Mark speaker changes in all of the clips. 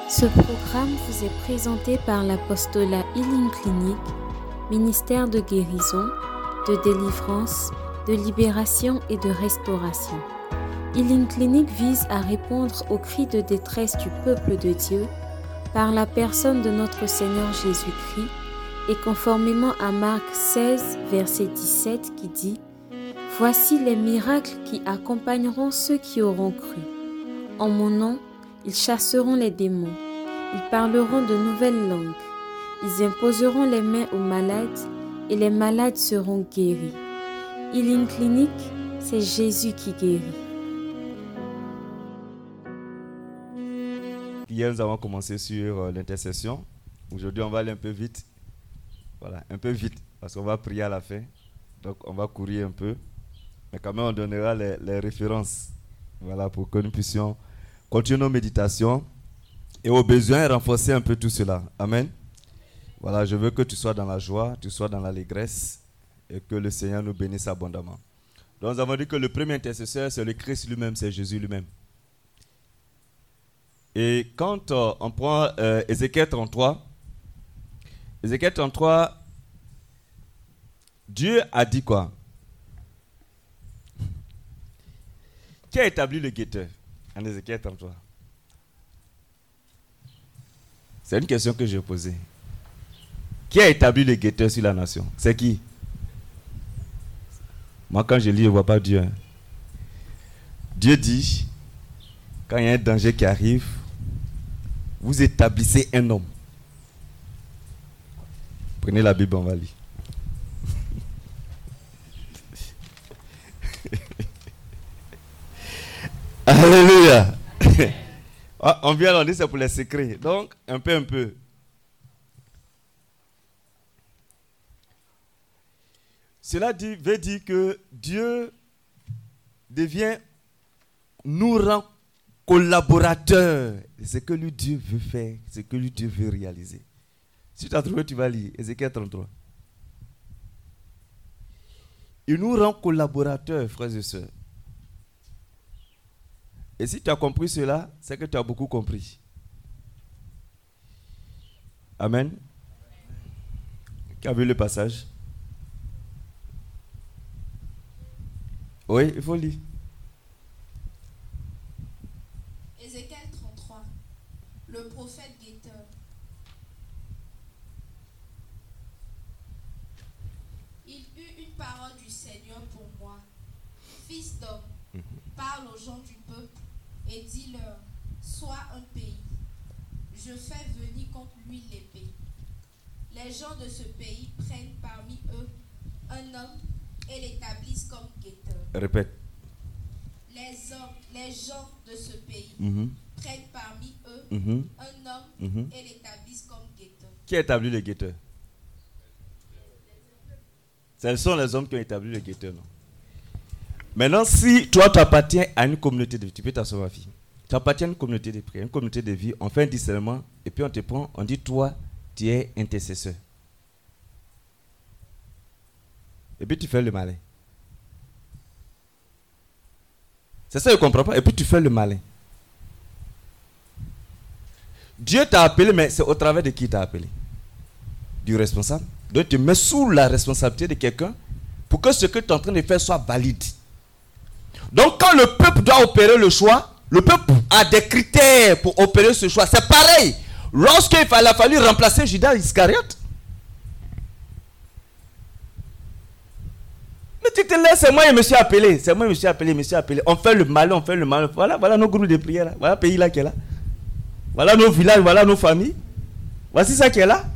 Speaker 1: Ce programme vous est présenté par l'apostolat Healing Clinic, ministère de guérison, de délivrance, de libération et de restauration. Healing Clinic vise à répondre aux cris de détresse du peuple de Dieu par la personne de notre Seigneur Jésus-Christ et conformément à Marc 16, verset 17 qui dit « Voici les miracles qui accompagneront ceux qui auront cru. En mon nom, ils chasseront les démons, ils parleront de nouvelles langues, ils imposeront les mains aux malades et les malades seront guéris. » Healing Clinic, c'est Jésus qui guérit.
Speaker 2: Hier, nous avons commencé sur l'intercession. Aujourd'hui, on va aller un peu vite. Voilà, un peu vite, parce qu'on va prier à la fin. Donc, on va courir un peu. Mais quand même, on donnera les références. Voilà, pour que nous puissions continuer nos méditations et au besoin renforcer un peu tout cela. Amen. Voilà, je veux que tu sois dans la joie, tu sois dans l'allégresse et que le Seigneur nous bénisse abondamment. Donc, nous avons dit que le premier intercesseur, c'est le Christ lui-même, c'est Jésus lui-même. Et quand on prend Ézéchiel 33, Dieu a dit quoi? Qui a établi le guetteur en Ézéchiel 33? C'est une question que j'ai posée. Qui a établi le guetteur sur la nation? C'est qui? Moi, quand je lis, je ne vois pas Dieu. Hein. Dieu dit, quand il y a un danger qui arrive, vous établissez un homme. Prenez la Bible, on va lire. Alléluia. On vient, on dit c'est pour les secrets. Donc, un peu. Cela veut dire que Dieu nous rend collaborateurs. C'est ce que lui Dieu veut faire, c'est ce que lui Dieu veut réaliser. Si tu as trouvé, tu vas lire Ézéchiel 33. Il nous rend collaborateurs, frères et sœurs. Et si tu as compris cela, c'est que tu as beaucoup compris. Amen. Qui a vu le passage? Oui, il faut lire.
Speaker 3: Ézéchiel 33, le prophète guetteur. Il eut une parole du Seigneur pour moi. Fils d'homme, parle aux gens du peuple et dis-leur, sois un pays. Je fais venir contre lui l'épée. Les gens de ce pays prennent parmi eux un homme et l'établissent comme guetteur.
Speaker 2: Répète.
Speaker 3: Les gens de ce pays prennent parmi eux un homme et l'établissent comme guetteur.
Speaker 2: Qui a établi le guetteur? Ce sont les hommes qui ont établi le guetteur, non? Maintenant, si toi, tu appartiens à une communauté de vie, tu peux t'asseoir, ma fille. Tu appartiens à une communauté de prière, une communauté de vie, on fait un discernement et puis on te prend, on dit, toi, tu es intercesseur. Et puis tu fais le malin. C'est ça, je ne comprends pas. Et puis tu fais le malin. Dieu t'a appelé, mais c'est au travers de qui t'a appelé? Du responsable. Donc tu mets sous la responsabilité de quelqu'un pour que ce que tu es en train de faire soit valide. Donc quand le peuple doit opérer le choix, le peuple a des critères pour opérer ce choix. C'est pareil. Lorsqu'il a fallu remplacer Judas Iscariote, mais tu te laisses, c'est moi, je me suis appelé. C'est moi, je me suis appelé. On fait le malin. Voilà nos groupes de prière là. Voilà le pays là qui est là. Voilà nos villages, voilà nos familles. Voici ça qui est là.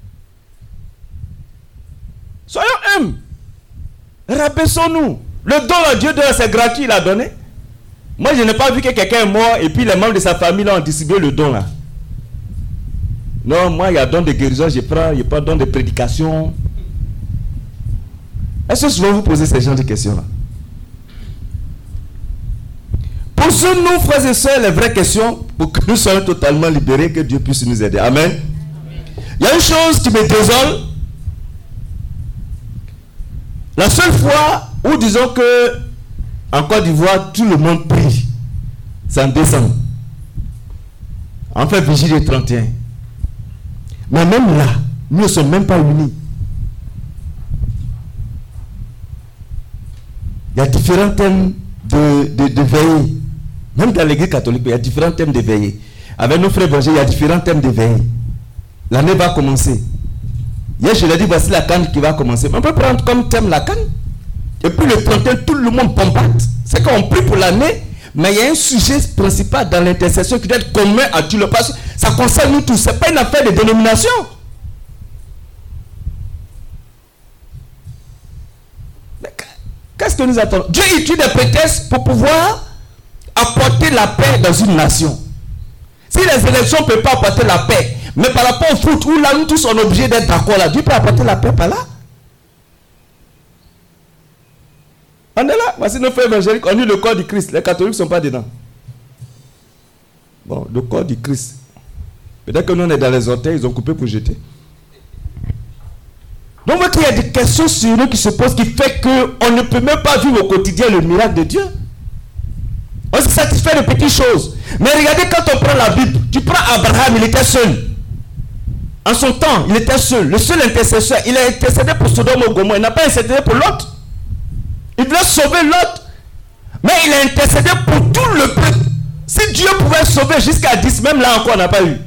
Speaker 2: Soyons humbles. Rabaissons-nous. Le don à Dieu, c'est gratuit, il a donné. Moi, je n'ai pas vu que quelqu'un est mort et puis les membres de sa famille là, ont distribué le don là. Non, moi, il y a don de guérison, je prends don de prédication. Est-ce que souvent vous posez ces genres de questions-là? Posons-nous, frères et sœurs, les vraies questions pour que nous soyons totalement libérés, que Dieu puisse nous aider. Amen. Amen. Il y a une chose qui me désole. La seule fois où disons que en Côte d'Ivoire, tout le monde prie, c'est en décembre.
Speaker 4: On fait vigile le 31. Mais même là, nous ne sommes même pas unis. Il y a différents thèmes de veillée. Même dans l'église catholique, il y a différents thèmes de veillée. Avec nos frères évangéliques, il y a différents thèmes de veillée. L'année va commencer. Hier, je l'ai dit, voici la canne qui va commencer. On peut prendre comme thème la canne. Et puis le 31, tout le monde bombarde. C'est qu'on prie pour l'année, mais il y a un sujet principal dans l'intercession qui doit être commun à tout le monde. Ça concerne nous tous. Ce n'est pas une affaire de dénomination. Mais qu'est-ce que nous attendons? Dieu utilise des prétextes pour pouvoir apporter la paix dans une nation. Si les élections ne peuvent pas apporter la paix, mais par rapport au foot, où là, nous tous sommes obligés d'être d'accord là, Dieu peut apporter la paix par là. On est là. Voici nos frères évangéliques, on dit le corps du Christ. Les catholiques ne sont pas dedans. Bon, le corps du Christ. Peut-être que nous, on est dans les orteils, ils ont coupé pour jeter. Donc, vous voyez qu'il y a des questions sur nous qui se posent, qui fait qu'on ne peut même pas vivre au quotidien le miracle de Dieu. On se satisfait de petites choses. Mais regardez, quand on prend la Bible, tu prends Abraham, il était seul. En son temps, il était seul. Le seul intercesseur, il a intercédé pour Sodome et Gomorrhe. Il n'a pas intercédé pour l'autre. Il voulait sauver l'autre. Mais il a intercédé pour tout le peuple. Si Dieu pouvait sauver jusqu'à 10, même là encore, on n'a pas eu.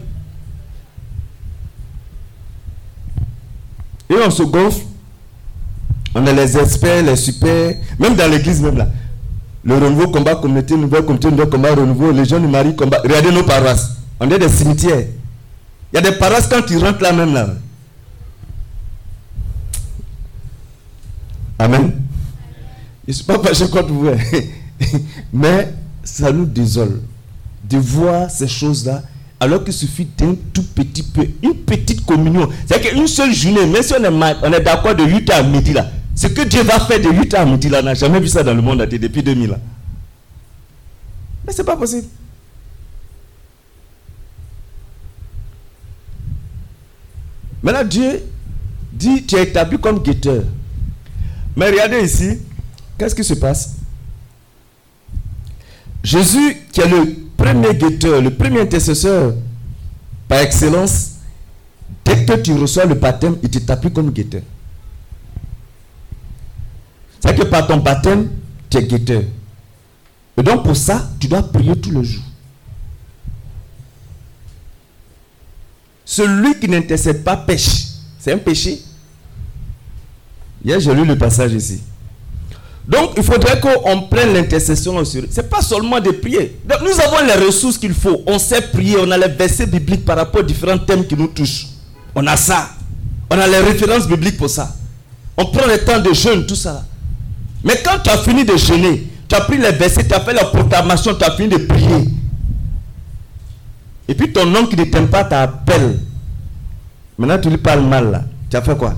Speaker 4: Et on se gonfle. On a les experts, les super. Même dans l'église, même là. Le renouveau, combat, communauté, nouveau combat, renouveau. Les gens du mari, combat. Regardez nos paroisses. On est des cimetières. Il y a des paroisses quand tu rentres là même là. Amen. Je ne suis pas fâché contre vous. Mais ça nous désole de voir ces choses-là alors qu'il suffit d'un tout petit peu, une petite communion. C'est-à-dire qu'une seule journée, même si on est d'accord de 8h à midi là, ce que Dieu va faire de 8h à midi là, on n'a jamais vu ça dans le monde depuis 2000 là. Mais c'est pas possible. Maintenant Dieu dit, tu es établi comme guetteur. Mais regardez ici, qu'est-ce qui se passe? Jésus, qui est le premier guetteur, le premier intercesseur par excellence, dès que tu reçois le baptême, il t'établit comme guetteur. C'est-à-dire que par ton baptême, tu es guetteur. Et donc pour ça, tu dois prier tous les jours. Celui qui n'intercède pas pêche. C'est un péché. Hier, j'ai lu le passage ici. Donc, il faudrait qu'on prenne l'intercession au sérieux. Ce n'est pas seulement de prier. Donc, nous avons les ressources qu'il faut. On sait prier, on a les versets bibliques par rapport aux différents thèmes qui nous touchent. On a ça. On a les références bibliques pour ça. On prend le temps de jeûne, tout ça. Mais quand tu as fini de jeûner, tu as pris les versets, tu as fait la proclamation, tu as fini de prier. Et puis ton homme qui ne t'aime pas t'appelle. Maintenant, tu lui parles mal là. Tu as fait quoi?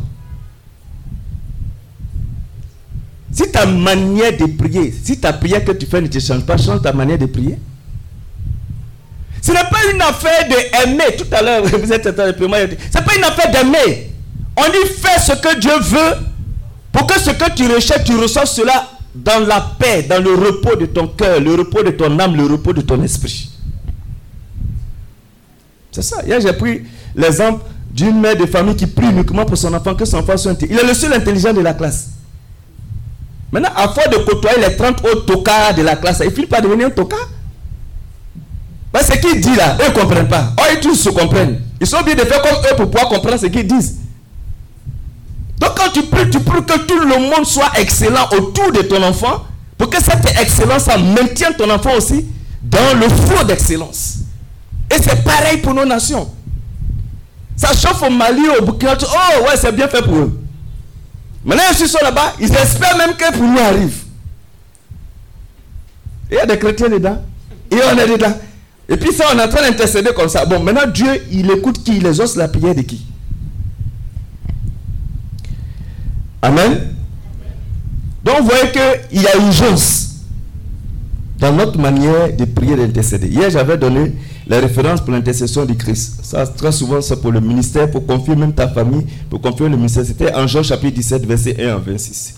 Speaker 4: Si ta manière de prier, si ta prière que tu fais ne te change pas, change ta manière de prier. Ce n'est pas une affaire d'aimer. Tout à l'heure, vous êtes en train de prier. Ce n'est pas une affaire d'aimer. On dit fais ce que Dieu veut pour que ce que tu recherches, tu reçois cela dans la paix, dans le repos de ton cœur, le repos de ton âme, le repos de ton esprit. C'est ça. Hier, j'ai pris l'exemple d'une mère de famille qui prie uniquement pour son enfant, que son enfant soit intelligent. Il est le seul intelligent de la classe. Maintenant, à force de côtoyer les 30 autres tocards de la classe, il finit par devenir un tocard. Parce que ce qu'il dit là, eux ne comprennent pas. Oh, ils tous se comprennent. Ils sont obligés de faire comme eux pour pouvoir comprendre ce qu'ils disent. Donc quand tu pries que tout le monde soit excellent autour de ton enfant, pour que cette excellence maintienne ton enfant aussi dans le flot d'excellence. Et c'est pareil pour nos nations. Ça chauffe au Mali, au Burkina. Oh ouais, c'est bien fait pour eux. Maintenant, ils sont là-bas, ils espèrent même que pour nous arrive. Il y a des chrétiens dedans. Et on est dedans. Et puis ça, on est en train d'intercéder comme ça. Bon, maintenant, Dieu, il écoute qui? Il exauce la prière de qui? Amen. Donc, vous voyez qu'il y a urgence dans notre manière de prier et d'intercéder. Hier, j'avais donné les références pour l'intercession du Christ. Ça, très souvent, c'est pour le ministère, pour confier même ta famille, pour confier le ministère. C'était en Jean chapitre 17, verset 1 à 26.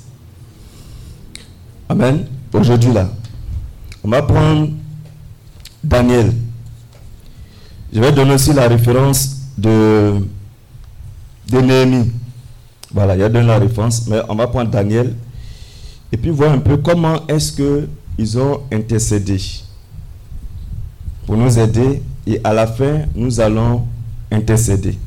Speaker 4: Amen. Aujourd'hui, là, on va prendre Daniel. Je vais donner aussi la référence de Néhémie. Voilà, il y a donné la référence, mais on va prendre Daniel et puis voir un peu comment est-ce qu'ils ont intercédé pour nous aider, et à la fin, nous allons intercéder.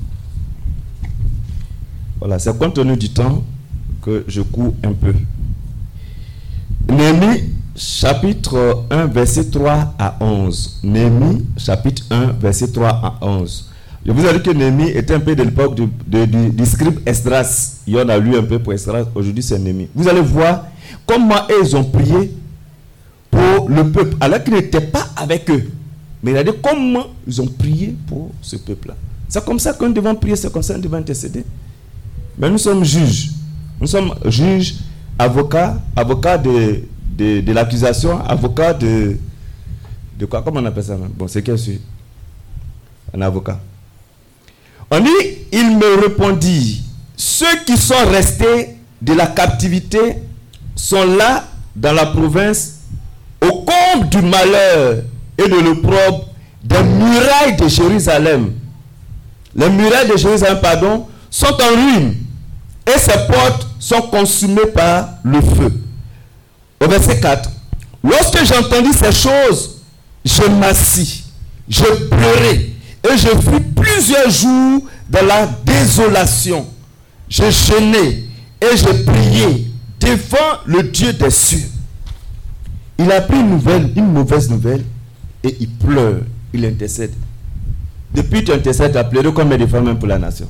Speaker 4: Voilà, c'est compte tenu du temps que je cours un peu. Néhémie, chapitre 1, verset 3 à 11. Néhémie, chapitre 1, verset 3 à 11. Je vous ai dit que Néhémie était un peu de l'époque du scribe Esdras. Il y en a lu un peu pour Esdras, aujourd'hui c'est Néhémie. Vous allez voir comment ils ont prié pour le peuple, alors qu'ils n'étaient pas avec eux. Mais regardez comment ils ont prié pour ce peuple-là. C'est comme ça que nous devons prier, c'est comme ça que nous devons intercéder. Mais nous sommes juges. Nous sommes juges, avocats de l'accusation, avocats de quoi? Comment on appelle ça? Bon, c'est quel sujet? Un avocat. On dit, il me répondit, ceux qui sont restés de la captivité sont là dans la province au comble du malheur et de l'opprobre des murailles de Jérusalem. Les murailles de Jérusalem, sont en ruine et ses portes sont consumées par le feu. Au verset 4, lorsque j'entendis ces choses, je m'assis, je pleurais et je fus plusieurs jours dans la désolation. Je jeûnais et je priais devant le Dieu des cieux. Il a pris une mauvaise nouvelle, et il pleure, il intercède. Depuis tu intercèdes, tu as pleuré combien de fois même pour la nation?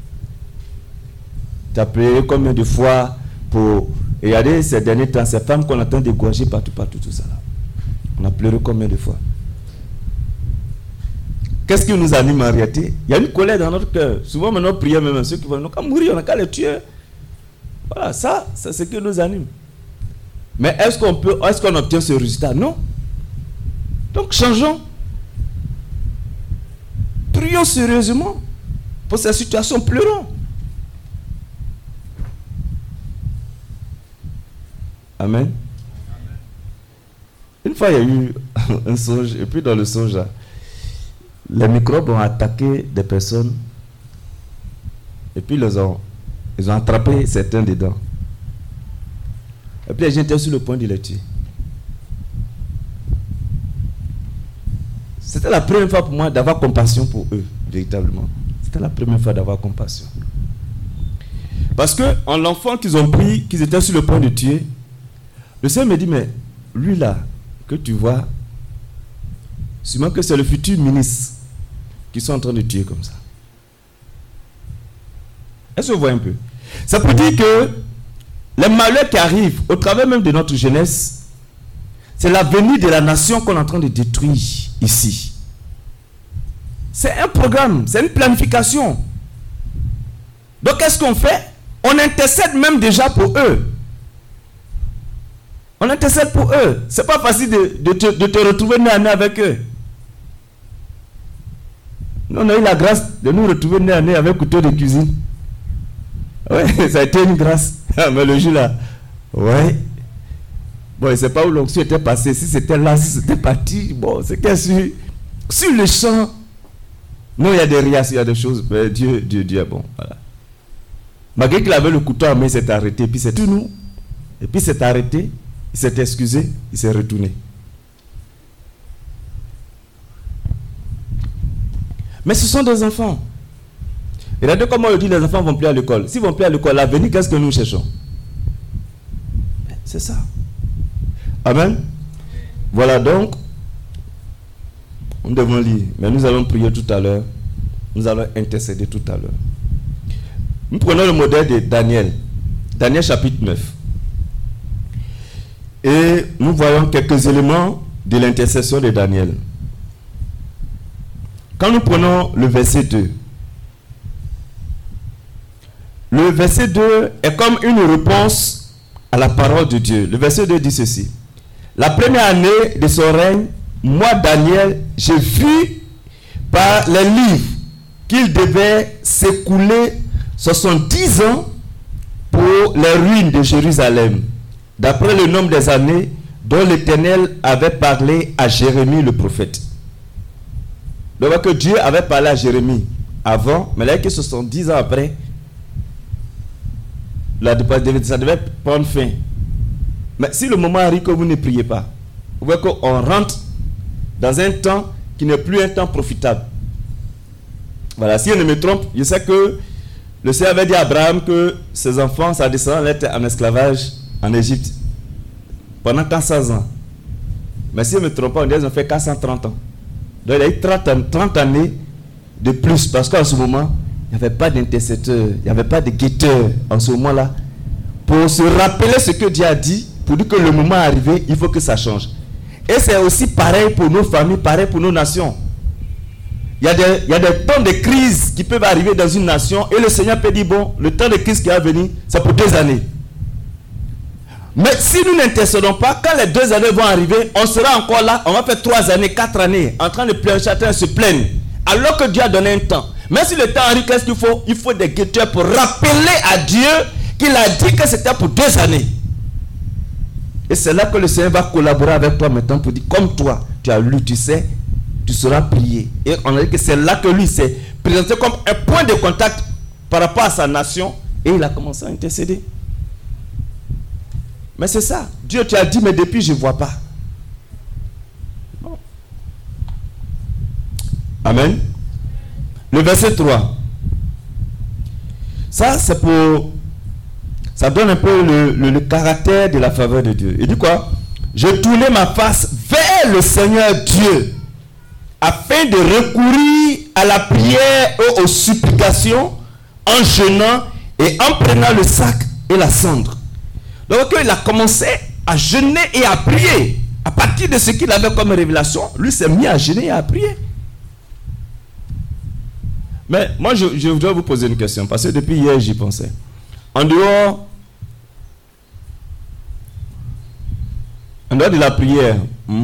Speaker 4: Tu as pleuré combien de fois pour... Et regardez ces derniers temps, ces femmes qu'on entend dégorger partout, tout ça là. On a pleuré combien de fois? Qu'est-ce qui nous anime en réalité? Il y a une colère dans notre cœur. Souvent, maintenant, prions même ceux qui vont nous mourir, on n'a qu'à les tuer. Voilà, ça, c'est ce qui nous anime. Mais est-ce qu'on obtient ce résultat? Non. Donc, changeons. Prions sérieusement pour cette situation, pleurons. Amen. Une fois, il y a eu un songe, et puis dans le songe, là, les microbes ont attaqué des personnes, et puis ils ont attrapé certains dedans. Et puis les gens étaient sur le point de les tuer. C'était la première fois pour moi d'avoir compassion pour eux, véritablement. C'était la première fois d'avoir compassion. Parce que en l'enfant qu'ils ont pris, qu'ils étaient sur le point de tuer, le Seigneur me dit, mais lui là, que tu vois, sûrement que c'est le futur ministre qui sont en train de tuer comme ça. Est-ce que vous voyez un peu? Ça peut dire que les malheurs qui arrivent au travers même de notre jeunesse, c'est l'avenir de la nation qu'on est en train de détruire ici. C'est un programme, c'est une planification. Donc qu'est-ce qu'on fait? On intercède même déjà pour eux. On intercède pour eux. C'est pas facile de te retrouver nez à nez avec eux. Nous, on a eu la grâce de nous retrouver nez à nez avec couteau de cuisine. Oui, ça a été une grâce. Mais le jour là, ouais. Bon, je ne sais pas où l'onction était passée. Si c'était là, si c'était parti. Bon, c'est que sur le champ. Non, il y a des rias, il y a des choses. Mais Dieu est bon. Voilà. Malgré qu'il avait le couteau à main, il s'est arrêté. Puis c'est tout nous. Et puis il s'est arrêté. Il s'est excusé. Il s'est retourné. Mais ce sont des enfants. Et regardez comment on dit les enfants vont plus à l'école. S'ils vont plus à l'école, l'avenir, qu'est-ce que nous cherchons? C'est ça. Amen. Voilà donc. Nous devons lire. Mais nous allons prier tout à l'heure. Nous allons intercéder tout à l'heure. Nous prenons le modèle de Daniel. Daniel chapitre 9. Et nous voyons quelques éléments de l'intercession de Daniel. Quand nous prenons le verset 2, le verset 2 est comme une réponse à la parole de Dieu. Le verset 2 dit ceci. La première année de son règne, moi, Daniel, j'ai vu par les livres qu'il devait s'écouler 70 ans pour les ruines de Jérusalem, d'après le nombre des années dont l'Éternel avait parlé à Jérémie le prophète. Donc que Dieu avait parlé à Jérémie avant, mais là que 70 ans après, ça devait prendre fin. Mais si le moment arrive que vous ne priez pas, vous voyez qu'on rentre dans un temps qui n'est plus un temps profitable. Voilà, si je ne me trompe, je sais que le Seigneur avait dit à Abraham que ses enfants, sa descendance, étaient en esclavage en Égypte pendant 400 ans. Mais si je ne me trompe pas, on dit qu'ils ont fait 430 ans. Donc il a eu 30 années de plus, parce qu'en ce moment, il n'y avait pas d'intercesseur, il n'y avait pas de guetteur en ce moment-là, pour se rappeler ce que Dieu a dit, pour dire que le moment est arrivé, il faut que ça change. Et c'est aussi pareil pour nos familles, pareil pour nos nations. Il y a des temps de crise qui peuvent arriver dans une nation, et le Seigneur peut dire, bon, le temps de crise qui va venir, c'est pour 2 années. Mais si nous n'intercédons pas, quand les 2 années vont arriver, on sera encore là, on va faire 3 années, 4 années, en train de pleurer, en train de se plaindre, alors que Dieu a donné un temps. Mais si le temps arrive, qu'est-ce qu'il faut? Il faut des guetteurs pour rappeler à Dieu qu'il a dit que c'était pour 2 années. Et c'est là que le Seigneur va collaborer avec toi maintenant pour dire, comme toi, tu as lu, tu sais, tu seras prié. Et on a dit que c'est là que lui s'est présenté comme un point de contact par rapport à sa nation, et il a commencé à intercéder. Mais c'est ça. Dieu te a dit, mais depuis, je ne vois pas. Bon. Amen. Le verset 3. Ça, c'est pour... Ça donne un peu le caractère de la faveur de Dieu. Il dit quoi? Je tournais ma face vers le Seigneur Dieu, afin de recourir à la prière et aux supplications, en jeûnant et en prenant le sac et la cendre. Donc il a commencé à jeûner et à prier. À partir de ce qu'il avait comme révélation, lui s'est mis à jeûner et à prier. Mais moi je voudrais vous poser une question, parce que depuis hier j'y pensais. En dehors de la prière,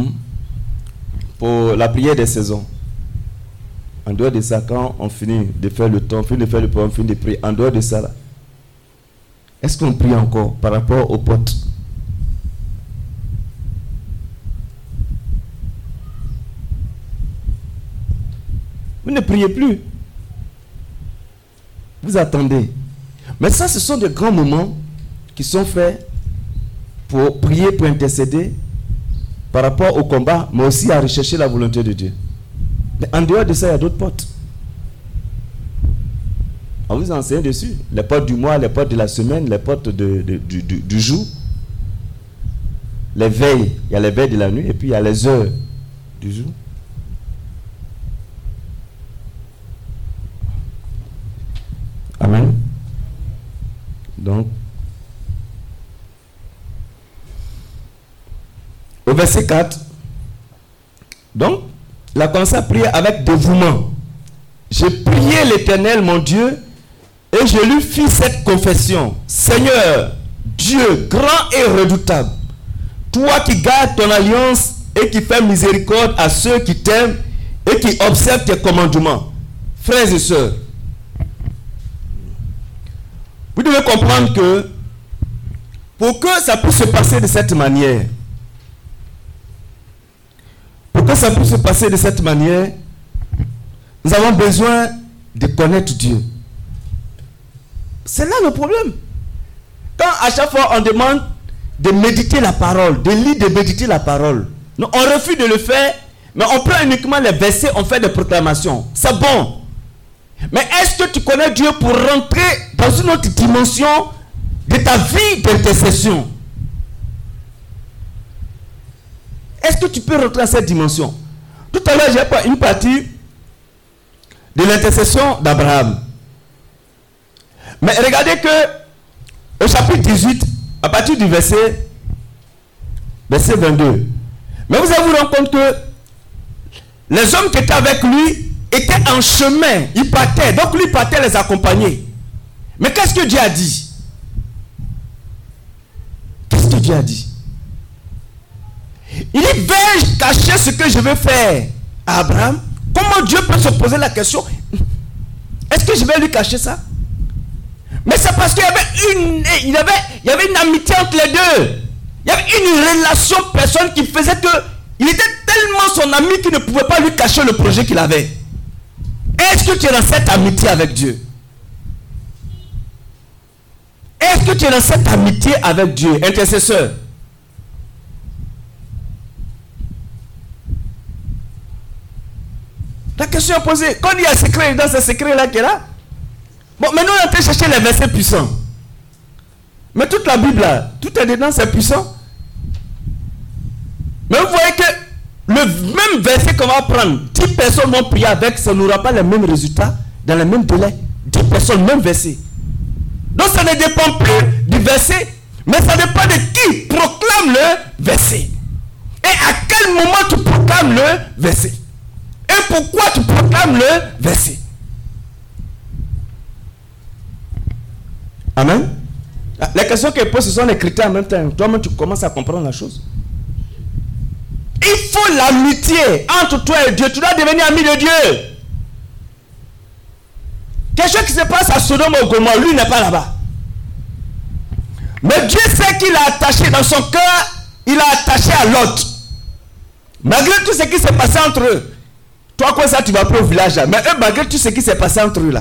Speaker 4: pour la prière des saisons, en dehors de ça, quand on finit de faire le temps, on finit de faire le programme, on finit de prier, en dehors de ça là, est-ce qu'on prie encore par rapport aux potes? Vous ne priez plus. Vous attendez. Mais ça, ce sont des grands moments qui sont faits pour prier, pour intercéder par rapport au combat, mais aussi à rechercher la volonté de Dieu. Mais en dehors de ça, il y a d'autres potes. On vous enseigne dessus. Les potes du mois, les potes de la semaine, les potes du jour. Les veilles. Il y a les veilles de la nuit et puis il y a les heures du jour. Amen. Donc, au verset 4, donc, il a commencé à prier avec dévouement. J'ai prié l'Éternel, mon Dieu, et je lui fis cette confession. Seigneur, Dieu grand et redoutable, toi qui gardes ton alliance et qui fais miséricorde à ceux qui t'aiment et qui observent tes commandements. Frères et sœurs, vous devez comprendre que pour que ça puisse se passer de cette manière, nous avons besoin de connaître Dieu. C'est là le problème. Quand à chaque fois on demande de méditer la parole, de lire, de méditer la parole, non, on refuse de le faire, mais on prend uniquement les versets, on fait des proclamations. C'est bon. Mais est-ce que tu connais Dieu pour rentrer dans une autre dimension de ta vie d'intercession? Est-ce que tu peux rentrer dans cette dimension? Tout à l'heure, j'ai pas une partie de l'intercession d'Abraham. Mais regardez que au chapitre 18, à partir du verset 22, mais vous allez vous rendre compte que les hommes qui étaient avec lui étaient en chemin, ils partaient, donc lui partait les accompagner. Mais qu'est-ce que Dieu a dit? Qu'est-ce que Dieu a dit? Il dit, vais-je cacher ce que je vais faire à Abraham? Comment Dieu peut se poser la question? Est-ce que je vais lui cacher ça? Mais c'est parce qu'il y avait une amitié entre les deux. Il y avait une relation personne qui faisait que il était tellement son ami qu'il ne pouvait pas lui cacher le projet qu'il avait. Est-ce que tu es dans cette amitié avec Dieu? Est-ce que tu es dans cette amitié avec Dieu, intercesseur? La question est posée. Quand il y a un secret, dans ce secret-là qui est là. Bon, maintenant on est en train de chercher les versets puissants. Mais toute la Bible là, tout est dedans, c'est puissant. Mais vous voyez que le même verset qu'on va prendre, 10 personnes vont prier avec, ça n'aura pas les mêmes résultats dans le même délai. 10 personnes, même verset. Donc ça ne dépend plus du verset, mais ça dépend de qui proclame le verset. Et à quel moment tu proclames le verset. Et pourquoi tu proclames le verset. Amen. Les questions qu'elle pose, ce sont les critères en même temps. Toi-même, tu commences à comprendre la chose. Il faut l'amitié entre toi et Dieu. Tu dois devenir ami de Dieu. Quelque chose qui se passe à Sodome et Gomorrhe, lui n'est pas là-bas. Mais Dieu sait qu'il a attaché dans son cœur, il a attaché à l'autre. Malgré tout ce qui s'est passé entre eux. Toi, quoi ça, tu vas plus au village là. Mais eux, malgré tout ce qui s'est passé entre eux là.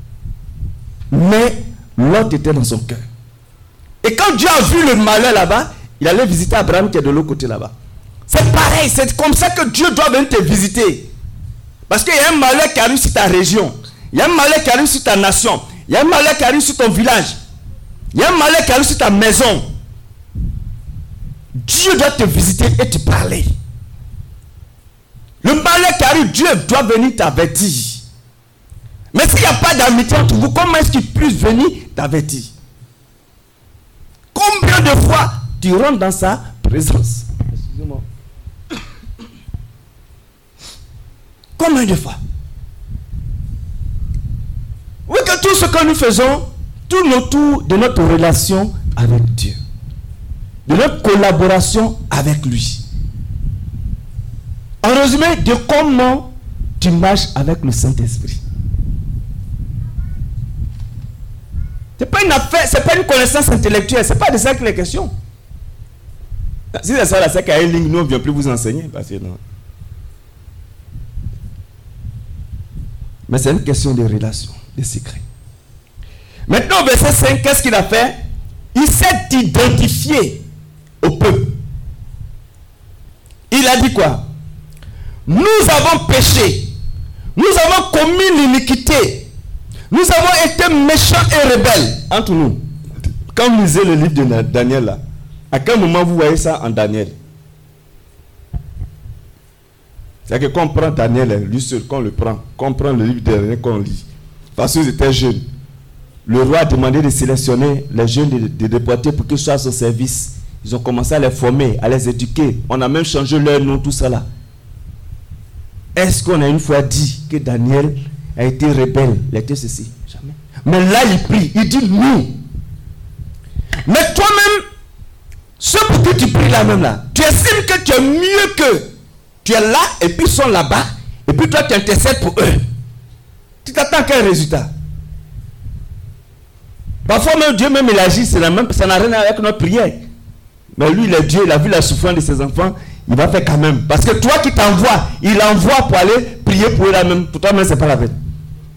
Speaker 4: Mais l'autre était dans son cœur. Et quand Dieu a vu le malheur là-bas, il allait visiter Abraham qui est de l'autre côté là-bas. C'est pareil, c'est comme ça que Dieu doit venir te visiter. Parce qu'il y a un malheur qui arrive sur ta région. Il y a un malheur qui arrive sur ta nation. Il y a un malheur qui arrive sur ton village. Il y a un malheur qui arrive sur ta maison. Dieu doit te visiter et te parler. Le malheur qui arrive, Dieu doit venir t'avertir. Mais s'il n'y a pas d'amitié entre vous, comment est-ce qu'il puisse venir t'avertir? Combien de fois tu rentres dans sa présence? Excusez-moi. Combien de fois? Oui, que tout ce que nous faisons tourne autour de notre relation avec Dieu, de notre collaboration avec lui. En résumé, de comment tu marches avec le Saint-Esprit. Ce n'est pas une affaire, ce n'est pas une connaissance intellectuelle, ce n'est pas de ça qu'il est question. Si c'est ça, c'est qu'à une ligne, nous, on ne vient plus vous enseigner. Parce que non. Mais c'est une question de relation, de secret. Maintenant, au verset 5, qu'est-ce qu'il a fait? Il s'est identifié au peuple. Il a dit quoi? Nous avons péché. Nous avons commis l'iniquité. Nous avons été méchants et rebelles entre nous. Quand vous lisez le livre de Daniel, là, à quel moment vous voyez ça en Daniel? C'est que quand on prend Daniel, lui seul, qu'on le prend, qu'on prend le livre de Daniel, qu'on lit. Parce qu'ils étaient jeunes. Le roi a demandé de sélectionner les jeunes de déportés pour qu'ils soient à son service. Ils ont commencé à les former, à les éduquer. On a même changé leur nom, tout ça là. Est-ce qu'on a une fois dit que Daniel a été rebelle? Il a été ceci? Jamais. Mais là, il prie. Il dit nous. Mais toi-même, ce pour qui tu pries là même là, tu estimes que tu es mieux qu'eux. Tu es là et puis ils sont là-bas. Et puis toi, tu intercèdes pour eux. Tu t'attends à quel résultat? Parfois même Dieu même il agit, ça n'a rien à voir avec notre prière. Mais lui, il est Dieu, il a vu la souffrance de ses enfants, il va faire quand même. Parce que toi qui t'envoies, il envoie pour aller prier pour eux là-même. Pour toi-même, c'est pas la peine.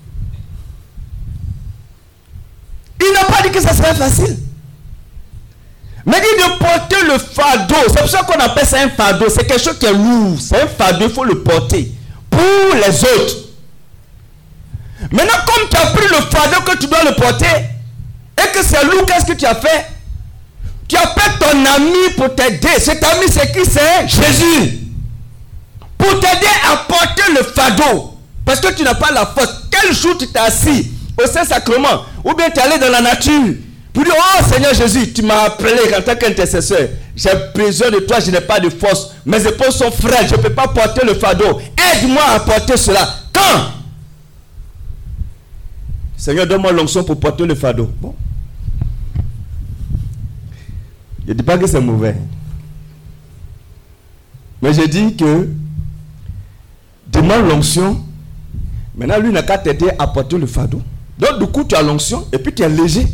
Speaker 4: Il n'a pas dit que ça serait facile. Mais dit de porter le fardeau. C'est pour ça qu'on appelle ça un fardeau. C'est quelque chose qui est lourd. C'est un fardeau, il faut le porter. Pour les autres. Maintenant, comme tu as pris le fardeau que tu dois le porter, et que c'est lourd, qu'est-ce que tu as fait? Tu appelles ton ami pour t'aider. Cet ami, c'est qui? C'est Jésus. Pour t'aider à porter le fardeau. Parce que tu n'as pas la force. Quel jour tu t'es assis au Saint-Sacrement? Ou bien tu es allé dans la nature pour dire, oh Seigneur Jésus, tu m'as appelé en tant qu'intercesseur. J'ai besoin de toi, je n'ai pas de force. Mes épaules sont frêles, je ne peux pas porter le fardeau. Aide-moi à porter cela. Quand? Seigneur, donne-moi l'onction pour porter le fardeau. Bon. Je ne dis pas que c'est mauvais. Mais je dis que demande l'onction. Maintenant, lui n'a qu'à t'aider à porter le fardeau. Donc, du coup, tu as l'onction et puis tu es léger.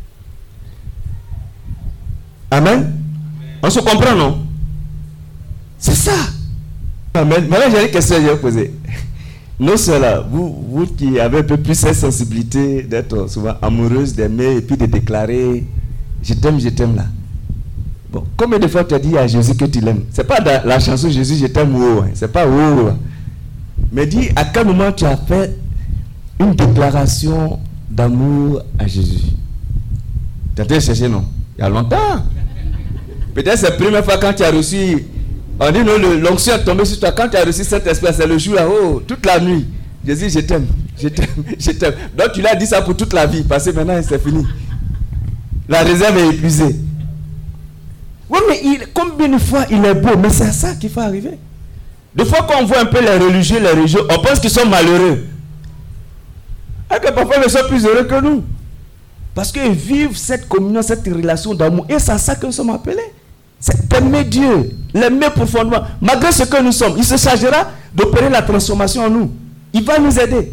Speaker 4: Amen. On se comprend, non? C'est ça. Amen. Maintenant, j'ai une question que je vais poser. Nos soeurs là, vous qui avez un peu plus cette sensibilité d'être souvent amoureuse, d'aimer et puis de déclarer je t'aime là. Bon, combien de fois tu as dit à Jésus que tu l'aimes? C'est pas dans la chanson Jésus je t'aime ou c'est pas ou. Mais dis à quel moment tu as fait une déclaration d'amour à Jésus? Tu as été chercher, non? Il y a longtemps. Peut-être c'est la première fois quand tu as reçu. On dit non, l'onction est tombée sur toi. Quand tu as reçu cet esprit, c'est le jour là, toute la nuit. Jésus, je t'aime. Donc tu l'as dit ça pour toute la vie, parce que maintenant c'est fini. La réserve est épuisée. Oui, mais combien de fois il est beau, mais c'est à ça qu'il faut arriver. Des fois qu'on voit un peu les religieux, on pense qu'ils sont malheureux. Et que parfois ils sont plus heureux que nous. Parce qu'ils vivent cette communion, cette relation d'amour. Et c'est à ça que nous sommes appelés. C'est d'aimer Dieu, l'aimer profondément. Malgré ce que nous sommes, il se chargera d'opérer la transformation en nous. Il va nous aider.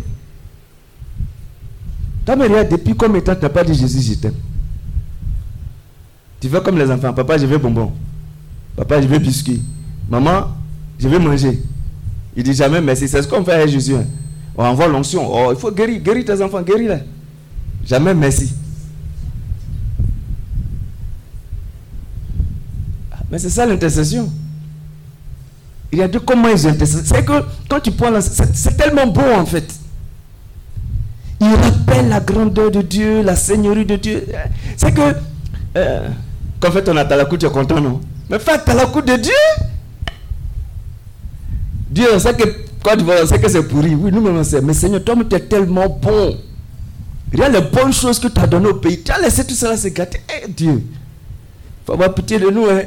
Speaker 4: Toi, Maria, depuis combien de temps tu n'as pas dit Jésus, je t'aime? Tu fais comme les enfants. Papa, je veux bonbon. Papa, je veux biscuit. Maman, je veux manger. Il dit jamais merci. C'est ce qu'on fait avec Jésus. On envoie l'onction. Oh, il faut guérir tes enfants, guéris-les. Jamais merci. Mais c'est ça l'intercession. Il y a deux comment ils intercèdent. C'est que quand tu prends c'est tellement beau en fait. Il rappelle la grandeur de Dieu, la seigneurie de Dieu. C'est que quand fait ton atalakou, tu es content, non? Mais fais atalakou de Dieu. Dieu, on sait que quand tu vois, on sait que c'est pourri. Oui, nous-mêmes on sait. Mais Seigneur, toi, tu es tellement bon. Regarde les bonnes choses que tu as données au pays. Tu as laissé tout cela se gâter. Eh Dieu, il faut avoir pitié de nous, hein.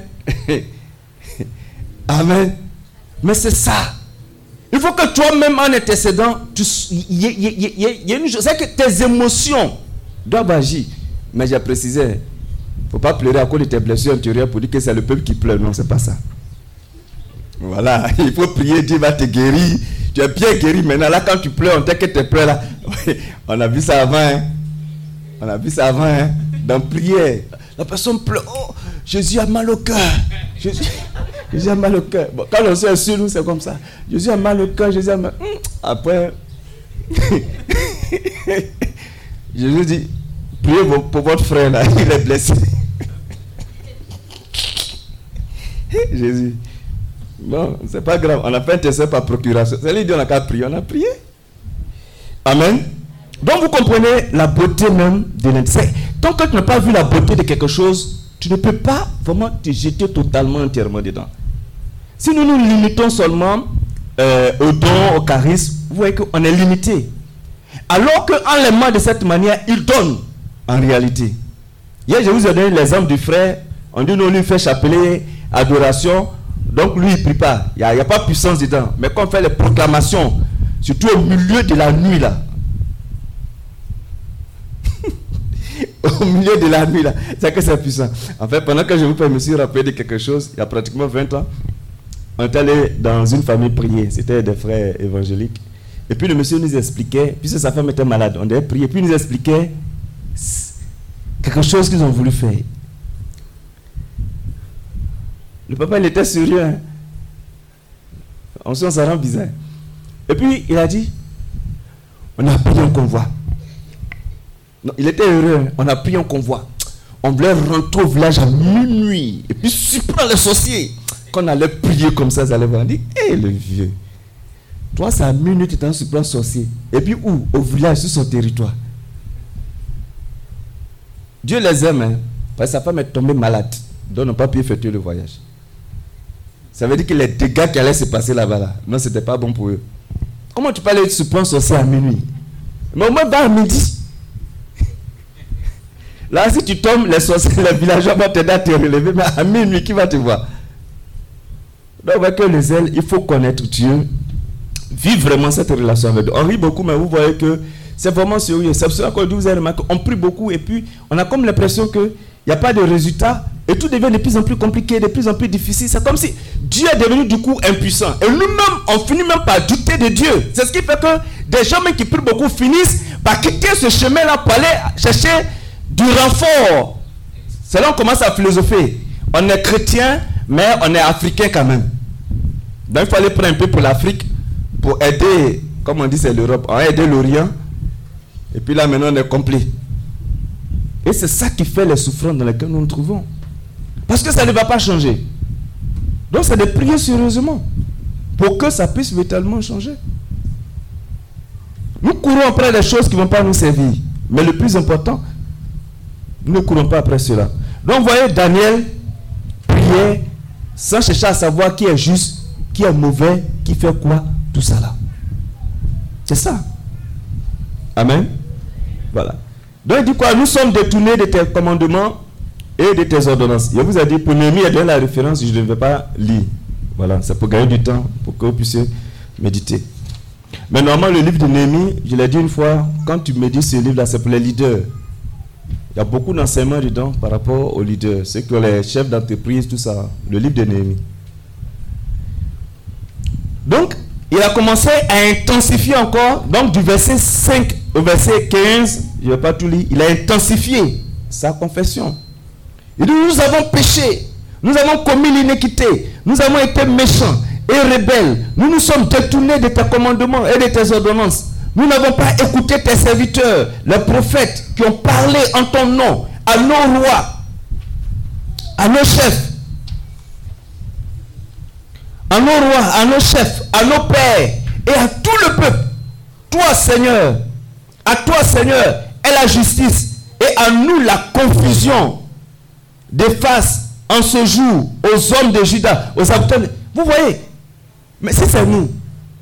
Speaker 4: Amen. Mais c'est ça. Il faut que toi-même, en intercédant, il y a une chose. C'est que tes émotions doivent agir. Mais j'ai précisé, il ne faut pas pleurer à cause de tes blessures antérieures pour dire que c'est le peuple qui pleure. Non, c'est pas ça. Voilà. Il faut prier, Dieu va te guérir. Tu es bien guéri maintenant. Là, quand tu pleures, on t'a que tu pleures là. On a vu ça avant, hein. On a vu ça avant, hein. Dans prière. La personne pleure. Oh, Jésus a mal au cœur. Jésus a mal au cœur. Bon, quand on est sur nous, c'est comme ça. Jésus a mal au cœur. Jésus a mal. Après, Jésus dit, priez pour votre frère là. Il est blessé. Jésus. Bon, c'est pas grave. On a fait intercession par procuration. C'est lui qui dit on a qu'à prier. On a prié. Amen. Donc vous comprenez la beauté même de l'intercession. Tant que tu n'as pas vu la beauté de quelque chose, tu ne peux pas vraiment te jeter totalement, entièrement dedans. Si nous nous limitons seulement au don, au charisme, vous voyez qu'on est limité. Alors qu'en l'aimant de cette manière, il donne en réalité. Hier, je vous ai donné l'exemple du frère. On dit non, lui fait chapelet, adoration. Donc lui, il ne prie pas. Il n'y a pas de puissance dedans. Mais quand on fait les proclamations, surtout au milieu de la nuit là, au milieu de la nuit là, c'est que c'est puissant. En fait, pendant que je me suis rappelé de quelque chose, il y a pratiquement 20 ans, on est allé dans une famille prier. C'était des frères évangéliques. Et puis le monsieur nous expliquait, puisque sa femme était malade, on devait prier, puis il nous expliquait quelque chose qu'ils ont voulu faire. Le papa, il était sérieux. Hein? On s'en rend bizarre. Et puis, il a dit, on a pris un convoi. Non, il était heureux. On a pris un convoi. On voulait rentrer au village à minuit. Et puis, surprendre les sorciers. Quand on allait prier comme ça, ils allaient voir. On dit, hé, le vieux. Toi, c'est à minuit, tu t'en surprends sorcier. Et puis, où? Au village, sur son territoire. Dieu les aime. Hein? Parce que sa femme est tombée malade. Donc, on n'a pas pu effectuer le voyage. Ça veut dire que les dégâts qui allaient se passer là-bas, là, non, ce n'était pas bon pour eux. Comment tu peux aller surprendre sorcier à minuit? Mais au moins, à midi. Là, si tu tombes, les sorciers, les villageois vont t'aider à te relever, mais à minuit, qui va te voir? Donc, avec les ailes, il faut connaître Dieu, vivre vraiment cette relation avec Dieu. On rit beaucoup, mais vous voyez que c'est vraiment sérieux. C'est pour ça que vous avez remarqué, on prie beaucoup et puis on a comme l'impression qu'il n'y a pas de résultat et tout devient de plus en plus compliqué, de plus en plus difficile. C'est comme si Dieu est devenu du coup impuissant. Et nous-mêmes, on finit même par douter de Dieu. C'est ce qui fait que des gens même qui prient beaucoup finissent par quitter ce chemin-là pour aller chercher du renfort. C'est là qu'on commence à philosopher. On est chrétien, mais on est africain quand même. Donc il fallait prendre un peu pour l'Afrique, pour aider, comme on dit c'est l'Europe, on a aidé l'Orient. Et puis là maintenant on est complet. Et c'est ça qui fait les souffrances dans lesquelles nous nous trouvons. Parce que ça ne va pas changer. Donc c'est de prier sérieusement pour que ça puisse véritablement changer. Nous courons après des choses qui ne vont pas nous servir. Mais le plus important, nous ne courons pas après cela. Donc vous voyez, Daniel priait sans chercher à savoir qui est juste, qui est mauvais, qui fait quoi, tout ça là. C'est ça. Amen. Voilà. Donc il dit quoi? Nous sommes détournés de tes commandements et de tes ordonnances. Je vous ai dit, pour Néhémie, il y a donné la référence, je ne vais pas lire. Voilà, c'est pour gagner du temps, pour que vous puissiez méditer. Mais normalement, le livre de Néhémie, je l'ai dit une fois, quand tu médites ce livre-là, c'est pour les leaders. Il y a beaucoup d'enseignements dedans par rapport aux leaders, ceux qui ont les chefs d'entreprise, tout ça, le livre de Néhémie. Donc, il a commencé à intensifier encore, donc du verset 5 au verset 15, je ne vais pas tout lire, il a intensifié sa confession. Il dit, nous avons péché, nous avons commis l'iniquité, nous avons été méchants et rebelles, nous nous sommes détournés de tes commandements et de tes ordonnances. Nous n'avons pas écouté tes serviteurs, les prophètes qui ont parlé en ton nom à nos rois, à nos chefs, à nos rois, à nos chefs, à nos pères et à tout le peuple. Toi, Seigneur, à toi, Seigneur, est la justice et à nous la confusion des faces en ce jour aux hommes de Juda, aux habitants. Vous voyez, mais si c'est nous,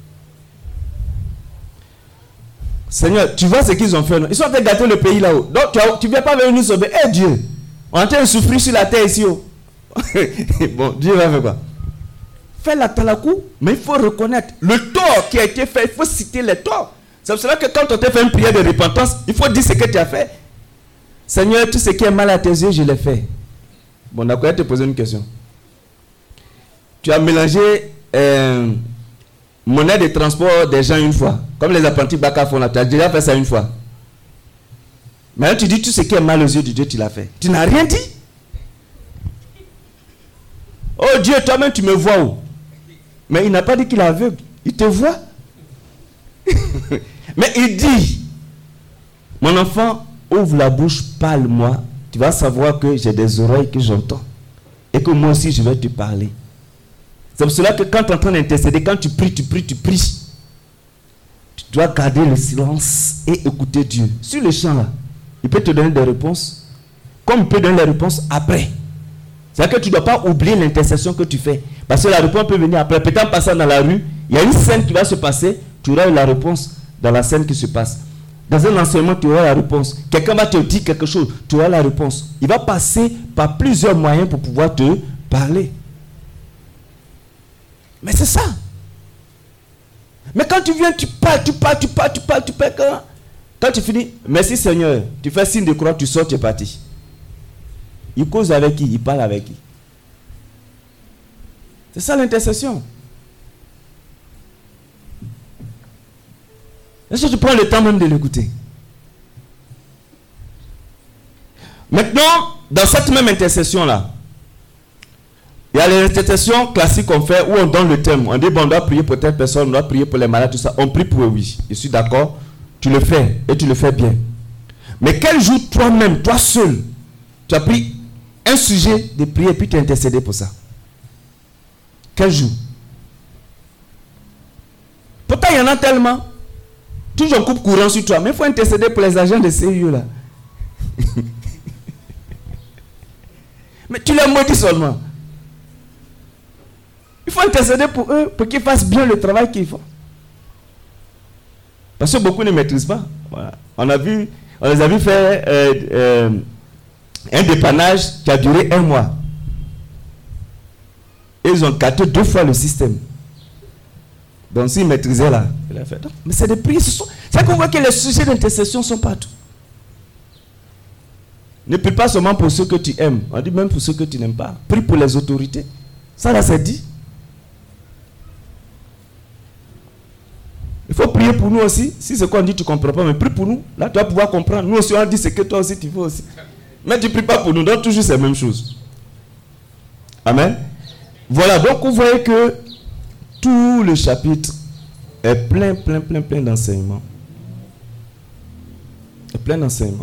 Speaker 4: Seigneur, tu vois ce qu'ils ont fait. Ils sont en train de gâter le pays là-haut. Donc tu ne viens pas venir nous sauver. Eh Dieu, on est en train de souffrir sur la terre ici. Bon, Dieu va faire quoi? Fais la talakou, mais il faut reconnaître le tort qui a été fait. Il faut citer les torts. C'est pour cela que quand on t'a fait une prière de repentance, il faut dire ce que tu as fait. Seigneur, tout ce qui est mal à tes yeux, je l'ai fait. Bon, d'accord, je vais te poser une question. Tu as mélangé monnaie de transport des gens une fois. Comme les apprentis Baka font là. Tu as déjà fait ça une fois. Maintenant, tu dis tout ce qui est mal aux yeux de Dieu, tu l'as fait. Tu n'as rien dit. Oh Dieu, toi-même, tu me vois où? Mais il n'a pas dit qu'il est aveugle. Il te voit. Mais il dit, mon enfant, ouvre la bouche, parle-moi. Tu vas savoir que j'ai des oreilles que j'entends. Et que moi aussi, je vais te parler. C'est pour cela que quand tu es en train d'intercéder, quand tu pries, tu dois garder le silence et écouter Dieu. Sur le champ là, il peut te donner des réponses, comme il peut donner les réponses après. C'est-à-dire que tu ne dois pas oublier l'intercession que tu fais. Parce que la réponse peut venir après. Peut-être en passant dans la rue, il y a une scène qui va se passer, tu auras la réponse dans la scène qui se passe. Dans un enseignement, tu auras la réponse. Quelqu'un va te dire quelque chose, tu auras la réponse. Il va passer par plusieurs moyens pour pouvoir te parler. Mais c'est ça. Mais quand tu viens, tu parles. Quand tu finis, merci Seigneur, tu fais signe de croix, tu sors, tu es parti. Il cause avec qui? Il parle avec qui? C'est ça l'intercession. Est-ce que tu prends le temps même de l'écouter? Maintenant, dans cette même intercession-là, il y a les intercessions classiques qu'on fait où on donne le thème. On dit, bon, on doit prier pour telle personne, on doit prier pour les malades, tout ça. On prie pour eux, oui. Je suis d'accord. Tu le fais et tu le fais bien. Mais quel jour toi-même, toi seul, tu as pris un sujet de prière et puis tu as intercédé pour ça? Quel jour? Pourtant, il y en a tellement. Toujours coupe courant sur toi. Mais il faut intercéder pour les agents de CIE là. Mais tu les maudis seulement. Il faut intercéder pour eux, pour qu'ils fassent bien le travail qu'ils font. Parce que beaucoup ne maîtrisent pas. Voilà. On les a vu faire un dépannage qui a duré 1 mois. Et ils ont gâté 2 fois le système. Donc s'ils maîtrisaient là, il a fait. Mais c'est des prières. C'est qu'on voit que les sujets d'intercession sont partout. Ne prie pas seulement pour ceux que tu aimes. On dit même pour ceux que tu n'aimes pas. Prie pour les autorités. Ça là c'est dit. Il faut prier pour nous aussi. Si c'est quoi on dit, tu ne comprends pas, mais prie pour nous. Là, tu vas pouvoir comprendre. Nous aussi, on dit ce que toi aussi, tu veux aussi. Mais tu ne pries pas pour nous. Donc, toujours, c'est la même chose. Amen. Voilà. Donc, vous voyez que Tout le chapitre est plein d'enseignements. Plein d'enseignements.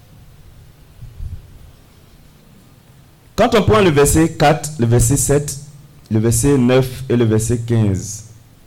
Speaker 4: Quand on prend le verset 4, le verset 7, le verset 9 et le verset 15,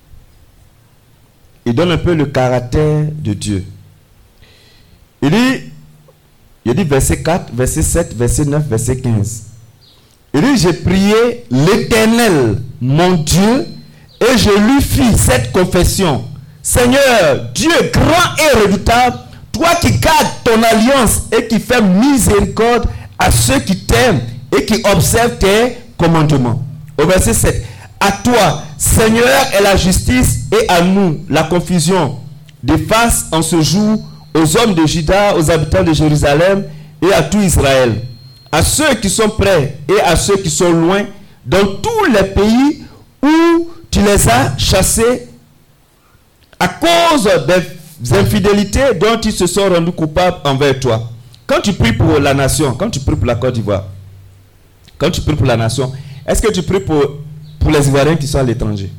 Speaker 4: il donne un peu le caractère de Dieu. Il dit verset 4, verset 7, verset 9, verset 15. Il dit, j'ai prié l'Éternel, mon Dieu, et je lui fis cette confession. Seigneur, Dieu grand et redoutable, toi qui gardes ton alliance et qui fais miséricorde à ceux qui t'aiment et qui observent tes commandements. Au verset 7. À toi, Seigneur, est la justice et à nous la confusion. De face en ce jour aux hommes de Juda, aux habitants de Jérusalem et à tout Israël. À ceux qui sont près et à ceux qui sont loin, dans tous les pays où tu les as chassés à cause des infidélités dont ils se sont rendus coupables envers toi. Quand tu pries pour la nation, quand tu pries pour la Côte d'Ivoire, quand tu pries pour la nation, est-ce que tu pries pour les Ivoiriens qui sont à l'étranger?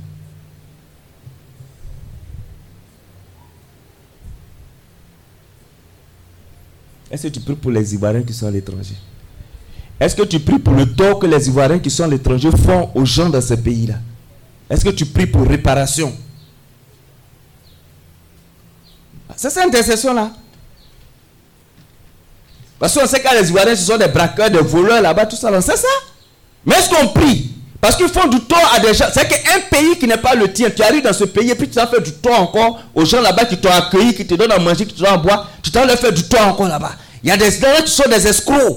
Speaker 4: Est-ce que tu pries pour les Ivoiriens qui sont à l'étranger? Est-ce que tu pries pour le tort que les Ivoiriens qui sont à l'étranger font aux gens dans ces pays-là? Est-ce que tu pries pour réparation? C'est cette intercession-là. Parce qu'on sait que les Ivoiriens, ce sont des braqueurs, des voleurs là-bas, tout ça. C'est ça. Mais est-ce qu'on prie? Parce qu'ils font du tort à des gens. C'est qu'un pays qui n'est pas le tien, tu arrives dans ce pays et puis tu vas faire du tort encore aux gens là-bas qui t'ont accueilli, qui te donnent à manger, qui te donnent à boire. Tu t'en leur faire du tort encore là-bas. Il y a des gens qui sont des escrocs.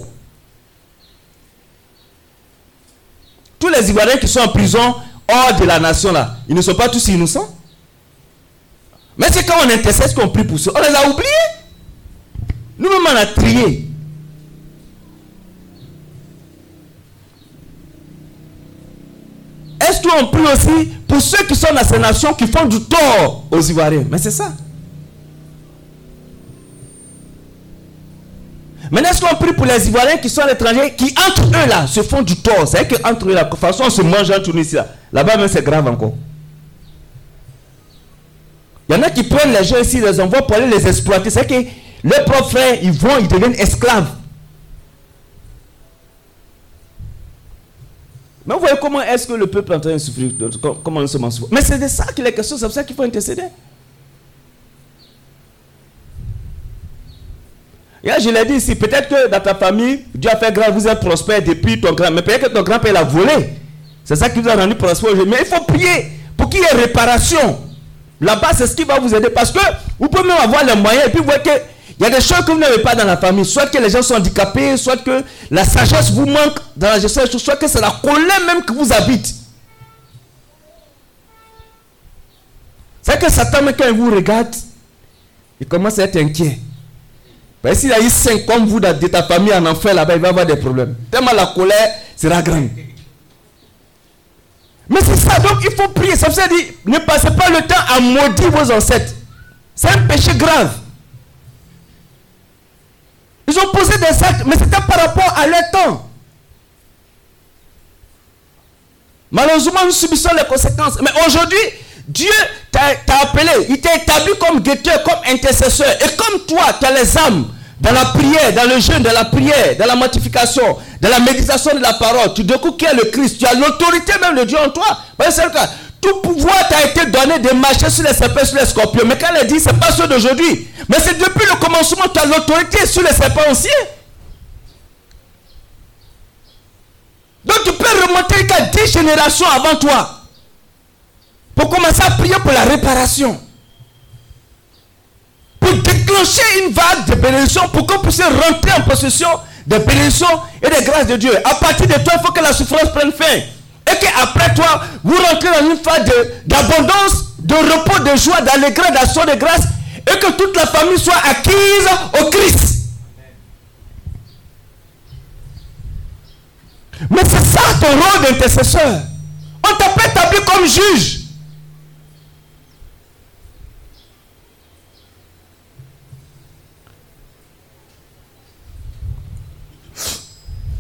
Speaker 4: Tous les Ivoiriens qui sont en prison hors de la nation là, ils ne sont pas tous innocents. Mais c'est quand on intercède qu'on prie pour ça. On les a oubliés. Nous-mêmes on a trié. Est-ce qu'on prie aussi pour ceux qui sont dans ces nations qui font du tort aux Ivoiriens? Mais c'est ça. Maintenant, est-ce qu'on prie pour les Ivoiriens qui sont à l'étranger, qui entre eux là se font du tort? C'est-à-dire qu'entre eux là, de toute façon on se mange en Tunisie là. Là-bas même c'est grave encore. Il y en a qui prennent les gens ici, les envoient pour aller les exploiter. C'est que leurs propres frères, ils deviennent esclaves. Mais vous voyez comment est-ce que le peuple est en train de souffrir, comment nous sommes en souffrance. Mais c'est de ça qu'il est question, c'est pour ça qu'il faut intercéder. Et là, je l'ai dit ici, peut-être que dans ta famille, Dieu a fait grâce, vous êtes prospère depuis ton grand, mais peut-être que ton grand-père l'a volé. C'est ça qui vous a rendu prospère aujourd'hui. Mais il faut prier pour qu'il y ait réparation. Là-bas, c'est ce qui va vous aider. Parce que vous pouvez même avoir les moyens et puis vous voyez qu'il y a des choses que vous n'avez pas dans la famille. Soit que les gens sont handicapés, soit que la sagesse vous manque dans la gestion des choses, soit que c'est la colère même que vous habite. C'est que Satan, quand il vous regarde, il commence à être inquiet. Parce que s'il y a eu 5 comme vous de ta famille en enfer là-bas, il va avoir des problèmes. Tellement la colère sera grande. Mais c'est ça, donc il faut prier. Ça veut dire, ne passez pas le temps à maudire vos ancêtres. C'est un péché grave. Ils ont posé des actes, mais c'était par rapport à leur temps. Malheureusement, nous subissons les conséquences. Mais aujourd'hui, Dieu t'a appelé, il t'a établi comme guetteur, comme intercesseur. Et comme toi, tu as les âmes dans la prière, dans le jeûne, dans la prière, dans la mortification, dans la méditation de la parole. Tu découvres qui est le Christ. Tu as l'autorité même de Dieu en toi. C'est le cas. Tout pouvoir t'a été donné de marcher sur les serpents, sur les scorpions. Mais quand elle dit, ce n'est pas ceux d'aujourd'hui. Mais c'est depuis le commencement, tu as l'autorité sur les serpents anciens. Donc tu peux remonter jusqu'à 10 générations avant toi. Pour commencer à prier pour la réparation. Pour déclencher une vague de bénédiction. Pour qu'on puisse rentrer en possession des bénédictions et des grâces de Dieu. À partir de toi, il faut que la souffrance prenne fin. Et qu'après toi, vous rentrez dans une phase d'abondance, de repos, de joie, d'allégresse, d'action de grâce. Et que toute la famille soit acquise au Christ. Mais c'est ça ton rôle d'intercesseur. On t'a pas établi comme juge.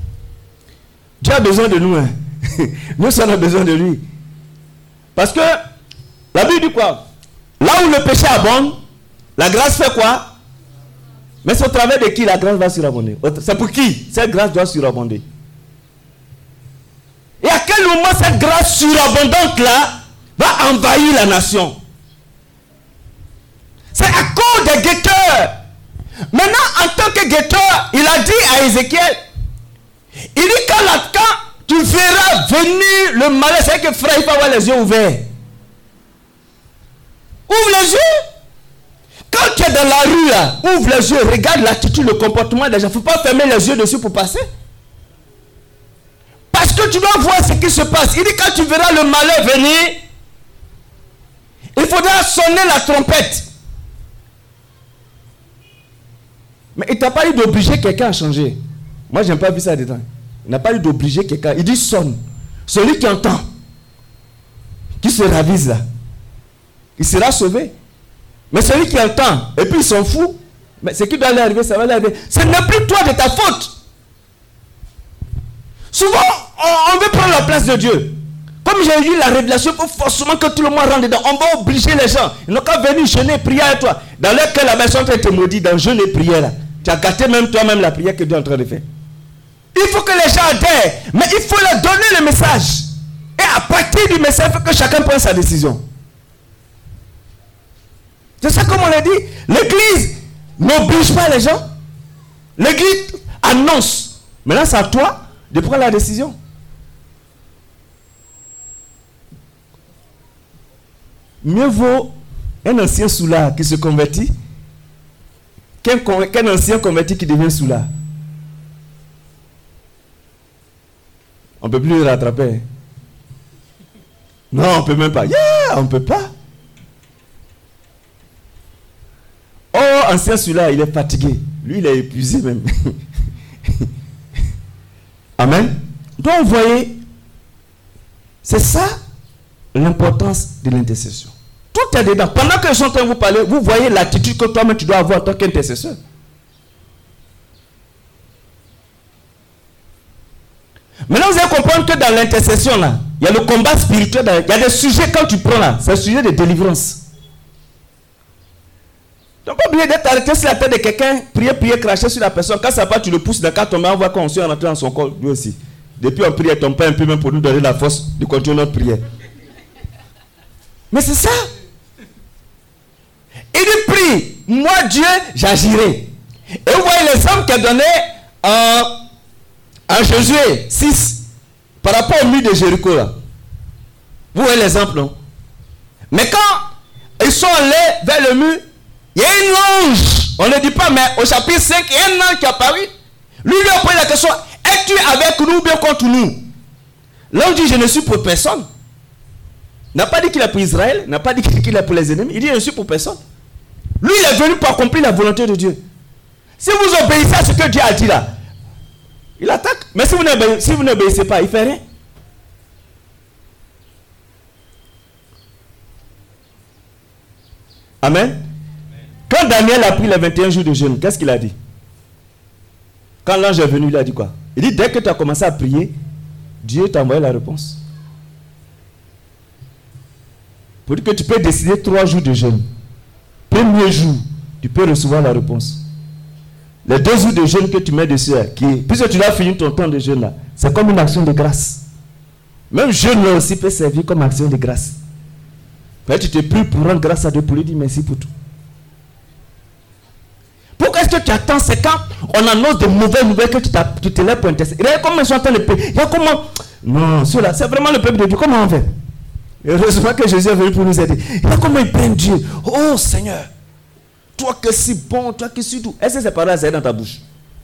Speaker 4: Dieu a besoin de nous. Hein. Nous, on a besoin de lui. Parce que La Bible dit quoi? Là où le péché abonde, la grâce fait quoi? Mais c'est au travers de qui la grâce va surabonder? C'est pour qui cette grâce doit surabonder? Et à quel moment cette grâce surabondante-là va envahir la nation? C'est à cause des guetteurs. Maintenant, en tant que guetteur, il a dit à Ézéchiel, il dit quand tu verras venir le malheur, c'est que frère, il faut avoir les yeux ouverts. Ouvre les yeux. Quand tu es dans la rue là, ouvre les yeux, regarde l'attitude, le comportement des gens. Il ne faut pas fermer les yeux dessus pour passer. Parce que tu dois voir ce qui se passe. Il dit quand tu verras le malheur venir, il faudra sonner la trompette. Mais il ne t'a pas dit d'obliger quelqu'un à changer. Moi, je n'ai pas vu ça dedans. Il n'a pas dit d'obliger quelqu'un. Il dit sonne. Celui qui entend, qui se ravise là, il sera sauvé. Mais celui qui entend, et puis il s'en fout, mais ce qui doit lui arriver, ça va lui arriver. Ce n'est plus toi de ta faute. Souvent, on veut prendre la place de Dieu. Comme j'ai eu la révélation, il faut forcément que tout le monde rentre dedans. On va obliger les gens. Ils n'ont qu'à venir jeûner, prier avec toi. Dans leur cœur, la personne te maudit dans jeûne et prière là. Tu as gâté même toi-même la prière que Dieu est en train de faire. Il faut que les gens adhèrent, mais il faut leur donner le message. Et à partir du message, il faut que chacun prenne sa décision. C'est ça comme on l'a dit. L'église n'oblige pas les gens. L'église annonce. Maintenant, c'est à toi de prendre la décision. Mieux vaut un ancien soulard qui se convertit qu'un ancien converti qui devient soulard. On ne peut plus le rattraper. Non, on ne peut même pas. On ne peut pas. Oh, ancien soulard, il est fatigué. Lui, il est épuisé même. Amen. Donc, vous voyez, c'est ça l'importance de l'intercession. Tout est dedans. Pendant que je suis en train de vous parler, vous voyez l'attitude que toi-même tu dois avoir en tant qu'intercesseur. Maintenant, vous allez comprendre que dans l'intercession, là, il y a le combat spirituel. Il y a des sujets, quand tu prends là, c'est un sujet de délivrance. Donc, pas oublier d'être arrêté sur la tête de quelqu'un, prier, cracher sur la personne. Quand ça va, tu le pousses dans le cas tomber, on voit qu'on est rentré dans son corps, lui aussi. Depuis, on prie, elle tombe pas un peu même pour nous donner la force de continuer notre prière. Mais c'est ça. Il dit, prie, moi Dieu, j'agirai. Et vous voyez l'exemple qu'il a donné en Josué 6, par rapport au mur de Jéricho là. Vous voyez l'exemple, non? Mais quand ils sont allés vers le mur, il y a une ange. On ne dit pas, mais au chapitre 5, il y a un ange qui est apparu. Lui a posé la question, es-tu avec nous ou bien contre nous? L'ange dit, je ne suis pour personne. Il n'a pas dit qu'il est pour Israël, il n'a pas dit qu'il est pour les ennemis. Il dit, je ne suis pour personne. Lui, il est venu pour accomplir la volonté de Dieu. Si vous obéissez à ce que Dieu a dit là, il attaque. Mais si vous n'obéissez pas, il ne fait rien. Amen. Quand Daniel a pris les 21 jours de jeûne, qu'est-ce qu'il a dit? Quand l'ange est venu, il a dit quoi? Il dit, dès que tu as commencé à prier, Dieu t'a envoyé la réponse. Pour dire que tu peux décider 3 jours de jeûne. Premier jour, tu peux recevoir la réponse. Les 2 jours de jeûne que tu mets dessus, puisque tu dois finir ton temps de jeûne là, c'est comme une action de grâce. Même jeûne là aussi peut servir comme action de grâce. Peut-être tu te pries pour rendre grâce à Dieu, pour lui dire merci pour tout. Pourquoi est-ce que tu attends? C'est quand on annonce de mauvaises nouvelles que tu te lèves pour intercéder. Regarde comment ils sont en train de prier. Il y a comment? Non, ceux-là, c'est vraiment le peuple de Dieu. Comment on fait? Heureusement que Jésus est venu pour nous aider. Il y a comment ils prennent Dieu. Oh Seigneur, toi que si bon, toi que si tout. Est-ce que c'est par là, ça est dans ta bouche?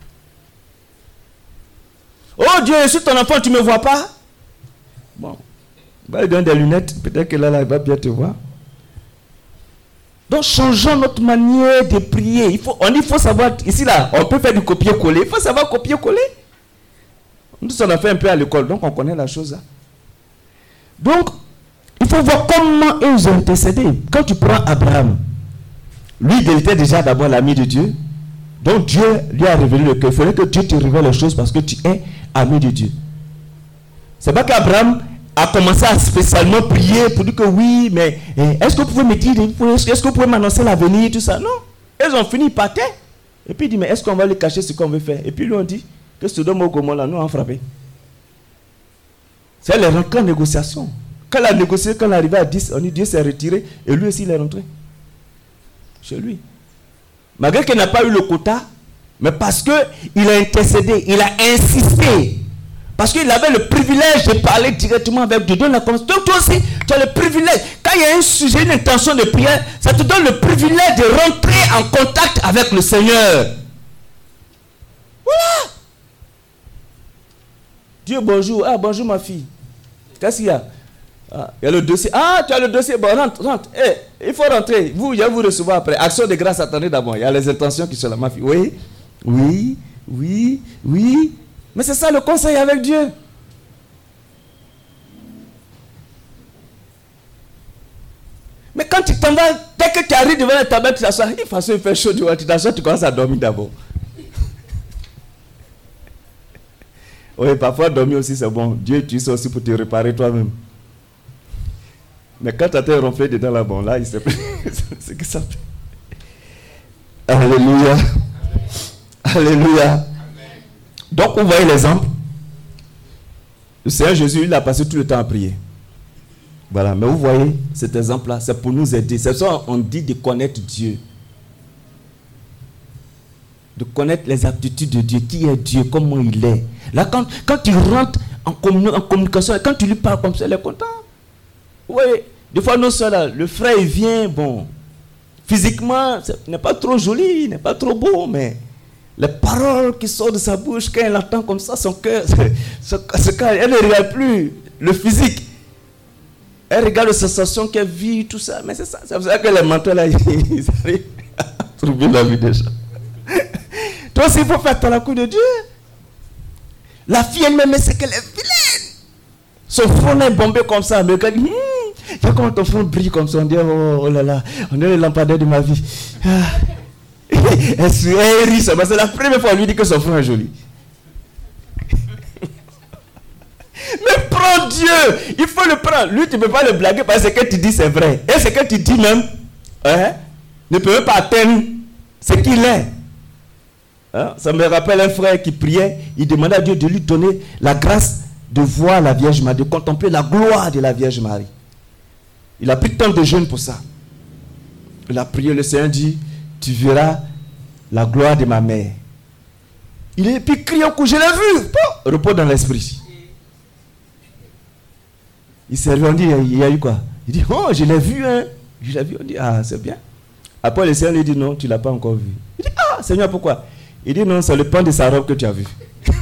Speaker 4: Oh Dieu, je suis ton enfant, tu ne me vois pas? Bon, va lui donner des lunettes. Peut-être que là, il va bien te voir. Donc, changeons notre manière de prier. Il faut savoir, ici, là, on peut faire du copier-coller. Il faut savoir copier-coller. Nous, on a fait un peu à l'école, donc on connaît la chose là. Donc, il faut voir comment ils ont intercédé. Quand tu prends Abraham, lui, il était déjà d'abord l'ami de Dieu. Donc, Dieu lui a révélé le cœur. Il fallait que Dieu te révèle les choses parce que tu es ami de Dieu. C'est pas qu'Abraham a commencé à spécialement prier pour dire que oui, mais est-ce que vous pouvez me dire, est-ce que vous pouvez m'annoncer l'avenir, tout ça? Non. Ils ont fini par terre. Et puis il dit, mais est-ce qu'on va lui cacher ce qu'on veut faire? Et puis ils lui ont dit que Sodome et Gomorrhe, là, nous, on a frappé. C'est les rentrées en négociation. Quand il a négocié, quand il est arrivé à 10, on dit Dieu s'est retiré et lui aussi il est rentré chez lui. Malgré qu'il n'a pas eu le quota, mais parce qu'il a intercédé, il a insisté. Parce qu'il avait le privilège de parler directement avec Dieu. Donc toi aussi, tu as le privilège. Quand il y a un sujet, une intention de prière, ça te donne le privilège de rentrer en contact avec le Seigneur. Voilà. Dieu, bonjour. Ah, bonjour ma fille. Qu'est-ce qu'il y a? Ah, il y a le dossier. Ah, tu as le dossier. Bon, rentre. Il faut rentrer. Vous, je vais vous recevoir après. Action de grâce, attendez d'abord. Il y a les intentions qui sont là. Ma fille, oui. Mais c'est ça le conseil avec Dieu. Mais quand tu t'en vas, dès que tu arrives devant la table, tu t'assois. De toute façon, il fait chaud, tu t'assois, tu commences à dormir d'abord. Oui, parfois dormir aussi c'est bon. Dieu utilise ça aussi pour te réparer toi-même. Mais quand tu as été ronflé dedans là, bon, là, il sait plus. C'est que ça fait. Alléluia. Alléluia. Donc, vous voyez l'exemple. Le Seigneur Jésus, il a passé tout le temps à prier. Voilà, mais vous voyez, cet exemple-là, c'est pour nous aider. C'est ça qu'on dit de connaître Dieu. De connaître les aptitudes de Dieu. Qui est Dieu, comment il est. Là, quand tu rentres en communication, quand tu lui parles comme ça, il est content. Oui, des fois, nos soeurs, là, le frère, il vient, bon, physiquement, il n'est pas trop joli, il n'est pas trop beau, mais les paroles qui sortent de sa bouche, quand elle entend comme ça, son cœur, elle ne regarde plus le physique. Elle regarde les sensations qu'elle vit, tout ça. Mais c'est ça. C'est pour ça que les menteurs, là, ils arrivent à trouver la vie des gens. Toi aussi, il faut faire ton coup de Dieu. La fille elle-même, c'est qu'elle est vilaine. Son front est bombé comme ça. Mais regarde, regarde comment ton front brille comme ça. On dit, oh là là, on est le lampadaire de ma vie. Elle rit, c'est la première fois qu'on lui dit que son front est joli. Mais prends Dieu, il faut le prendre. Lui, tu ne peux pas le blaguer parce que ce que tu dis, c'est vrai. Et ce que tu dis même, ne peut même pas atteindre ce qu'il est. Ça me rappelle un frère qui priait, il demandait à Dieu de lui donner la grâce de voir la Vierge Marie, de contempler la gloire de la Vierge Marie. Il a pris tant de jeûne pour ça. Il a prié, le Seigneur dit, tu verras la gloire de ma mère. Il est puis crié au cou, je l'ai vu. Bon, repos dans l'esprit. Il s'est levé, on dit, il y a eu quoi? Il dit, oh, je l'ai vu, hein. Je l'ai vu, on dit, ah, c'est bien. Après, le Seigneur lui dit, non, tu ne l'as pas encore vu. Il dit, ah, Seigneur, pourquoi? Il dit, non, c'est le pan de sa robe que tu as vu.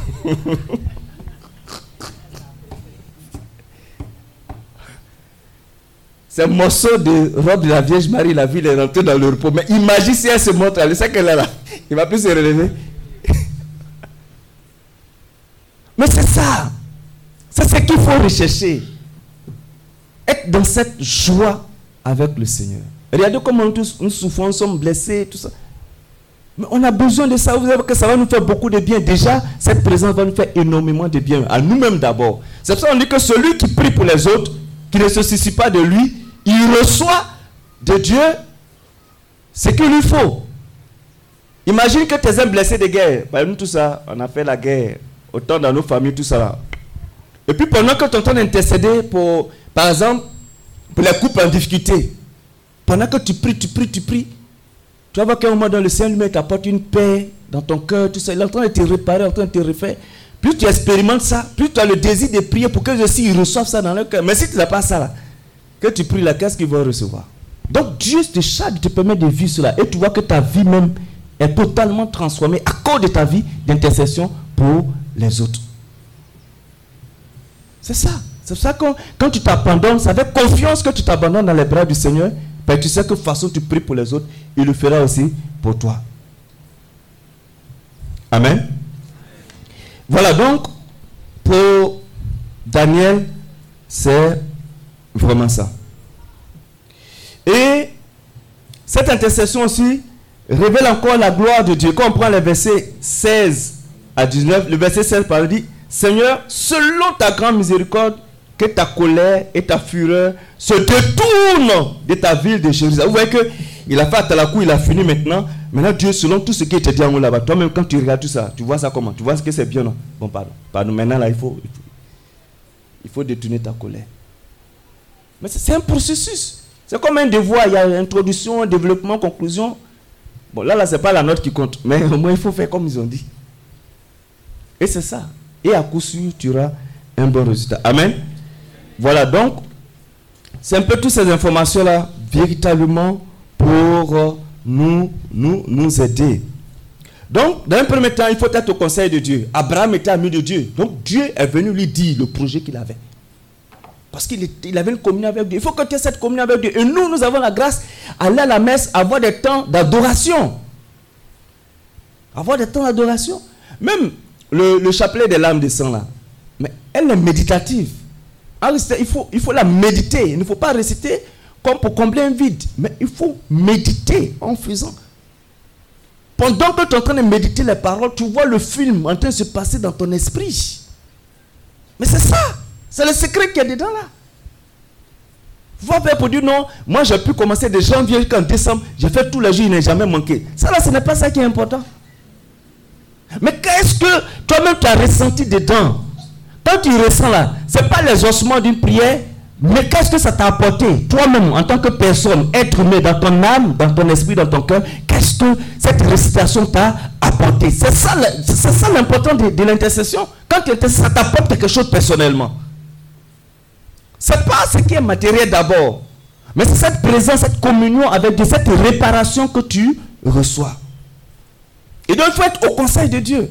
Speaker 4: Ce morceau de robe de la Vierge Marie, la vie, il est rentré dans le repos. Mais imagine si elle se montre, elle sait qu'elle est là. Il ne va plus se relever. Mais c'est ça. C'est ce qu'il faut rechercher. Être dans cette joie avec le Seigneur. Regardez comment nous souffrons, nous sommes blessés, tout ça. Mais on a besoin de ça. Vous savez que ça va nous faire beaucoup de bien. Déjà, cette présence va nous faire énormément de bien. À nous-mêmes d'abord. C'est pour ça qu'on dit que celui qui prie pour les autres, qui ne se soucie pas de lui, il reçoit de Dieu ce qu'il lui faut. Imagine que tu es un blessé de guerre. Par exemple, tout ça, on a fait la guerre. Autant dans nos familles, tout ça là. Et puis pendant que tu es en train d'intercéder pour, par exemple, pour les couples en difficulté, pendant que tu pries, tu vas voir qu'à un moment dans le Seigneur lui t'apporte une paix dans ton cœur, tout ça. Il est en train de te réparer, en train de te refaire. Plus tu expérimentes ça, plus tu as le désir de prier pour que aussi ils reçoivent ça dans leur cœur. Mais si tu n'as pas ça là, que tu pries là, qu'est-ce qu'ils vont recevoir? Donc Dieu te charge, te permet de vivre cela. Et tu vois que ta vie même est totalement transformée à cause de ta vie d'intercession pour les autres. C'est ça. C'est pour ça que quand tu t'abandonnes, c'est avec confiance que tu t'abandonnes dans les bras du Seigneur. Ben, tu sais que de toute façon tu pries pour les autres, il le fera aussi pour toi. Amen. Voilà donc, pour Daniel, c'est vraiment ça. Et cette intercession aussi révèle encore la gloire de Dieu. Quand on prend les versets 16 à 19, le verset 16 parle dit, Seigneur, selon ta grande miséricorde, que ta colère et ta fureur se détournent de ta ville de Jérusalem. Vous voyez qu'il a fait à Talakou, il a fini maintenant. Maintenant, Dieu, selon tout ce qui était dit en haut là-bas, toi-même, quand tu regardes tout ça, tu vois ça comment? Tu vois ce que c'est bien, non? Bon, pardon. Maintenant, là, il faut détourner ta colère. Mais c'est un processus. C'est comme un devoir. Il y a introduction, développement, conclusion. Bon, là, c'est pas la note qui compte. Mais au moins, il faut faire comme ils ont dit. Et c'est ça. Et à coup sûr, tu auras un bon résultat. Amen. Voilà, donc, c'est un peu toutes ces informations-là, véritablement, pour nous aider. Donc, dans un premier temps, il faut être au conseil de Dieu. Abraham était ami de Dieu. Donc, Dieu est venu lui dire le projet qu'il avait. Parce qu'il avait une communion avec Dieu. Il faut que tu aies cette communion avec Dieu. Et nous avons la grâce d'aller à la messe, avoir des temps d'adoration. Avoir des temps d'adoration. Même le chapelet des larmes des sangs, là, mais elle est méditative. Il faut la méditer. Il ne faut pas réciter comme pour combler un vide. Mais il faut méditer en faisant. Pendant que tu es en train de méditer les paroles, tu vois le film en train de se passer dans ton esprit. Mais c'est ça. C'est le secret qu'il y a dedans là. Vous voyez pour dire non, moi j'ai pu commencer de janvier jusqu'en décembre, j'ai fait tous les jours, il n'a jamais manqué. Ça là, ce n'est pas ça qui est important. Mais qu'est-ce que toi-même tu as ressenti dedans? Quand tu ressens là, ce n'est pas les ossements d'une prière, mais qu'est-ce que ça t'a apporté? Toi-même, en tant que personne, être humain dans ton âme, dans ton esprit, dans ton cœur, qu'est-ce que cette récitation t'a apporté? C'est ça l'important de l'intercession. Quand tu intercèdes, ça t'apporte quelque chose personnellement. Ce n'est pas ce qui est matériel d'abord, mais c'est cette présence, cette communion avec Dieu, cette réparation que tu reçois. Et donc, il faut être au conseil de Dieu.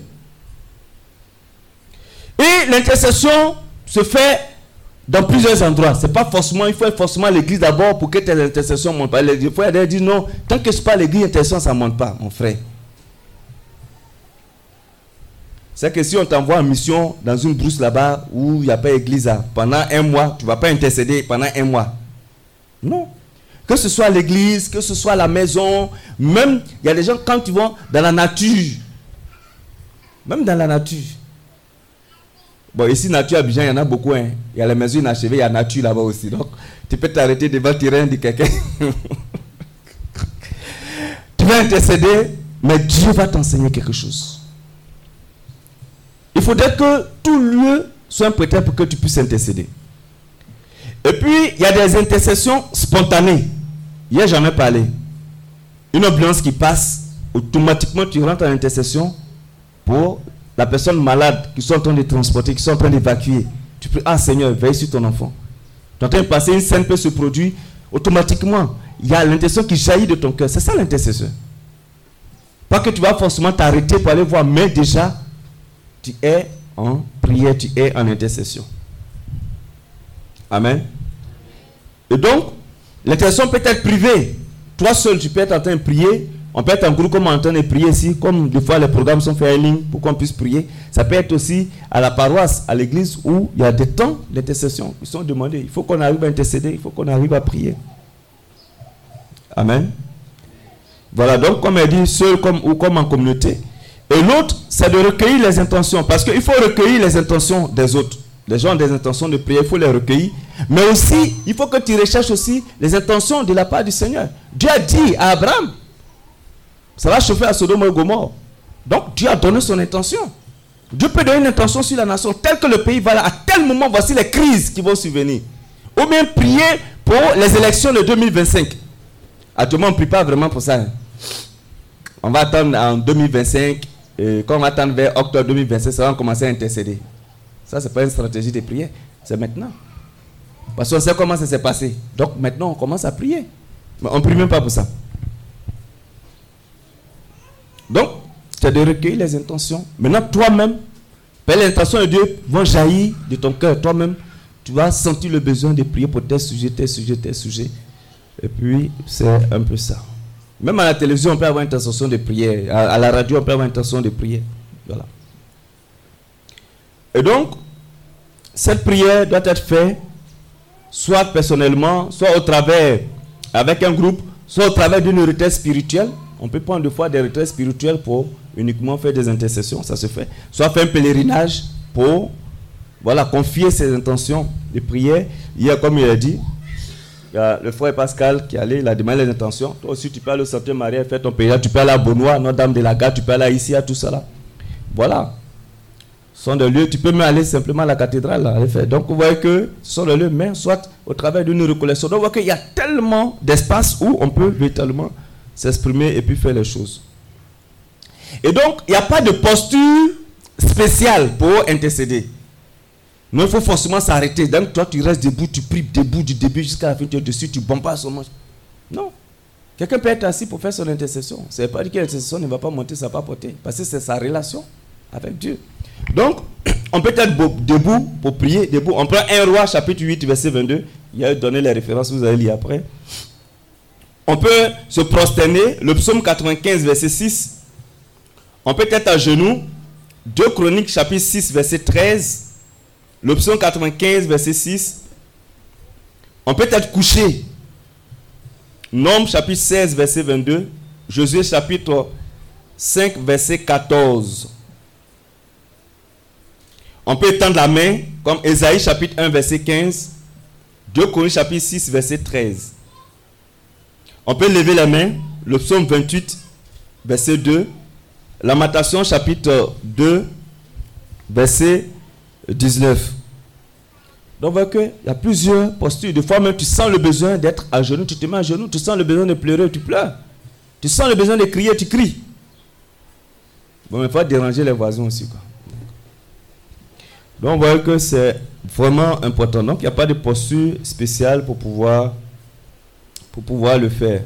Speaker 4: Et l'intercession se fait dans plusieurs endroits. C'est pas forcément, il faut être forcément à l'église d'abord pour que tes intercessions ne montent pas. Il faut aller dire non, tant que ce n'est pas l'église, l'intercession, ça ne monte pas, mon frère. C'est que si on t'envoie en mission dans une brousse là-bas où il n'y a pas d'église, pendant un mois, tu ne vas pas intercéder pendant un mois. Non. Que ce soit l'église, que ce soit la maison, même, il y a des gens quand ils vont dans la nature, même dans la nature. Bon, ici, nature à Abidjan, il y en a beaucoup. Hein. Il y a les maisons inachevées, il y a nature là-bas aussi. Donc, tu peux t'arrêter devant le terrain de quelqu'un. Tu vas intercéder, mais Dieu va t'enseigner quelque chose. Il faudrait que tout lieu soit un prétexte pour que tu puisses intercéder. Et puis, il y a des intercessions spontanées. Hier, j'en ai parlé. Une ambulance qui passe, automatiquement, tu rentres en intercession pour la personne malade qui sont en train de transporter, qui sont en train d'évacuer. Tu peux, ah Seigneur, veille sur ton enfant. Tu es en train de passer, une scène peut se produire, automatiquement, il y a l'intercession qui jaillit de ton cœur. C'est ça l'intercession. Pas que tu vas forcément t'arrêter pour aller voir, mais déjà, tu es en prière, tu es en intercession. Amen. Et donc, l'intercession peut être privée. Toi seul, tu peux être en train de prier. On peut être en groupe comme en train de prier ici, comme des fois les programmes sont faits en ligne pour qu'on puisse prier. Ça peut être aussi à la paroisse, à l'église où il y a des temps d'intercession qui sont demandés. Il faut qu'on arrive à intercéder, il faut qu'on arrive à prier. Amen. Voilà, donc comme elle dit, seul ou comme en communauté. Et l'autre, c'est de recueillir les intentions. Parce qu'il faut recueillir les intentions des autres. Les gens ont des intentions de prière, il faut les recueillir. Mais aussi, il faut que tu recherches aussi les intentions de la part du Seigneur. Dieu a dit à Abraham, ça va chauffer à Sodome et Gomorrhe. Donc Dieu a donné son intention. Dieu peut donner une intention sur la nation, telle que le pays va là. À tel moment, voici les crises qui vont survenir. Ou bien prier pour les élections de 2025. Actuellement, on ne prie pas vraiment pour ça. On va attendre en 2025. Et quand on va attendre vers octobre 2025, ça va commencer à intercéder. Ça, ce n'est pas une stratégie de prière. C'est maintenant. Parce qu'on sait comment ça s'est passé. Donc maintenant, on commence à prier. Mais on ne prie même pas pour ça. Donc, tu as de recueillir les intentions. Maintenant, toi-même, les intentions de Dieu vont jaillir de ton cœur. Toi-même, tu vas sentir le besoin de prier pour tes sujets, tes sujets, tes sujets. Et puis, c'est un peu ça. Même à la télévision, on peut avoir une intention de prière. À la radio, on peut avoir une intention de prière. Voilà. Et donc, cette prière doit être faite soit personnellement, soit au travers, avec un groupe, soit au travers d'une retraite spirituelle. On peut prendre des fois des retraites spirituelles pour uniquement faire des intercessions, ça se fait. Soit faire un pèlerinage pour voilà, confier ses intentions de prière. Hier, comme il a dit, il y a le frère Pascal qui allait, il a demandé les intentions. Toi aussi, tu peux aller au Sainte-Marie, faire ton pèlerinage, tu peux aller à Beaunois, Notre-Dame de la Garde, tu peux aller ici, à tout ça là. Voilà. Ce sont des lieux, tu peux même aller simplement à la cathédrale là, aller faire. Donc vous voyez que ce sont des lieux, mais soit au travers d'une recollection. Donc vous voyez qu'il y a tellement d'espace où on peut véritablement s'exprimer et puis faire les choses. Et donc, il n'y a pas de posture spéciale pour intercéder. Mais il faut forcément s'arrêter. Donc toi, tu restes debout, tu pries debout du début jusqu'à la fin, tu es dessus, tu bombes son manche. Non. Quelqu'un peut être assis pour faire son intercession. Ça ne veut pas dire que l'intercession ne va pas monter, ça ne va pas porter. Parce que c'est sa relation avec Dieu. Donc, on peut être debout pour prier, debout. On prend 1 Roi, chapitre 8, verset 22. Il a donné les références, vous allez lire après. On peut se prosterner, le psaume 95, verset 6. On peut être à genoux, 2 Chroniques, chapitre 6, verset 13. Le psaume 95, verset 6. On peut être couché. Nombres, chapitre 16, verset 22. Josué, chapitre 5, verset 14. On peut étendre la main, comme Ésaïe, chapitre 1, verset 15. 2 Chroniques, chapitre 6, verset 13. On peut lever la main, le psaume 28, verset 2. Lamentation, chapitre 2, verset 19. Donc, vous voyez qu'il y a plusieurs postures. Des fois même, tu sens le besoin d'être à genoux, tu te mets à genoux. Tu sens le besoin de pleurer, tu pleures. Tu sens le besoin de crier, tu cries. Bon, mais il faut déranger les voisins aussi, quoi. Donc, vous voyez que c'est vraiment important. Donc, il n'y a pas de posture spéciale pour pouvoir le faire.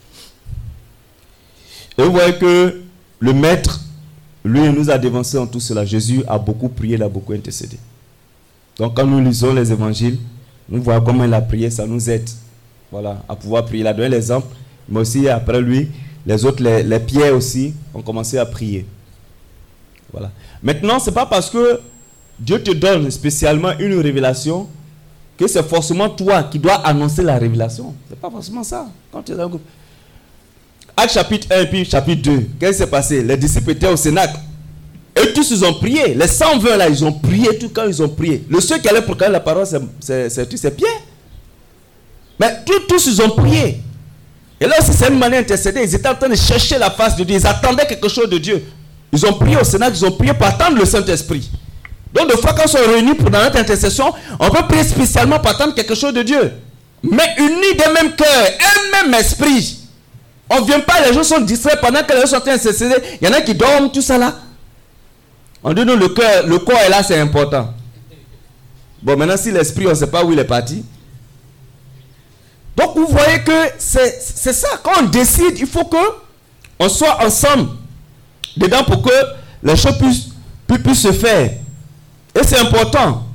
Speaker 4: Et vous voyez que le maître, lui, nous a dévancé en tout cela. Jésus a beaucoup prié, il a beaucoup intercédé. Donc, quand nous lisons les évangiles, nous voyons comment il a prié, ça nous aide, voilà, à pouvoir prier. Il a donné l'exemple, mais aussi après lui, les autres, les pierres aussi, ont commencé à prier. Voilà. Maintenant, ce n'est pas parce que Dieu te donne spécialement une révélation que c'est forcément toi qui dois annoncer la révélation. Ce n'est pas forcément ça. Quand tu es dans le groupe. Actes chapitre 1 et puis chapitre 2, qu'est-ce qui s'est passé? Les disciples étaient au Cénacle. Et tous ils ont prié. Les 120 là, ils ont prié tout quand ils ont prié. Le seul qui allait proclamer la parole, c'est Pierre. Mais tous ils ont prié. Et là aussi, c'est une manière d'intercéder. Ils étaient en train de chercher la face de Dieu. Ils attendaient quelque chose de Dieu. Ils ont prié au Cénacle, ils ont prié pour attendre le Saint-Esprit. Donc, des fois, quand on se réunit pour dans notre intercession, on peut prier spécialement pour attendre quelque chose de Dieu. Mais unis d'un même cœur, un même esprit. On ne vient pas, les gens sont distraits pendant que les gens sont en train de s'intercéder. Il y en a qui dorment, tout ça là. On dit, nous, le cœur, le corps est là, c'est important. Bon, maintenant, si l'esprit, on ne sait pas où il est parti. Donc, vous voyez que c'est ça. Quand on décide, il faut qu'on soit ensemble dedans pour que les choses puissent se faire. Et c'est important.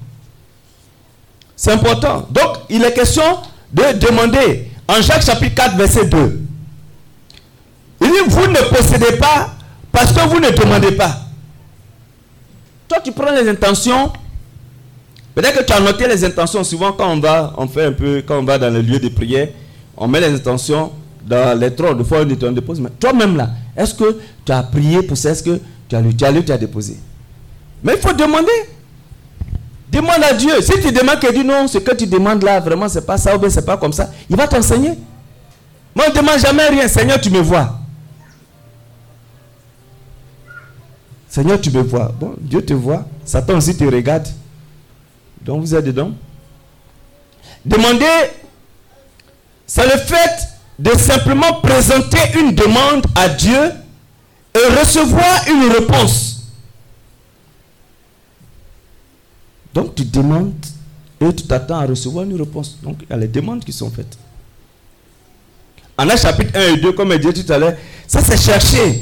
Speaker 4: C'est important. Donc, il est question de demander. En Jacques chapitre 4, verset 2. Il dit, vous ne possédez pas parce que vous ne demandez pas. Toi, tu prends les intentions. Peut-être que tu as noté les intentions. Souvent, quand on va dans le lieu de prière, on met les intentions dans les trônes. Des fois, on dépose. Mais toi-même là, est-ce que tu as prié pour ça? Est-ce que tu as lu, tu as déposé? Mais il faut demander. Demande à Dieu. Si tu demandes qu'il dit non, ce que tu demandes là, vraiment, c'est pas ça ou bien c'est pas comme ça, il va t'enseigner. Moi, on ne demande jamais rien. Seigneur, tu me vois. Seigneur, tu me vois. Bon, Dieu te voit. Satan aussi te regarde. Donc, vous êtes dedans. Demander, c'est le fait de simplement présenter une demande à Dieu et recevoir une réponse. Donc, tu demandes et tu t'attends à recevoir une réponse. Donc, il y a les demandes qui sont faites. En Actes chapitre 1 et 2, comme je disais tout à l'heure, ça c'est chercher.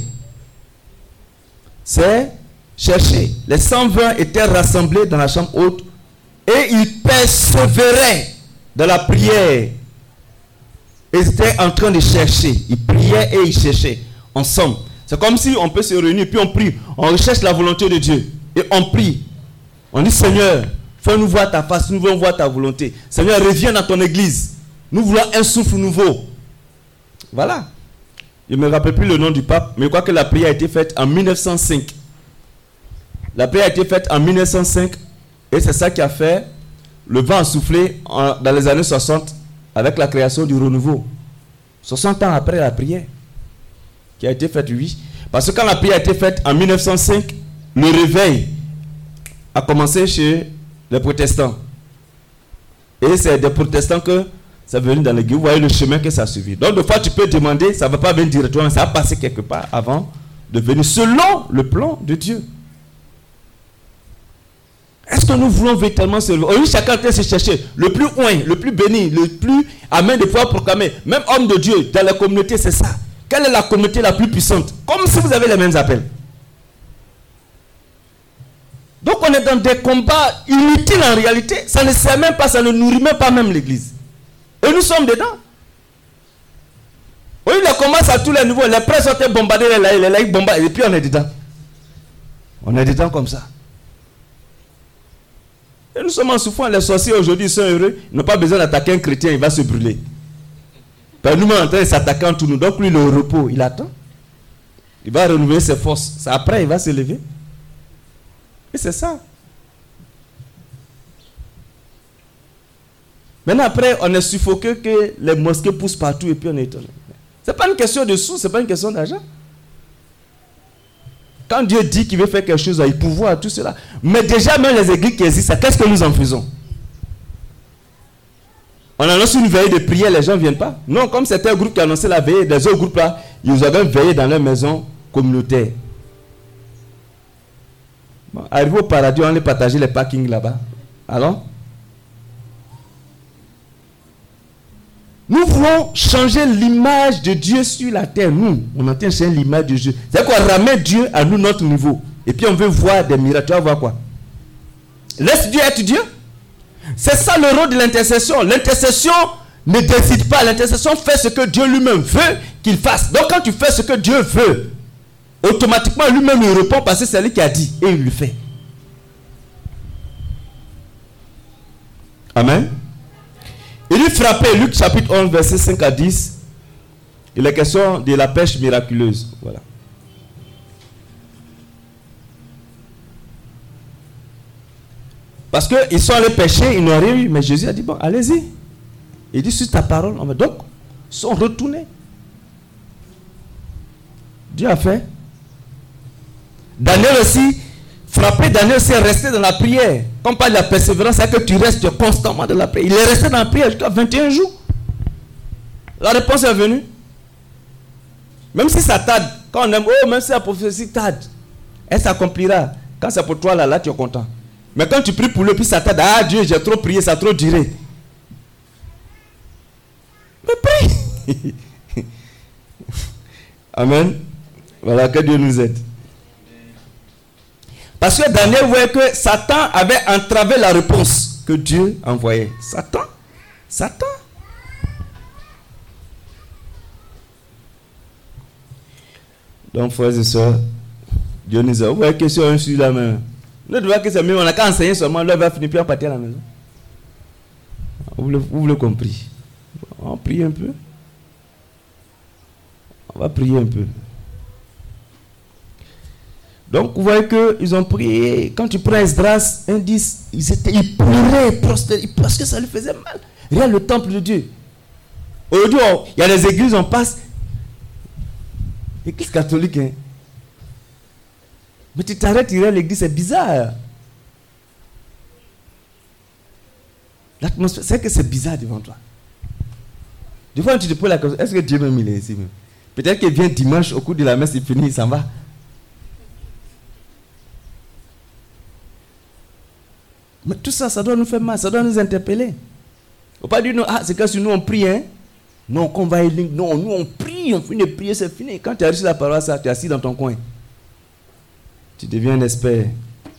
Speaker 4: C'est chercher. Les 120 étaient rassemblés dans la chambre haute et ils persévéraient dans la prière. Ils étaient en train de chercher. Ils priaient et ils cherchaient ensemble. C'est comme si on peut se réunir, puis on prie. On recherche la volonté de Dieu. Et on prie. On dit, Seigneur, fais-nous voir ta face, nous voulons voir ta volonté. Seigneur, reviens dans ton église. Nous voulons un souffle nouveau. Voilà. Je ne me rappelle plus le nom du pape, mais je crois que la prière a été faite en 1905. La prière a été faite en 1905 et Et c'est ça qui a fait le vent a soufflé dans les années 60 avec la création du renouveau. 60 ans après la prière qui a été faite, oui. Parce que quand la prière a été faite en 1905, le réveil a commencé chez les protestants. Et c'est des protestants que ça venu dans l'église. Vous voyez le chemin que ça a suivi. Donc, des fois, tu peux demander, ça ne va pas venir directement, ça va passer quelque part avant de venir selon le plan de Dieu. Est-ce que nous voulons véritablement se lever? Oui, chacun peut se chercher le plus oint, le plus béni, le plus amen de pouvoir proclamer. Même homme de Dieu, dans la communauté, c'est ça. Quelle est la communauté la plus puissante? Comme si vous avez les mêmes appels. Donc on est dans des combats inutiles en réalité. Ça ne sert même pas, ça ne nourrit même pas même l'église. Et nous sommes dedans. Oui, les combats à tous les niveaux. Les prêtres sont bombardés, les laïcs bombardés. Et puis on est dedans. On est dedans comme ça. Et nous sommes en souffrance. Les sorciers aujourd'hui sont heureux. Ils n'ont pas besoin d'attaquer un chrétien, il va se brûler. Nous sommes en train de s'attaquer entre nous. Donc lui, il est au repos, il attend. Il va renouveler ses forces. Après, il va se lever. Et c'est ça. Maintenant, après, on est suffoqué que les mosquées poussent partout et puis on est étonné. Ce n'est pas une question de sous, ce n'est pas une question d'argent. Quand Dieu dit qu'il veut faire quelque chose, il pouvoir, tout cela. Mais déjà, même les églises qui existent, qu'est-ce que nous en faisons? On annonce une veillée de prière, les gens ne viennent pas. Non, comme c'était un groupe qui annonçait la veillée, les autres groupes là, ils avaient veillé dans leur maison communautaire. Bon, arrivé au paradis, on allait partager les parkings là-bas. Alors? Nous voulons changer l'image de Dieu sur la terre. Nous, on entend changer l'image de Dieu. C'est-à-dire qu'on ramène Dieu à nous, notre niveau. Et puis on veut voir des miracles. Tu vas voir quoi? Laisse Dieu être Dieu. C'est ça le rôle de l'intercession. L'intercession ne décide pas. L'intercession fait ce que Dieu lui-même veut qu'il fasse. Donc quand tu fais ce que Dieu veut, automatiquement lui-même il répond parce que c'est lui qui a dit. Et il le fait. Amen. Il est frappé, Luc chapitre 11, verset 5 à 10. Il est question de la pêche miraculeuse. Voilà. Parce qu'ils sont allés pêcher, ils n'ont rien eu. Mais Jésus a dit, bon, allez-y. Il dit, sur ta parole. Donc, ils sont retournés. Dieu a fait. Daniel aussi, frappé, Daniel aussi est resté dans la prière. Quand on parle de la persévérance, c'est que tu restes constamment dans la prière. Il est resté dans la prière jusqu'à 21 jours. La réponse est venue. Même si ça tarde, quand on aime, oh, même si la prophétie tarde, elle s'accomplira. Quand c'est pour toi, là, tu es content. Mais quand tu pries pour lui, puis ça tarde, ah Dieu, j'ai trop prié, ça a trop duré. Mais prie. Amen. Voilà, que Dieu nous aide. Parce que Daniel voyait que Satan avait entravé la réponse que Dieu envoyait. Satan. Donc, frères et sœurs, Dieu nous a. Vous voyez que si on suit la main, nous devons que c'est mieux, on n'a qu'à enseigner seulement, là, il va finir par partir à la maison. Vous l'avez compris. On prie un peu. On va prier un peu. Donc, vous voyez qu'ils ont prié. Quand tu prends Esdras, indice, ils pleuraient, parce que ça lui faisait mal. Regarde le temple de Dieu. Aujourd'hui, il y a des églises, on passe. Église catholique, hein. Mais tu t'arrêtes, tu regardes l'église, c'est bizarre. L'atmosphère, c'est que c'est bizarre devant toi. Des fois, tu te poses la question, est-ce que Dieu même il est ici même? Peut-être qu'il vient dimanche, au cours de la messe, il finit, il s'en va. Mais tout ça, ça doit nous faire mal, ça doit nous interpeller. On ne pas dire, non, ah, c'est que si nous on prie, hein. Non, qu'on va aller, non, nous on prie, on finit de prier, c'est fini. Quand tu as reçu la parole, ça, tu es assis dans ton coin. Tu deviens un expert.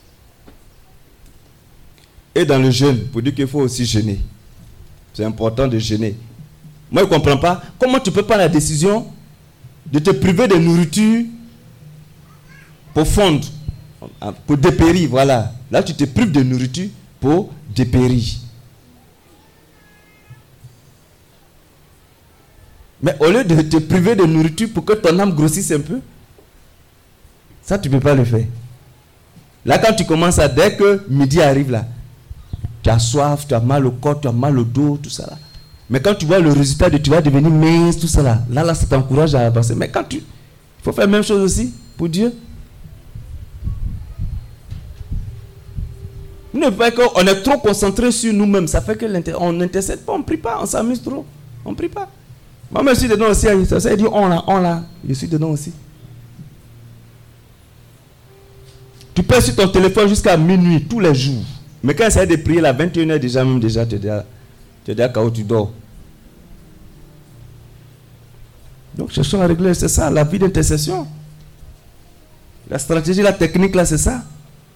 Speaker 4: Et dans le jeûne, pour dire qu'il faut aussi jeûner. C'est important de jeûner. Moi, je ne comprends pas. Comment tu peux prendre la décision de te priver de nourriture pour fondre, pour dépérir, voilà. Là, tu te prives de nourriture pour dépérir. Mais au lieu de te priver de nourriture pour que ton âme grossisse un peu, ça, tu ne peux pas le faire. Là, quand tu commences à, dès que midi arrive là, tu as soif, tu as mal au corps, tu as mal au dos, tout ça là. Mais quand tu vois le résultat de tu vas devenir mince, tout ça là, ça t'encourage à avancer. Mais quand il faut faire la même chose aussi pour Dieu. Vous ne pouvez pas qu'on est trop concentré sur nous-mêmes. Ça fait qu'on n'intercède pas, on ne prie pas, on s'amuse trop. On ne prie pas. Moi, je suis dedans aussi. Ça dit on là. Je suis dedans aussi. Tu peux sur ton téléphone jusqu'à minuit, tous les jours. Mais quand il s'agit de prier, à 21h déjà, tu es déjà KO, tu dors. Donc, cherchons à régler, c'est ça, la vie d'intercession. La stratégie, la technique, là, c'est ça.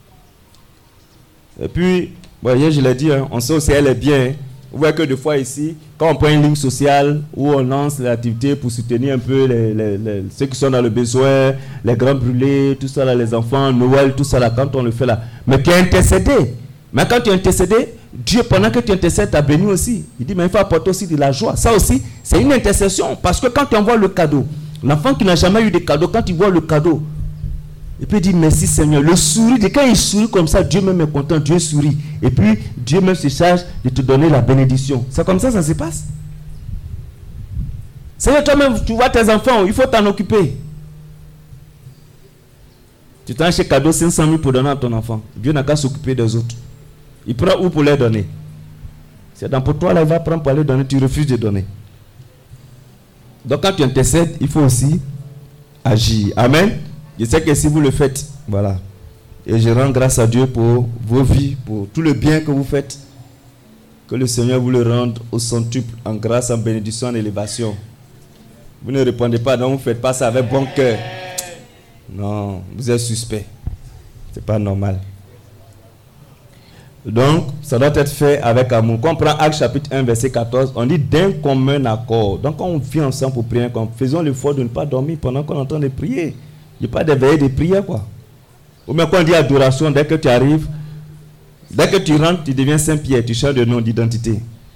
Speaker 4: Et puis, hier, je l'ai dit, on sait aussi, elle est bien. Hein. Vous voyez que des fois ici, quand on prend une ligne sociale où on lance l'activité pour soutenir un peu ceux qui sont dans le besoin, les grands brûlés, tout ça là, les enfants, Noël, tout ça là, quand on le fait là. Mais tu as intercédé. Mais quand tu as intercédé, Dieu, pendant que tu intercèdes, t'a béni aussi. Il dit, mais il faut apporter aussi de la joie. Ça aussi, c'est une intercession. Parce que quand tu envoies le cadeau, l'enfant qui n'a jamais eu de cadeau, quand il voit le cadeau, il peut dire merci Seigneur. Le sourire, quand il sourit comme ça, Dieu même est content, Dieu sourit. Et puis, Dieu même se charge de te donner la bénédiction. C'est comme ça se passe. Seigneur, toi-même, tu vois tes enfants, il faut t'en occuper. Tu t'en achètes cadeau 500 000 pour donner à ton enfant. Dieu n'a qu'à s'occuper des autres. Il prend où pour les donner? C'est dans pour toi, là, il va prendre pour les donner, tu refuses de donner. Donc, quand tu intercèdes, il faut aussi agir. Amen. Je sais que si vous le faites, voilà. Et je rends grâce à Dieu pour vos vies, pour tout le bien que vous faites. Que le Seigneur vous le rende au centuple, en grâce, en bénédiction, en élévation. Vous ne répondez pas, non, vous ne faites pas ça avec bon cœur. Non, vous êtes suspect. C'est pas normal. Donc, ça doit être fait avec amour. Quand on prend Actes chapitre 1, verset 14, on dit d'un commun accord. Donc, quand on vient ensemble pour prier, faisons l'effort de ne pas dormir pendant qu'on est en train de prier. Il n'y a pas de veillée de prière, quoi. Ou même quand on dit adoration, dès que tu arrives, dès que tu rentres, tu deviens Saint-Pierre, tu changes de nom, d'identité.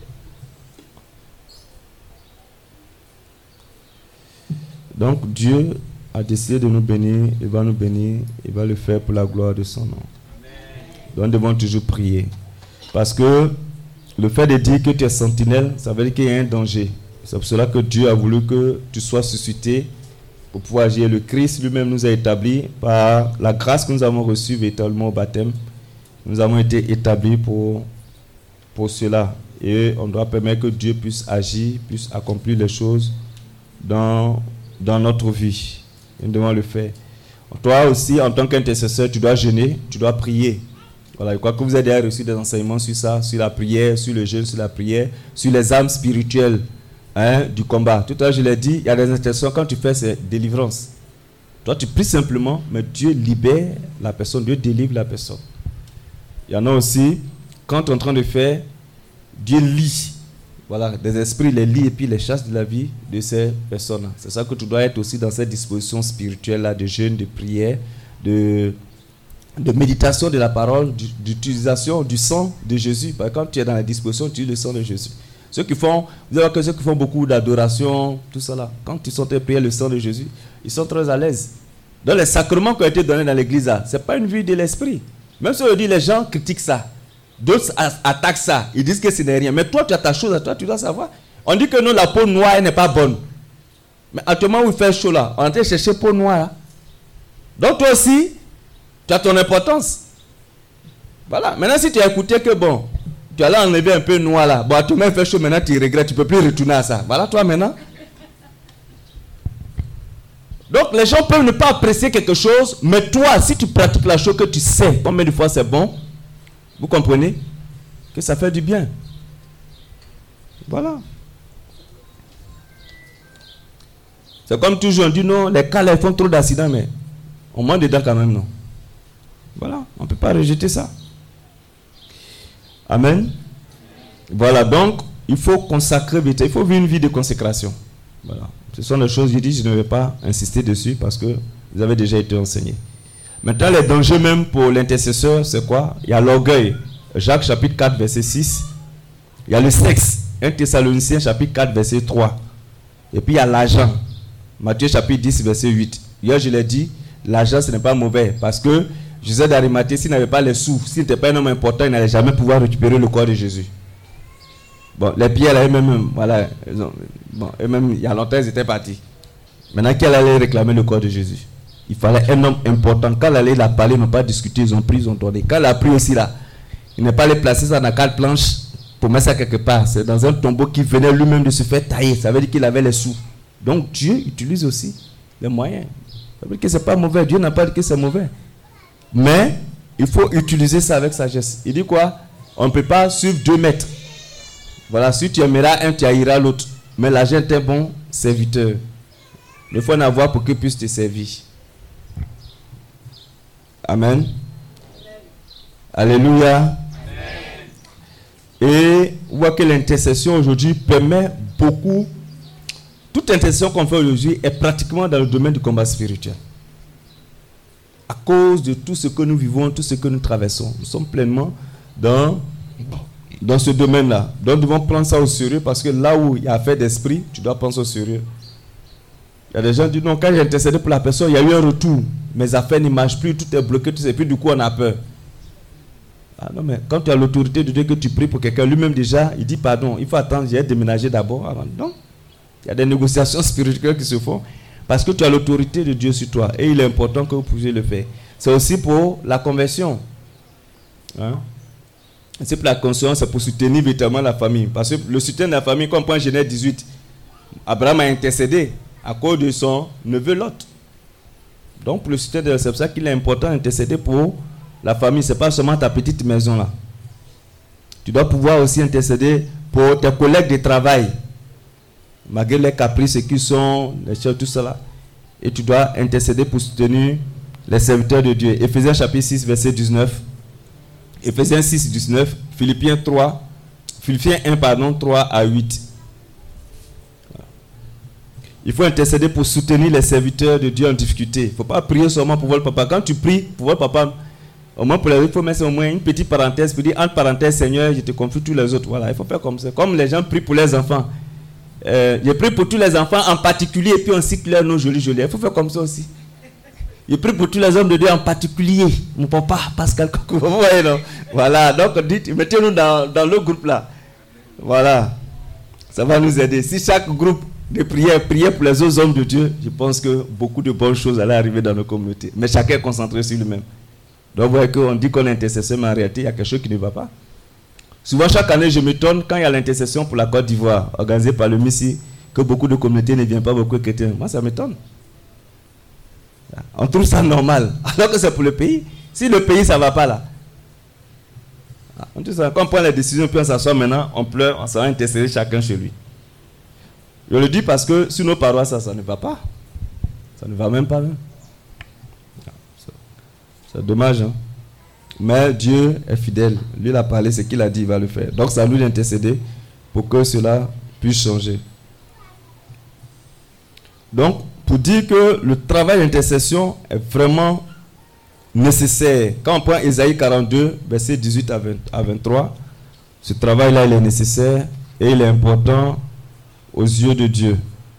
Speaker 4: Donc, Dieu a décidé de nous bénir, il va nous bénir, il va le faire pour la gloire de son nom. Donc, nous devons toujours prier. Parce que le fait de dire que tu es sentinelle, ça veut dire qu'il y a un danger. C'est pour cela que Dieu a voulu que tu sois suscité pour pouvoir agir. Le Christ lui-même nous a établis par la grâce que nous avons reçue véritablement au baptême. Nous avons été établis pour cela. Et on doit permettre que Dieu puisse agir, puisse accomplir les choses dans notre vie. Nous devons le faire. Toi aussi, en tant qu'intercesseur, tu dois jeûner, tu dois prier. Voilà, je crois que vous avez déjà reçu des enseignements sur ça, sur la prière, sur le jeûne, sur la prière, sur les armes spirituelles du combat. Tout à l'heure, je l'ai dit, il y a des intercessions, quand tu fais, c'est délivrance. Toi, tu pries simplement, mais Dieu libère la personne, Dieu délivre la personne. Il y en a aussi, quand tu es en train de faire, Dieu lie. Voilà, des esprits les lient et puis les chassent de la vie de ces personnes. C'est ça que tu dois être aussi dans cette disposition spirituelle-là, de jeûne, de prière, de méditation de la parole, d'utilisation du sang de Jésus. Parce que quand tu es dans la disposition, tu utilises le sang de Jésus. Vous allez voir que ceux qui font beaucoup d'adoration, tout ça là, quand ils sont en train de prier le sang de Jésus, ils sont très à l'aise. Dans les sacrements qui ont été donnés dans l'église, ce n'est pas une vie de l'esprit. Même si on dit les gens critiquent ça, d'autres attaquent ça, ils disent que ce n'est rien. Mais toi, tu as ta chose à toi, tu dois savoir. On dit que non, la peau noire n'est pas bonne. Mais actuellement, où il fait chaud là, on est en train de chercher peau noire là. Donc toi aussi, tu as ton importance. Voilà. Maintenant, si tu as écouté que bon, tu allais enlever un peu noir là. Bon, actuellement, il fait chaud, maintenant tu regrettes, tu ne peux plus retourner à ça. Voilà, toi maintenant. Donc, les gens peuvent ne pas apprécier quelque chose, mais toi, si tu pratiques la chose que tu sais combien de fois c'est bon, vous comprenez que ça fait du bien. Voilà. C'est comme toujours, on dit non, les cas là, ils font trop d'accidents, mais on mange dedans quand même, non. Voilà, on ne peut pas rejeter ça. Amen. Voilà, donc, il faut consacrer, il faut vivre une vie de consécration. Voilà. Ce sont les choses, je dis, je ne vais pas insister dessus parce que vous avez déjà été enseigné. Maintenant, les dangers même pour l'intercesseur, c'est quoi? Il y a l'orgueil. Jacques chapitre 4, verset 6. Il y a le sexe. 1 Thessaloniciens chapitre 4, verset 3. Et puis il y a l'argent. Matthieu chapitre 10, verset 8. Hier, je l'ai dit, l'argent, ce n'est pas mauvais parce que Joseph d'Arimathée, s'il n'avait pas les sous, s'il n'était pas un homme important, il n'allait jamais pouvoir récupérer le corps de Jésus. Bon, les pierres, là, eux-mêmes, voilà, eux-mêmes, il y a longtemps, ils étaient partis. Maintenant, qui allait réclamer le corps de Jésus? Il fallait un homme important. Quand il allait, il a parlé, ils n'ont pas discuté, ils ont pris, ils ont donné. Quand il a pris aussi là, il n'est pas allé placer ça dans 4 planches pour mettre ça quelque part. C'est dans un tombeau qui venait lui-même de se faire tailler. Ça veut dire qu'il avait les sous. Donc Dieu utilise aussi les moyens. Ça veut dire que ce n'est pas mauvais. Dieu n'a pas dit que c'est mauvais. Mais il faut utiliser ça avec sagesse. Il dit quoi? On ne peut pas suivre 2 maîtres. Voilà, si tu aimeras un, tu haïras l'autre. Mais l'argent est un bon serviteur. Il faut en avoir pour qu'il puisse te servir. Amen. Alléluia. Amen. Et on voit que l'intercession aujourd'hui permet beaucoup. Toute intercession qu'on fait aujourd'hui est pratiquement dans le domaine du combat spirituel. À cause de tout ce que nous vivons, tout ce que nous traversons. Nous sommes pleinement dans ce domaine-là. Donc nous devons prendre ça au sérieux parce que là où il y a affaire d'esprit, tu dois penser au sérieux. Il y a des gens qui disent non, quand j'ai intercédé pour la personne, il y a eu un retour. Mes affaires n'y marchent plus, tout est bloqué, tout est plus, du coup on a peur. Ah non, mais quand tu as l'autorité de Dieu que tu pries pour quelqu'un, lui-même déjà, il dit pardon, il faut attendre, j'ai déménagé d'abord. Avant. Non. Il y a des négociations spirituelles qui se font parce que tu as l'autorité de Dieu sur toi et il est important que vous puissiez le faire. C'est aussi pour la conversion. Hein? C'est pour la conscience, c'est pour soutenir véritablement la famille. Parce que le soutien de la famille, comme on prend Genèse 18, Abraham a intercédé à cause de son neveu Lot. Donc pour le soutien de c'est pour ça qu'il est important d'intercéder pour la famille. Ce n'est pas seulement ta petite maison là. Tu dois pouvoir aussi intercéder pour tes collègues de travail. Malgré les caprices qui sont, les choses, tout cela. Et tu dois intercéder pour soutenir les serviteurs de Dieu. Éphésiens chapitre 6, verset 19. Éphésiens 6, 19. Philippiens 1, 3 à 8. Il faut intercéder pour soutenir les serviteurs de Dieu en difficulté. Il ne faut pas prier seulement pour votre papa. Quand tu pries pour votre papa, au moins pour il faut mettre au moins une petite parenthèse pour dire entre parenthèses, Seigneur, je te confie tous les autres. Voilà, il faut faire comme ça. Comme les gens prient pour les enfants. Je prie pour tous les enfants en particulier et puis on cite leur nom joli. Il faut faire comme ça aussi. Je prie pour tous les hommes de Dieu en particulier. Mon papa, Pascal, vous voyez, non? Voilà, donc dites, mettez-nous dans le groupe là. Voilà, ça va nous aider. Si chaque groupe de prière priait pour les autres hommes de Dieu, je pense que beaucoup de bonnes choses allaient arriver dans nos communautés. Mais chacun est concentré sur lui-même. Donc vous voyez qu'on dit qu'on est intercesseur, mais en réalité, il y a quelque chose qui ne va pas. Souvent, chaque année, je m'étonne quand il y a l'intercession pour la Côte d'Ivoire, organisée par le MISI, que beaucoup de communautés ne viennent pas, beaucoup de chrétiens. Moi, ça m'étonne. On trouve ça normal, alors que c'est pour le pays. Si le pays, ça ne va pas là. Quand on prend les décisions, puis on s'assoit maintenant, on pleure, on s'en va intercéder chacun chez lui. Je le dis parce que sur nos paroisses, ça ne va pas. Ça ne va même pas. Même. C'est dommage, hein? Mais Dieu est fidèle. Lui, il a parlé, ce qu'il a dit, il va le faire. Donc, c'est à nous d'intercéder pour que cela puisse changer. Donc, pour dire que le travail d'intercession est vraiment nécessaire. Quand on prend Ésaïe 42, versets 18 à 23, ce travail-là, il est nécessaire et il est important aux yeux de Dieu.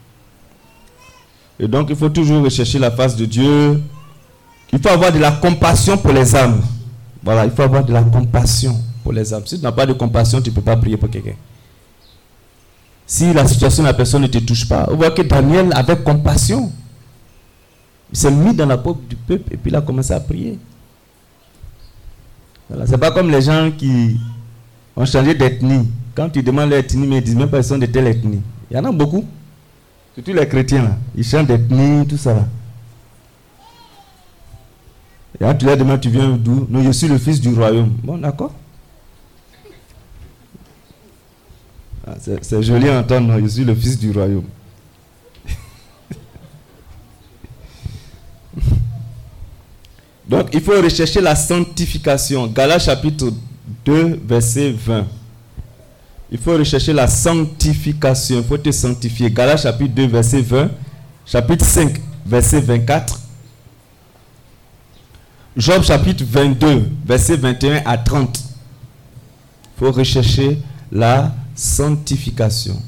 Speaker 4: Et donc, il faut toujours rechercher la face de Dieu. Il faut avoir de la compassion pour les âmes. Voilà, il faut avoir de la compassion pour les âmes. Si tu n'as pas de compassion, tu ne peux pas prier pour quelqu'un. Si la situation de la personne ne te touche pas, on voit que Daniel avait compassion. Il s'est mis dans la peau du peuple et puis il a commencé à prier. Voilà, ce n'est pas comme les gens qui ont changé d'ethnie. Quand tu demandes l'ethnie, mais ils disent même pas qu'ils sont de telle ethnie. Il y en a beaucoup. Surtout les chrétiens là. Ils changent d'ethnie, tout ça là. Et quand tu leur demandes, tu viens d'où? Non, je suis le fils du royaume. Bon, d'accord. Ah, c'est joli à entendre, non, je suis le fils du royaume. Donc, il faut rechercher la sanctification. Galates chapitre 2, verset 20. Il faut rechercher la sanctification. Il faut te sanctifier. Galates chapitre 2, verset 20. Chapitre 5, verset 24. Job chapitre 22, verset 21 à 30. Il faut rechercher la sanctification.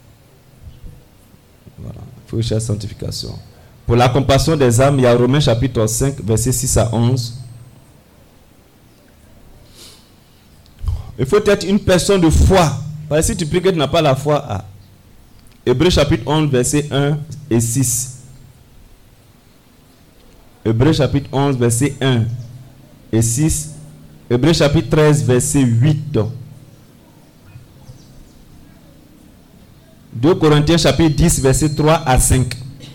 Speaker 4: Voilà. Il faut rechercher la sanctification. Pour la compassion des âmes, il y a Romains chapitre 5, verset 6 à 11. Il faut être une personne de foi. Parce que si tu pries que tu n'as pas la foi, Hébreux chapitre 11, verset 1 et 6. Hébreux chapitre 11, verset 1 et 6. Hébreux chapitre 13, verset 8. 2 Corinthiens chapitre 10, verset 3 à 5.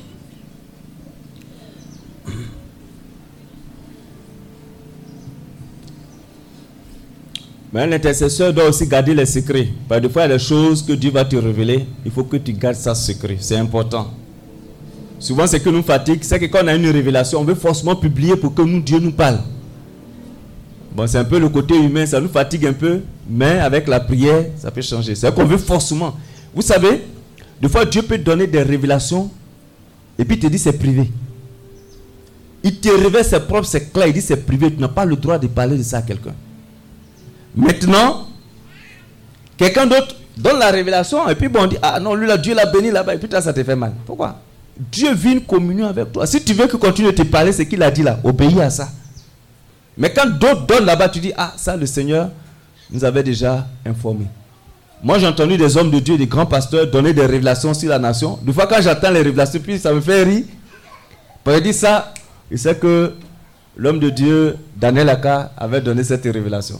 Speaker 4: Mais l'intercesseur doit aussi garder les secrets. Parce que des fois, il y a des choses que Dieu va te révéler. Il faut que tu gardes ça secret. C'est important. Souvent, ce qui nous fatigue, c'est que quand on a une révélation, on veut forcément publier pour que Dieu nous parle. Bon, c'est un peu le côté humain, ça nous fatigue un peu. Mais avec la prière, ça peut changer. C'est qu'on veut forcément. Vous savez, des fois, Dieu peut te donner des révélations et puis il te dit c'est privé. Il te révèle ses propres secrets, il dit c'est privé. Tu n'as pas le droit de parler de ça à quelqu'un. Maintenant, quelqu'un d'autre donne la révélation et puis bon, on dit ah non, lui là, Dieu l'a béni là-bas et puis toi, ça te fait mal. Pourquoi? Dieu vit une communion avec toi. Si tu veux qu'il continue de te parler, ce qu'il a dit là, obéis à ça. Mais quand d'autres donnent là-bas, tu dis ah ça, le Seigneur nous avait déjà informé. Moi, j'ai entendu des hommes de Dieu, des grands pasteurs donner des révélations sur la nation. Des fois, quand j'entends les révélations, puis ça me fait rire. Pour dire ça, il sait que l'homme de Dieu, Daniel Aka, avait donné cette révélation.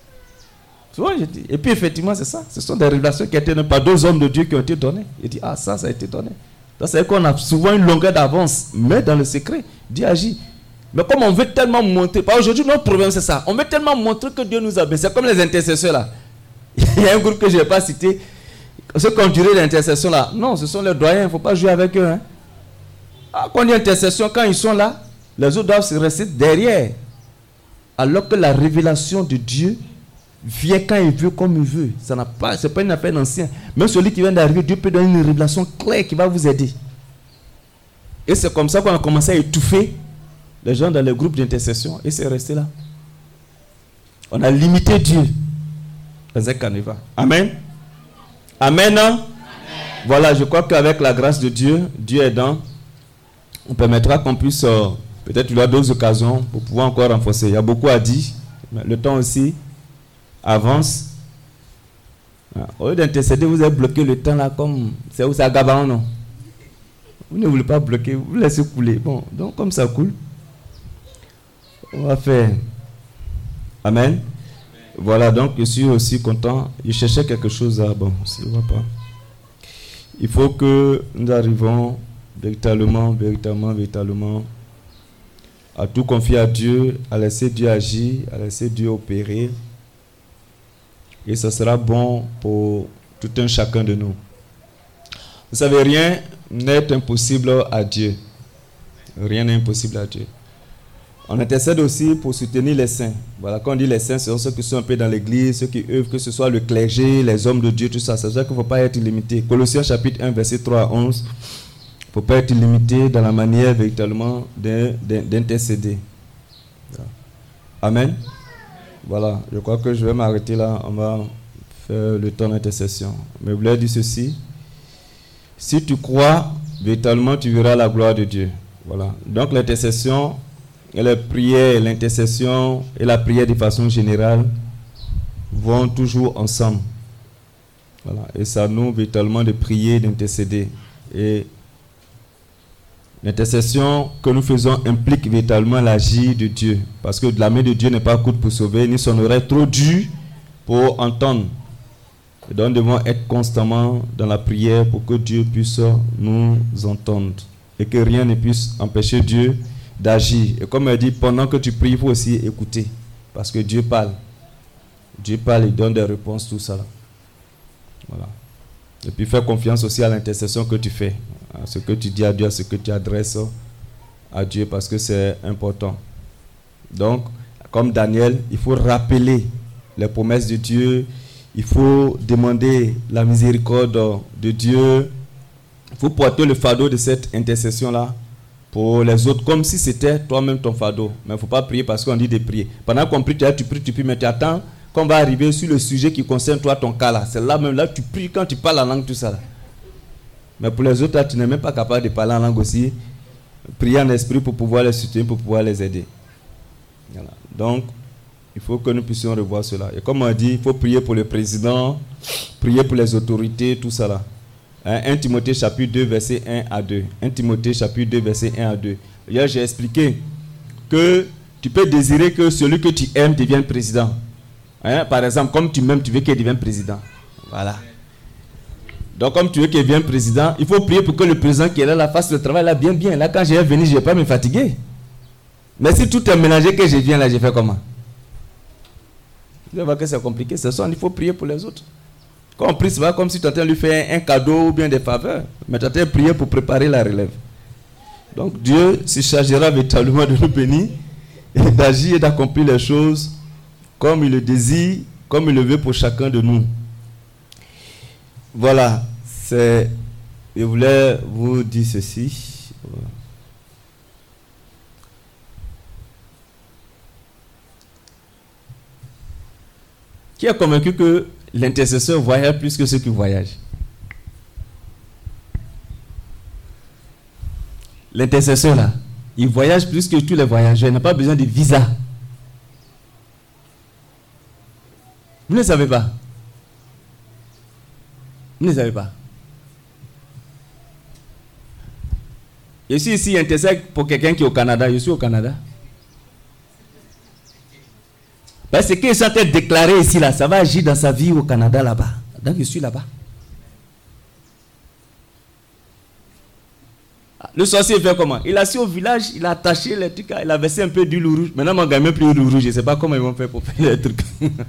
Speaker 4: Et puis effectivement c'est ça. Ce sont des révélations qui ont été données par deux hommes de Dieu qui ont été données. Il dit ah ça a été donné. Donc c'est qu'on a souvent une longueur d'avance. Mais dans le secret, Dieu agit. Mais comme on veut tellement montrer, pas aujourd'hui notre problème c'est ça. On veut tellement montrer que Dieu nous a bénis. C'est comme les intercesseurs là. Il y a un groupe que je n'ai pas cité. Ceux qui ont duré l'intercession là. Non, ce sont les doyens. Il ne faut pas jouer avec eux. Hein. Quand on dit intercession, quand ils sont là, les autres doivent se rester derrière. Alors que la révélation de Dieu vient quand il veut, comme il veut. Ce n'est pas une affaire d'ancien. Même celui qui vient d'arriver, Dieu peut donner une révélation claire qui va vous aider. Et c'est comme ça qu'on a commencé à étouffer les gens dans les groupes d'intercession. Et c'est resté là. On a limité Dieu dans un canevas. Amen. Amen. Amen. Voilà, je crois qu'avec la grâce de Dieu, Dieu aidant, on permettra qu'on puisse, peut-être il y a d'autres occasions pour pouvoir encore renforcer. Il y a beaucoup à dire. Mais le temps aussi avance. Au lieu d'intercéder, vous avez bloqué le temps là comme c'est où ça Gabaon, non? Vous ne voulez pas bloquer, vous laissez couler. Bon, donc comme ça coule, on va faire. Amen. Voilà, donc je suis aussi content. Je cherchais quelque chose à bon, ça ne va pas. Il faut que nous arrivons véritablement à tout confier à Dieu, à laisser Dieu agir, à laisser Dieu opérer. Et ça sera bon pour tout un chacun de nous. Vous savez, rien n'est impossible à Dieu. Rien n'est impossible à Dieu. On intercède aussi pour soutenir les saints. Voilà, quand on dit les saints, ce sont ceux qui sont un peu dans l'église, ceux qui œuvrent, que ce soit le clergé, les hommes de Dieu, tout ça. C'est ça qu'il ne faut pas être limité. Colossiens chapitre 1, verset 3 à 11. Il ne faut pas être limité dans la manière véritablement d'intercéder. Amen. Voilà, je crois que je vais m'arrêter là. On va faire le temps d'intercession. Mais je voulais dire ceci. Si tu crois, véritablement, tu verras la gloire de Dieu. Voilà. Donc l'intercession, et la prière, l'intercession et la prière de façon générale vont toujours ensemble. Voilà. Et ça nous, véritablement, de prier, d'intercéder. Et l'intercession que nous faisons implique véritablement l'agir de Dieu. Parce que la main de Dieu n'est pas courte pour sauver, ni son oreille trop dure pour entendre. Et donc nous devons être constamment dans la prière pour que Dieu puisse nous entendre. Et que rien ne puisse empêcher Dieu d'agir. Et comme elle dit, pendant que tu pries, il faut aussi écouter. Parce que Dieu parle. Dieu parle, il donne des réponses, tout ça. Voilà. Et puis faire confiance aussi à l'intercession que tu fais. À ce que tu dis à Dieu, à ce que tu adresses à Dieu, parce que c'est important. Donc, comme Daniel, il faut rappeler les promesses de Dieu. Il faut demander la miséricorde de Dieu. Il faut porter le fardeau de cette intercession-là pour les autres, comme si c'était toi-même ton fardeau. Mais il ne faut pas prier parce qu'on dit de prier. Pendant qu'on prie, tu pries, mais tu attends qu'on va arriver sur le sujet qui concerne toi, ton cas là. C'est là même, là tu pries quand tu parles en langue, tout ça là. Mais pour les autres, là, tu n'es même pas capable de parler en langue aussi. Prier en esprit pour pouvoir les soutenir, pour pouvoir les aider. Voilà. Donc, Il faut que nous puissions revoir cela. Et comme on dit, il faut prier pour le président, prier pour les autorités, tout ça là. 1 Timothée chapitre 2, verset 1 à 2. 1 Timothée chapitre 2, verset 1 à 2. Hier, j'ai expliqué que tu peux désirer que celui que tu aimes devienne président. Par exemple, comme tu m'aimes, tu veux qu'il devienne président. Voilà. Donc, comme tu veux qu'il devienne président, il faut prier pour que le président qui est là fasse le travail là bien. Là, quand je vais venir, je ne vais pas me fatiguer. Mais si tout est mélangé, que je viens là, je fais comment? Vous allez voir que c'est compliqué. C'est ça, il faut prier pour les autres. Quand on prie, c'est pas comme si tu étais lui faire un cadeau ou bien des faveurs. Mais tu étais prier pour préparer la relève. Donc, Dieu se chargera véritablement de nous bénir et d'agir et d'accomplir les choses comme il le désire, comme il le veut pour chacun de nous. Voilà. Je voulais vous dire ceci. Qui est convaincu que l'intercesseur voyage plus que ceux qui voyagent? L'intercesseur là, il voyage plus que tous les voyageurs. Il n'a pas besoin de visa. Vous ne savez pas? Vous ne savez pas? Je suis ici intercesseur pour quelqu'un qui est au Canada. Je suis au Canada. Parce que ce qu'ils sont en train de déclarer ici, là, ça va agir dans sa vie au Canada, là-bas. Donc, je suis là-bas. Le sorcier fait comment? Il a assis au village, il a attaché les trucs, il a versé un peu d'huile rouge. Maintenant, mon gamin plus d'huile rouge. Je ne sais pas comment ils vont faire pour faire les trucs.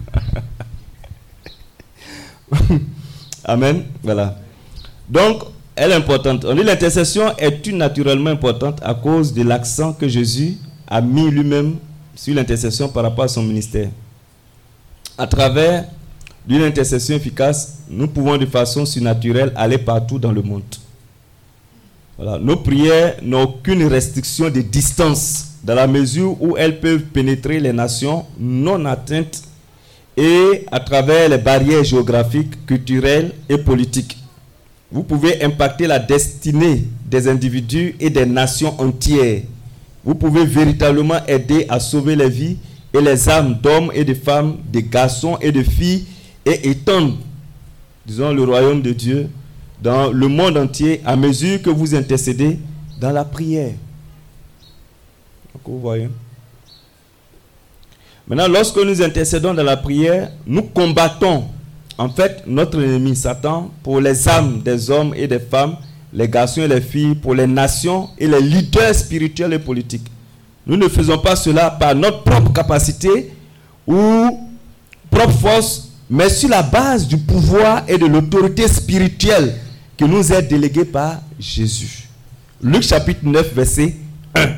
Speaker 4: Amen. Voilà. Donc, elle est importante. On dit l'intercession est naturellement importante à cause de l'accent que Jésus a mis lui-même sur l'intercession par rapport à son ministère. À travers d'une intercession efficace, nous pouvons de façon surnaturelle aller partout dans le monde. Voilà. Nos prières n'ont aucune restriction de distance dans la mesure où elles peuvent pénétrer les nations non atteintes et à travers les barrières géographiques, culturelles et politiques. Vous pouvez impacter la destinée des individus et des nations entières. Vous pouvez véritablement aider à sauver les vies et les âmes d'hommes et de femmes, de garçons et de filles et étendre, disons, le royaume de Dieu dans le monde entier à mesure que vous intercédez dans la prière. Donc, vous voyez. Maintenant, lorsque nous intercédons dans la prière, nous combattons en fait notre ennemi Satan pour les âmes des hommes et des femmes, les garçons et les filles, pour les nations et les leaders spirituels et politiques. Nous ne faisons pas cela par notre propre capacité ou propre force, mais sur la base du pouvoir et de l'autorité spirituelle qui nous est déléguée par Jésus. Luc chapitre 9, verset 1.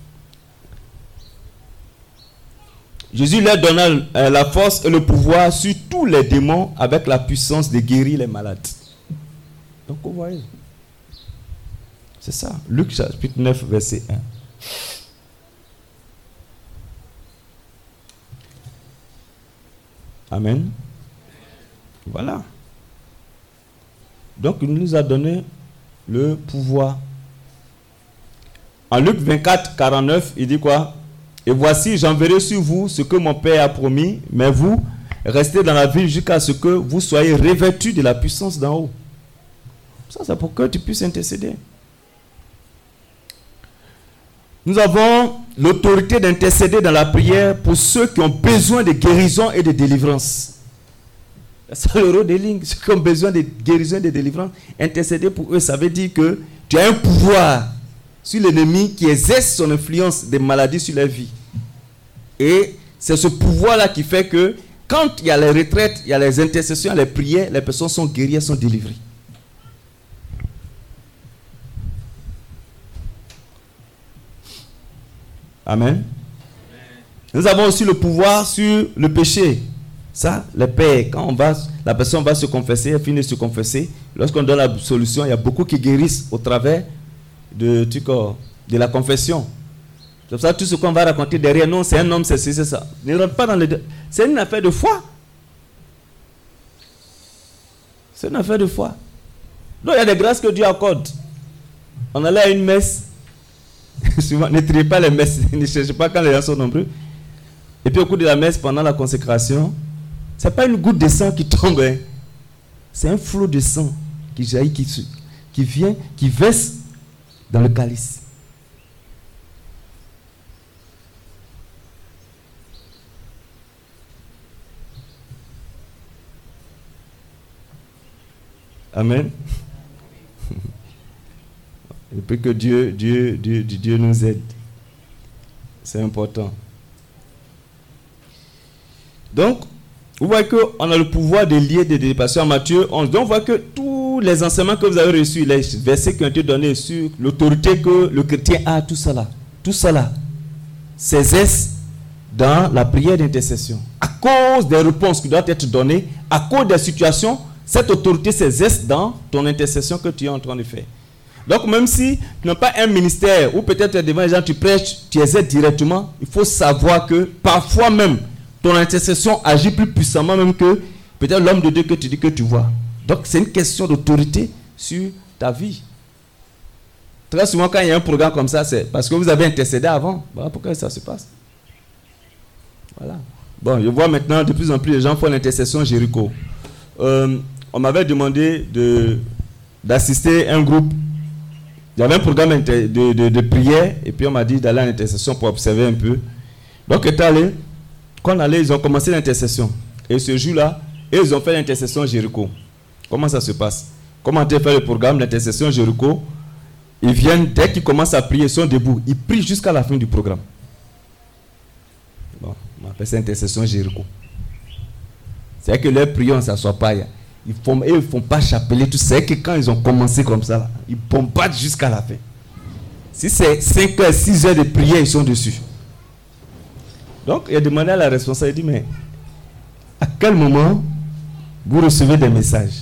Speaker 4: Jésus leur donna la force et le pouvoir sur tous les démons avec la puissance de guérir les malades. Donc vous voyez. C'est ça. Luc chapitre 9, verset 1. Amen. Voilà. Donc il nous a donné le pouvoir. En Luc 24, 49, il dit quoi? Et voici, j'enverrai sur vous ce que mon Père a promis, mais vous, restez dans la ville jusqu'à ce que vous soyez revêtus de la puissance d'en haut. Ça, c'est pour que tu puisses intercéder. Nous avons l'autorité d'intercéder dans la prière pour ceux qui ont besoin de guérison et de délivrance. C'est le rôle des lignes. Ceux qui ont besoin de guérison et de délivrance, intercéder pour eux, ça veut dire que tu as un pouvoir sur l'ennemi qui exerce son influence des maladies sur la vie. Et c'est ce pouvoir-là qui fait que quand il y a les retraites, il y a les intercessions, les prières, les personnes sont guéries, elles sont délivrées. Amen. Nous avons aussi le pouvoir sur le péché. Ça, le Père, quand la personne va se confesser, elle finit de se confesser. Lorsqu'on donne la solution, il y a beaucoup qui guérissent au travers de la confession. C'est pour ça que tout ce qu'on va raconter derrière, non, c'est un homme, c'est ça. Ne rentre pas dans le... C'est une affaire de foi. C'est une affaire de foi. Donc il y a des grâces que Dieu accorde. On allait à une messe. Souvent, ne triez pas les messes. Ne cherchez pas quand les gens sont nombreux. Et puis au cours de la messe, pendant la consécration, ce n'est pas une goutte de sang qui tombe. Hein. C'est un flot de sang qui jaillit, qui vient, qui verse dans le calice. Amen. Et puis que Dieu nous aide. C'est important. Donc, vous voyez qu'on a le pouvoir de lier des dépassions en Matthieu 11. Donc, on voit que tous les enseignements que vous avez reçus, les versets qui ont été donnés sur l'autorité que le chrétien a, tout cela s'exerce dans la prière d'intercession. À cause des réponses qui doivent être données, à cause des situations, cette autorité s'exerce dans ton intercession que tu es en train de faire. Donc, même si tu n'as pas un ministère, ou peut-être devant les gens, tu prêches, tu exerces directement, il faut savoir que parfois même, ton intercession agit plus puissamment même que peut-être l'homme de Dieu que tu dis que tu vois. Donc, c'est une question d'autorité sur ta vie. Très souvent, quand il y a un programme comme ça, c'est parce que vous avez intercédé avant. Voilà pourquoi ça se passe. Voilà. Bon, je vois maintenant de plus en plus les gens font l'intercession Jéricho. On m'avait demandé d'assister à un groupe. Il y avait un programme de prière et puis on m'a dit d'aller à l'intercession pour observer un peu. Donc, quand on allait, ils ont commencé l'intercession. Et ce jour-là, ils ont fait l'intercession Jéricho. Comment ça se passe? Comment tu fais le programme l'intercession Jéricho? Ils viennent, dès qu'ils commencent à prier, ils sont debout. Ils prient jusqu'à la fin du programme. Bon, on appelle ça intercession Jéricho. C'est que leurs prières, ça ne s'assoit pas. Ils ne font pas chapeler tout. C'est que quand ils ont commencé comme ça, là, ils bombardent jusqu'à la fin. Si c'est 5 heures, 6 heures de prière, ils sont dessus. Donc, il a demandé à la responsable, il dit, mais à quel moment vous recevez des messages?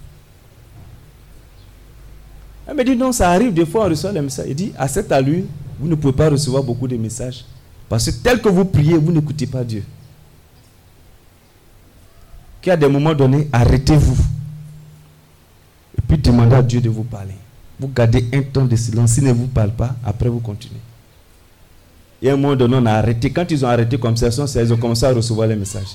Speaker 4: Elle me dit, non, ça arrive, des fois on reçoit les messages. Il dit, à cette allure, vous ne pouvez pas recevoir beaucoup de messages. Parce que tel que vous priez, vous n'écoutez pas Dieu. Qu'à des moments donnés, arrêtez-vous. Et puis demandez à Dieu de vous parler. Vous gardez un temps de silence. S'il ne vous parle pas, après vous continuez. Et à un moment donné, on a arrêté. Quand ils ont arrêté comme ça, ils ont commencé à recevoir les messages.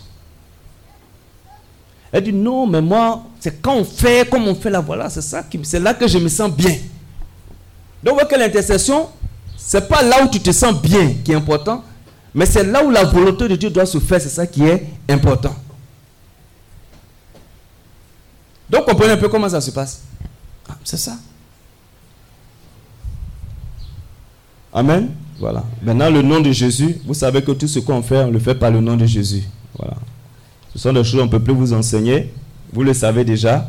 Speaker 4: Elle dit, non, mais moi, c'est quand on fait comme on fait là, voilà, c'est là que je me sens bien. Donc, vous voyez que l'intercession, ce n'est pas là où tu te sens bien qui est important, mais c'est là où la volonté de Dieu doit se faire, c'est ça qui est important. Donc, comprenez un peu comment ça se passe. C'est ça. Amen. Voilà. Maintenant, le nom de Jésus, vous savez que tout ce qu'on fait, on le fait par le nom de Jésus. Voilà. Ce sont des choses qu'on ne peut plus vous enseigner. Vous le savez déjà.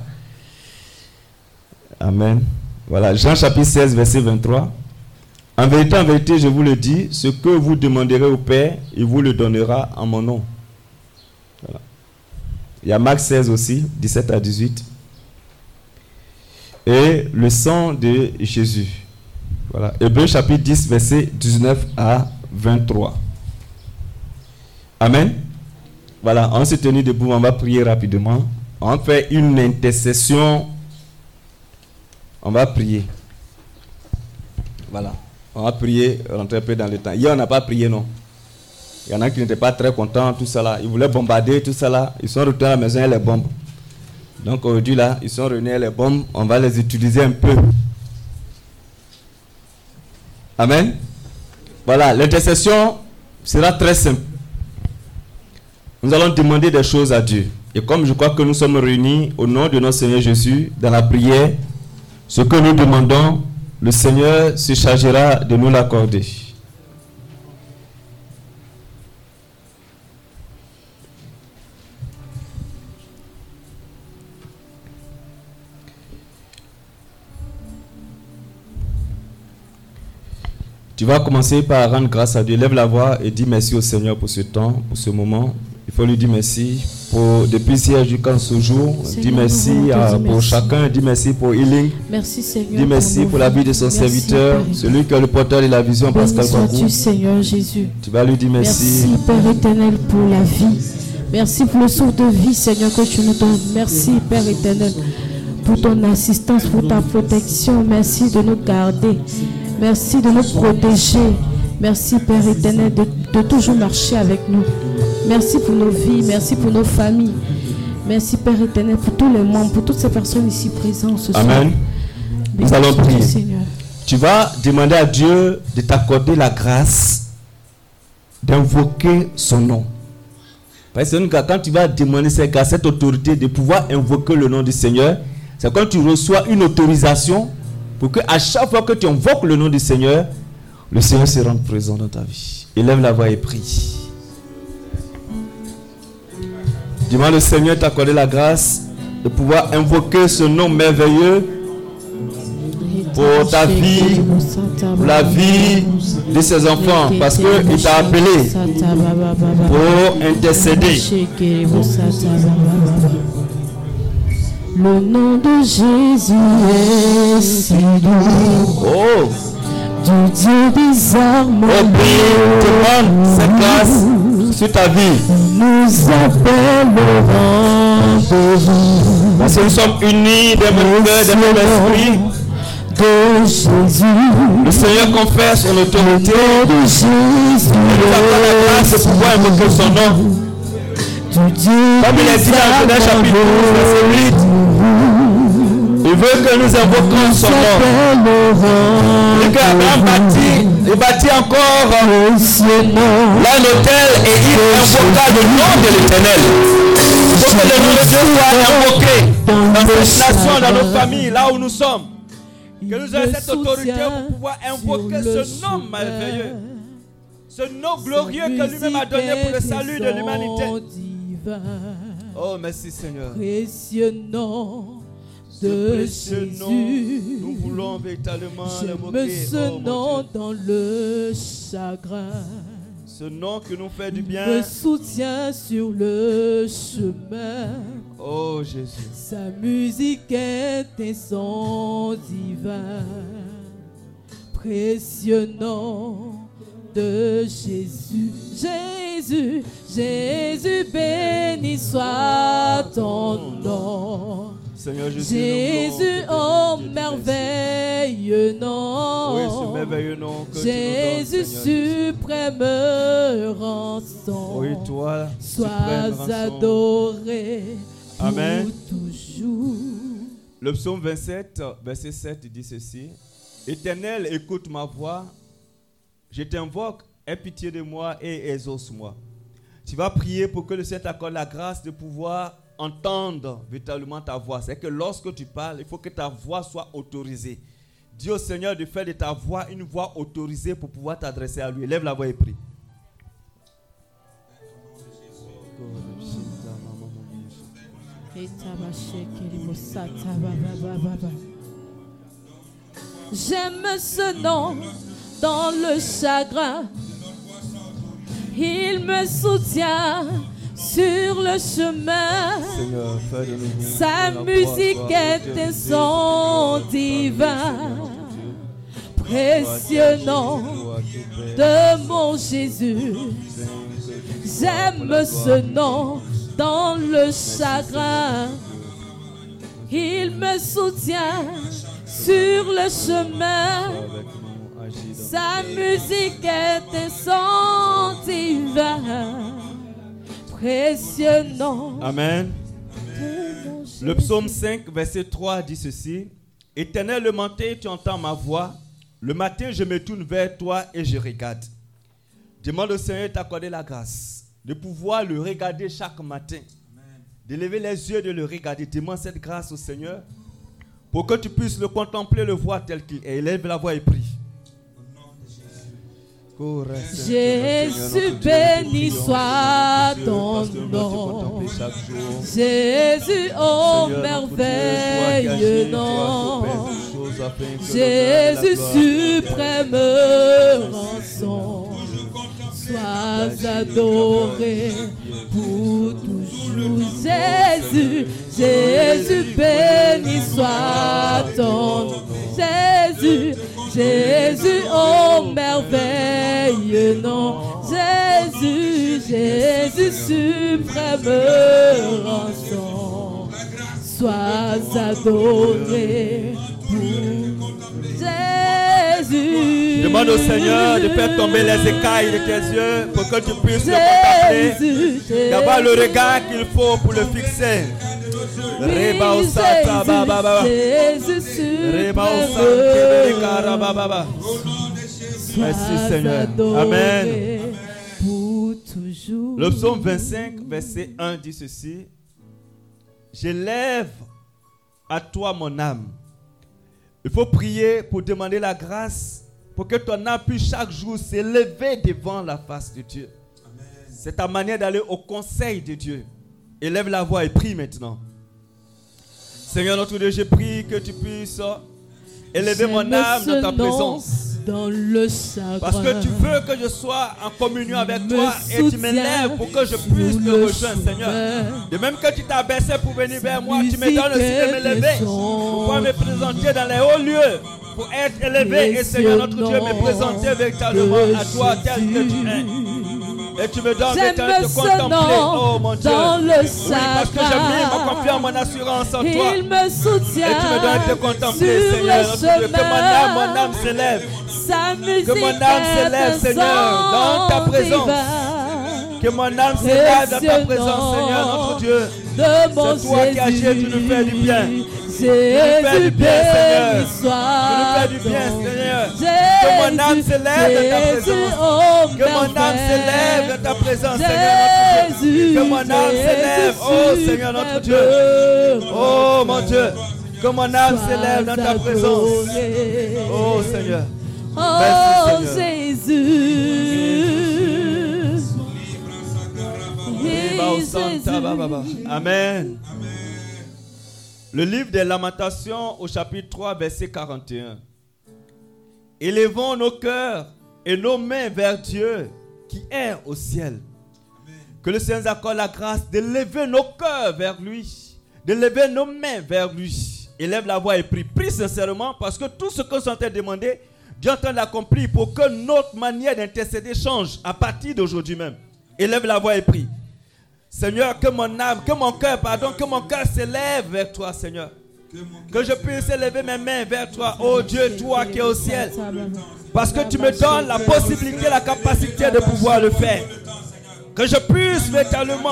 Speaker 4: Amen. Voilà. Jean chapitre 16, verset 23. En vérité, je vous le dis, ce que vous demanderez au Père, il vous le donnera en mon nom. Voilà. Il y a Marc 16 aussi, 17 à 18. Et le sang de Jésus. Voilà. Hébreux chapitre 10, verset 19 à 23. Amen. Voilà, on s'est tenu debout, on va prier rapidement. On fait une intercession. On va prier. Voilà. On va prier, rentrer un peu dans le temps. Hier, on n'a pas prié, non. Il y en a qui n'étaient pas très contents, tout ça là. Ils voulaient bombarder, tout ça là. Ils sont retournés à la maison et les bombes. Donc aujourd'hui là, ils sont revenus à les bombes. On va les utiliser un peu. Amen. Voilà, l'intercession sera très simple. Nous allons demander des choses à Dieu. Et comme je crois que nous sommes réunis au nom de notre Seigneur Jésus, dans la prière, ce que nous demandons, le Seigneur se chargera de nous l'accorder. Tu vas commencer par rendre grâce à Dieu. Lève la voix et dis merci au Seigneur pour ce temps, pour ce moment. Il faut lui dire merci pour depuis hier jusqu'à ce jour. Dis merci pour chacun. Dis merci pour Healing.
Speaker 1: Merci Seigneur.
Speaker 4: Dis merci pour la vie de son serviteur, celui qui est le porteur de la vision, Pascal Bagou.
Speaker 1: Sois-tu Seigneur Jésus.
Speaker 4: Tu vas lui dire merci.
Speaker 1: Merci Père éternel pour la vie. Merci pour le souffle de vie Seigneur que tu nous donnes. Merci Père éternel pour ton assistance, pour ta protection. Merci de nous garder. Merci de nous protéger. Merci Père éternel
Speaker 5: de toujours marcher avec nous. Merci pour nos vies, merci pour nos familles. Merci Père éternel pour tous les membres, pour toutes ces personnes ici présentes ce soir.
Speaker 4: Amen. Nous allons prier.
Speaker 5: Seigneur.
Speaker 4: Tu vas demander à Dieu de t'accorder la grâce d'invoquer son nom. Parce que quand tu vas demander cette grâce, cette autorité de pouvoir invoquer le nom du Seigneur, c'est quand tu reçois une autorisation pour que à chaque fois que tu invoques le nom du Seigneur, le Seigneur se rende présent dans ta vie. Élève la voix et prie. Demande au Seigneur de t'accorder la grâce de pouvoir invoquer ce nom merveilleux pour ta vie, pour la vie de ses enfants, parce qu'il t'a appelé pour intercéder.
Speaker 5: Le nom de Jésus est si doux.
Speaker 4: Oh,
Speaker 5: Du Dieu des armes,
Speaker 4: demande cette grâce sur ta vie.
Speaker 5: nous appelle au rendez-vous
Speaker 4: Parce que nous sommes unis d'un même cœur, d'un même esprit.
Speaker 5: de Jésus.
Speaker 4: Le Seigneur confère son autorité.
Speaker 5: De Jésus,
Speaker 4: Il nous accorde la grâce de pouvoir invoquer son nom.
Speaker 5: du Dieu
Speaker 4: Comme il est dit dans Genèse chapitre 12, verset 8. Il veut que nous invoquions son nom. Et qu'Abraham bâtit encore là un hôtel et il invoqua le nom de l'Éternel. Il faut que le nom de Dieu soit invoqué dans cette nation, dans nos familles, là où nous sommes. Que nous ayons cette autorité pour pouvoir invoquer ce nom merveilleux. Ce nom glorieux que lui-même a donné pour le salut de l'humanité. Oh, merci Seigneur.
Speaker 5: Précieux nom
Speaker 4: Ce
Speaker 5: de
Speaker 4: précieux nom,
Speaker 5: Jésus.
Speaker 4: nous voulons véritablement
Speaker 5: J'aime
Speaker 4: l'invoquer.
Speaker 5: ce
Speaker 4: Oh, mon
Speaker 5: nom
Speaker 4: Dieu.
Speaker 5: dans le chagrin.
Speaker 4: Ce nom qui nous fait du
Speaker 5: Me
Speaker 4: bien.
Speaker 5: soutient sur le chemin.
Speaker 4: Oh Jésus.
Speaker 5: Sa musique est un son divin. Précieux nom de Jésus. Jésus, Jésus, béni soit ton nom.
Speaker 4: Seigneur Jésus,
Speaker 5: Jésus, oh merveilleux nom.
Speaker 4: oui, ce merveilleux nom que
Speaker 5: Jésus,
Speaker 4: tu nous donnes, Seigneur.
Speaker 5: suprême rançon.
Speaker 4: Oui, toi,
Speaker 5: Sois
Speaker 4: suprême rançon.
Speaker 5: adoré
Speaker 4: Amen.
Speaker 5: pour toujours.
Speaker 4: Le psaume 27, verset 7 dit ceci. Éternel, écoute ma voix. Je t'invoque, aie pitié de moi et exauce-moi. Tu vas prier pour que le Seigneur t'accorde la grâce de pouvoir entendre véritablement ta voix. C'est que lorsque tu parles, il faut que ta voix soit autorisée. Dis au Seigneur de faire de ta voix une voix autorisée pour pouvoir t'adresser à lui. Lève la voix et prie.
Speaker 5: J'aime ce nom dans le chagrin. Il me soutient sur le chemin.
Speaker 4: Seigneur, fais de nous
Speaker 5: Sa
Speaker 4: que la
Speaker 5: musique
Speaker 4: voix soit
Speaker 5: est un
Speaker 4: autorisée.
Speaker 5: son divin. Précieux nom de mon Jésus. J'aime ce nom dans le chagrin. Il me soutient sur le chemin. Sa musique est un son divin. Précieux nom.
Speaker 4: Amen. Le psaume 5, verset 3 dit ceci. Éternel, le matin, tu entends ma voix. Le matin, je me tourne vers toi et je regarde. Demande au Seigneur de t'accorder la grâce de pouvoir le regarder chaque matin. De lever les yeux, de le regarder. Demande cette grâce au Seigneur pour que tu puisses le contempler, le voir tel qu'il est. Élève la voix et prie.
Speaker 5: Jésus, béni soit ton nom. Jésus, oh merveilleux nom. Jésus, suprême rançon. Sois adoré pour toujours. Jésus, Jésus, béni soit ton nom. Jésus, Jésus, oh merveilleux nom. Jésus, Jésus, suprême rançon. Sois adoré pour Jésus.
Speaker 4: Demande au Seigneur de faire tomber les écailles de tes yeux pour que tu puisses le contempler. D'avoir le regard qu'il faut pour le fixer. Merci Seigneur. Amen. Le psaume 25, verset 1 dit ceci. J'élève à toi mon âme. Il faut prier pour demander la grâce pour que ton âme puisse chaque jour s'élever devant la face de Dieu. C'est ta manière d'aller au conseil de Dieu. Élève la voix et prie maintenant. Seigneur notre Dieu, je prie que tu puisses élever mon âme dans ta présence.
Speaker 5: Dans le sacre.
Speaker 4: Parce que tu veux que je sois en communion avec toi et tu m'élèves pour que je puisse te rejoindre, Seigneur. De même que tu t'as baissé pour venir vers moi, tu me donnes aussi de m'élever pour pouvoir me présenter dans les hauts lieux, pour être élevé et Seigneur notre Dieu me présenter véritablement à toi tel que tu es. Et tu me donnes de contempler, oh mon Dieu. Oui, parce que j'ai mis ma confiance, mon assurance en toi.
Speaker 5: Il me soutient.
Speaker 4: Et tu me donnes de contempler, Seigneur notre Dieu. Que mon âme s'élève. Que mon âme s'élève, Seigneur, dans ta présence. Que mon âme s'élève dans ta présence, Seigneur notre Dieu. C'est toi qui agis et tu nous fais du bien. Tu nous fais du bien, Seigneur. Tu nous fais du bien, Seigneur. Que mon âme s'élève dans ta présence. Que mon âme s'élève dans ta présence, Seigneur notre Dieu. Que mon âme s'élève, oh Seigneur notre Dieu. Oh mon Dieu. Que mon âme s'élève dans ta présence. Oh Seigneur.
Speaker 5: Oh Jésus.
Speaker 4: Amen. Le livre des Lamentations au chapitre 3 verset 41. Élevons nos cœurs et nos mains vers Dieu qui est au ciel. Que le Seigneur nous accorde la grâce d'élever nos cœurs vers lui, d'élever nos mains vers lui. Élève la voix et prie. Prie sincèrement parce que tout ce que nous sommes en train de demander, Dieu est en train de l'accomplir pour que notre manière d'intercéder change à partir d'aujourd'hui même. Élève la voix et prie. Seigneur, que mon âme, que mon cœur s'élève vers toi, Seigneur. Que je puisse élever mes mains vers toi, oh Dieu, toi qui es au ciel. Parce que tu me donnes la possibilité, la capacité de pouvoir le faire. Que je puisse véritablement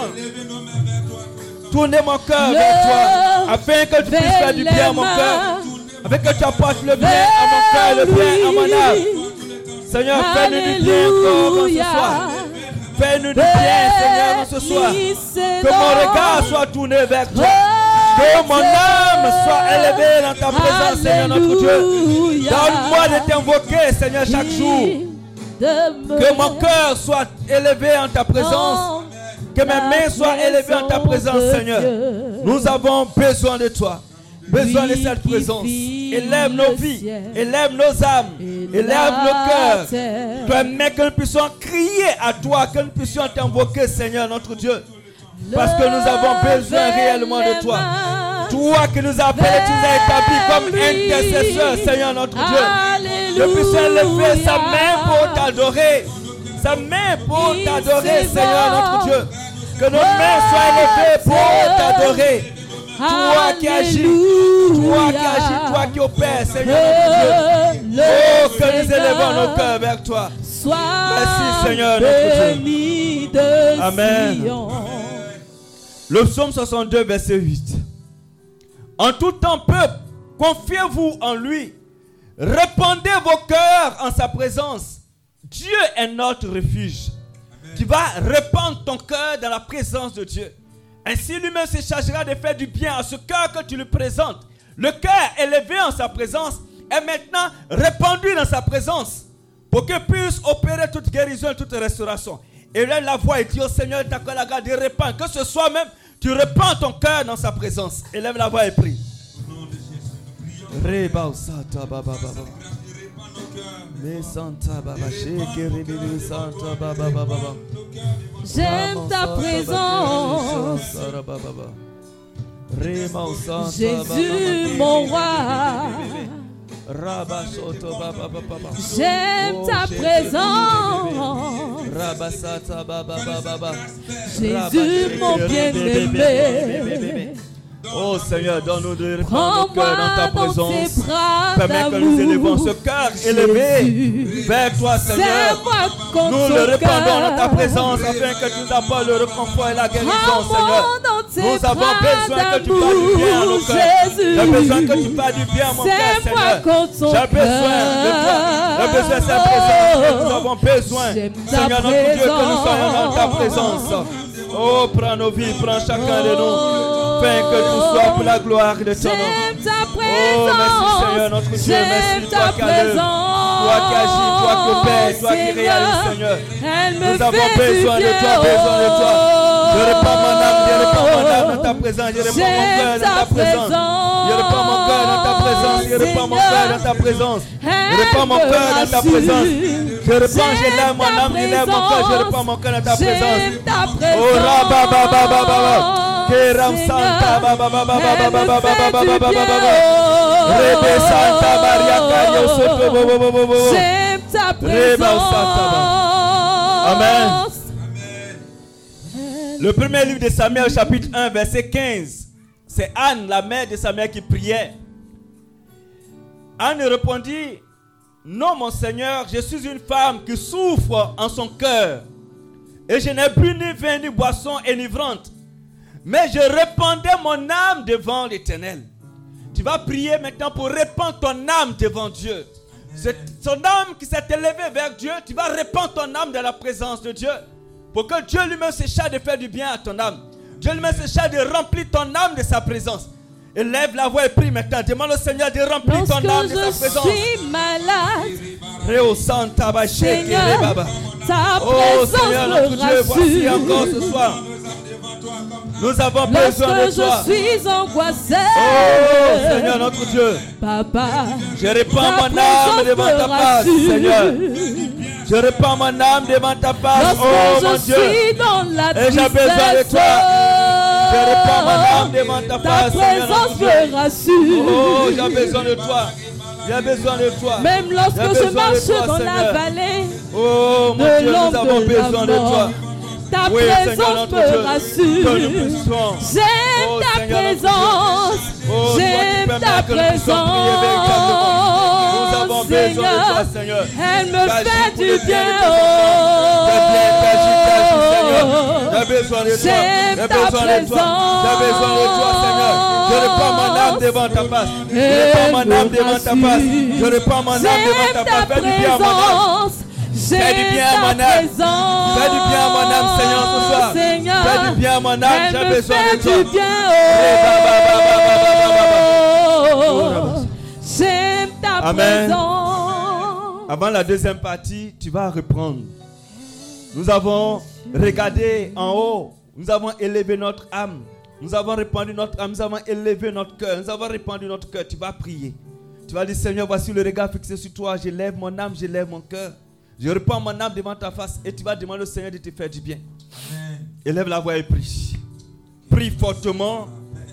Speaker 4: tourner mon cœur vers toi, afin que tu puisses faire du bien à mon cœur, afin que tu apportes le bien à mon cœur et le bien à mon âme. Seigneur, fais-nous du bien encore ce soir. Fais-nous du bien, Seigneur, ce soir. Que mon regard soit tourné vers toi. Que mon âme soit élevée dans ta présence, Seigneur notre Dieu. Donne-moi de t'invoquer, Seigneur, chaque jour. Que mon cœur soit élevé en ta présence. Que mes mains soient élevées en ta présence, Seigneur. Nous avons besoin de toi. Besoin de cette présence. Élève nos vies, élève nos âmes, élève nos cœurs. Permets que nous puissions crier à toi, que nous puissions t'invoquer, Seigneur notre Dieu. Parce que nous avons besoin réellement de toi. Toi qui nous as appelés, tu nous as établis comme intercesseurs, Seigneur notre Dieu. Que puissions élever sa main pour t'adorer. Sa main pour t'adorer, Seigneur notre Dieu. Que nos mains soient élevées pour t'adorer. Toi qui agis, toi qui opères, Seigneur notre Dieu. Oh, que nous élevons nos cœurs vers toi. Merci, Seigneur notre Dieu. Amen. Le psaume 62, verset 8. En tout temps, peuple, confiez-vous en lui. Répandez vos cœurs en sa présence. Dieu est notre refuge. Tu vas répandre ton cœur dans la présence de Dieu. Ainsi lui-même se chargera de faire du bien à ce cœur que tu lui présentes. Le cœur élevé en sa présence est maintenant répandu dans sa présence pour que puisse opérer toute guérison et toute restauration. Et là, la voix et dit au Seigneur, t'accorde la grâce de répandre. Que ce soit même, tu répands ton cœur dans sa présence. Élève la voix et prie.
Speaker 5: J'aime ta présence, Jésus mon roi. J'aime ta présence, Jésus mon bien-aimé.
Speaker 4: Oh Seigneur, donne-nous de reprendre nos cœurs dans ta
Speaker 5: Prends-moi dans
Speaker 4: présence.
Speaker 5: tes bras
Speaker 4: Permets que nous élevons
Speaker 5: d'amour.
Speaker 4: ce cœur élevé vers toi, Seigneur.
Speaker 5: Serre-moi contre
Speaker 4: Nous
Speaker 5: ton
Speaker 4: le répandons dans ta
Speaker 5: cœur.
Speaker 4: présence afin que tu nous apportes le réconfort et la guérison,
Speaker 5: Prends-moi
Speaker 4: Seigneur.
Speaker 5: dans tes
Speaker 4: Nous avons
Speaker 5: bras
Speaker 4: besoin que tu fasses du bien à nos
Speaker 5: d'amour,
Speaker 4: cœurs.
Speaker 5: Jésus.
Speaker 4: J'ai besoin que tu fasses du bien à mon cœur,
Speaker 5: Serre-moi
Speaker 4: Seigneur.
Speaker 5: contre ton
Speaker 4: J'ai besoin de toi. J'ai besoin de cette présence. Et nous avons besoin,
Speaker 5: J'aime ta
Speaker 4: Seigneur notre Dieu, que nous
Speaker 5: présence.
Speaker 4: soyons dans ta présence. Oh, prends nos vies, prends chacun de nous. Fais que tout soit pour la gloire de ton nom.
Speaker 5: J'aime ta
Speaker 4: Oh,
Speaker 5: présence.
Speaker 4: merci Seigneur notre Dieu,
Speaker 5: J'aime
Speaker 4: merci
Speaker 5: ta
Speaker 4: toi qui as l'œuvre,
Speaker 5: présence.
Speaker 4: toi qui agis, toi qui opères, toi qui
Speaker 5: Seigneur,
Speaker 4: réalises, Seigneur.
Speaker 5: elle me
Speaker 4: Nous avons
Speaker 5: fait
Speaker 4: besoin
Speaker 5: du
Speaker 4: de toi,
Speaker 5: bien.
Speaker 4: besoin de toi. Je répands mon âme, je répands mon âme dans ta présence, je répands mon cœur
Speaker 5: J'aime
Speaker 4: dans ta
Speaker 5: ta
Speaker 4: présence. Je répands mon cœur dans ta présence, je répands mon cœur dans ta présence. Je répands mon cœur dans ta présence. Je répands, je lève mon âme, je lève mon cœur, je répands mon cœur dans ta présence.
Speaker 5: J'aime ta présence.
Speaker 4: Oh rabababababa. Keram Santa baba baba baba baba baba baba. Rebe Santa Maria Cario Soto bobo bobo.
Speaker 5: J'aime ta
Speaker 4: Reba
Speaker 5: présence.
Speaker 4: Amen. Le premier livre de Samuel, chapitre 1, verset 15. C'est Anne, la mère de Samuel, qui priait. Anne répondit: non, mon Seigneur, je suis une femme qui souffre en son cœur. Et je n'ai bu ni vin ni boisson enivrante. Mais je répandais mon âme devant l'Éternel. Tu vas prier maintenant pour répandre ton âme devant Dieu. C'est ton âme qui s'est élevée vers Dieu. Tu vas répandre ton âme dans la présence de Dieu. Pour que Dieu lui-même se charge de faire du bien à ton âme. Dieu lui-même se charge de remplir ton âme de sa présence. Élève la voix et prie maintenant. Demande au Seigneur de remplir ton âme de sa présence.
Speaker 5: Lorsque je suis malade,
Speaker 4: Réo Santa Bacheke
Speaker 5: Seigneur,
Speaker 4: Rebaba.
Speaker 5: ta
Speaker 4: Oh
Speaker 5: présence
Speaker 4: Seigneur
Speaker 5: me
Speaker 4: notre Dieu, voici
Speaker 5: rassure.
Speaker 4: encore ce soir. Nous avons besoin de
Speaker 5: Lorsque
Speaker 4: toi.
Speaker 5: je suis angoissée,
Speaker 4: Oh Seigneur notre Dieu,
Speaker 5: Papa,
Speaker 4: je répands
Speaker 5: ta
Speaker 4: mon âme
Speaker 5: présence
Speaker 4: devant
Speaker 5: me
Speaker 4: ta face,
Speaker 5: rassure.
Speaker 4: Seigneur. Je répands mon âme devant ta face,
Speaker 5: Lorsque
Speaker 4: oh mon
Speaker 5: je
Speaker 4: Dieu.
Speaker 5: suis dans la
Speaker 4: Et j'ai besoin de toi. Je répands mon âme devant ta
Speaker 5: ta
Speaker 4: face, Seigneur notre
Speaker 5: présence
Speaker 4: Dieu.
Speaker 5: me rassure.
Speaker 4: Oh, j'ai besoin de toi. J'ai besoin de toi.
Speaker 5: Même lorsque
Speaker 4: J'ai
Speaker 5: je
Speaker 4: besoin de
Speaker 5: marche
Speaker 4: toi,
Speaker 5: dans la
Speaker 4: Seigneur.
Speaker 5: vallée
Speaker 4: Oh mon
Speaker 5: de
Speaker 4: Dieu, nous
Speaker 5: l'ombre
Speaker 4: avons
Speaker 5: de
Speaker 4: besoin
Speaker 5: la
Speaker 4: de toi.
Speaker 5: mort, ta
Speaker 4: Oui, Seigneur
Speaker 5: présence
Speaker 4: notre
Speaker 5: me
Speaker 4: Dieu, que nous
Speaker 5: rassure.
Speaker 4: puissions.
Speaker 5: J'aime
Speaker 4: Oh,
Speaker 5: ta
Speaker 4: Seigneur notre Dieu.
Speaker 5: présence.
Speaker 4: Oh, toi qui
Speaker 5: J'aime
Speaker 4: permets
Speaker 5: ta
Speaker 4: que nous puissions prier véritablement. Nous avons
Speaker 5: présence.
Speaker 4: besoin de toi,
Speaker 5: Seigneur,
Speaker 4: Seigneur.
Speaker 5: elle me
Speaker 4: Agis
Speaker 5: fait
Speaker 4: pour
Speaker 5: du
Speaker 4: le bien
Speaker 5: bien.
Speaker 4: de tes enfants. Fais bien, agis, Seigneur. J'ai besoin de toi.
Speaker 5: J'aime
Speaker 4: J'ai
Speaker 5: ta
Speaker 4: besoin de toi. J'ai besoin de toi, Seigneur. Je répands mon âme devant ta face. Je répands mon âme devant ta face. Je répands mon âme devant ta face. Fais du bien à mon âme. Fais du bien à mon âme. Fais du bien à mon âme, Seigneur, ce soir. Fais du bien à mon âme. J'ai besoin de toi.
Speaker 5: J'aime ta
Speaker 4: Amen.
Speaker 5: présence.
Speaker 4: Avant la deuxième partie, tu vas reprendre. Nous avons regardé en haut. Nous avons élevé notre âme. Nous avons répandu notre âme. Nous avons élevé notre cœur. Nous avons répandu notre cœur. Tu vas prier. Tu vas dire: Seigneur, voici le regard fixé sur toi. Je lève mon âme, je lève mon cœur. Je répands mon âme devant ta face. Et tu vas demander au Seigneur de te faire du bien. Amen. Élève la voix et prie. Prie fortement.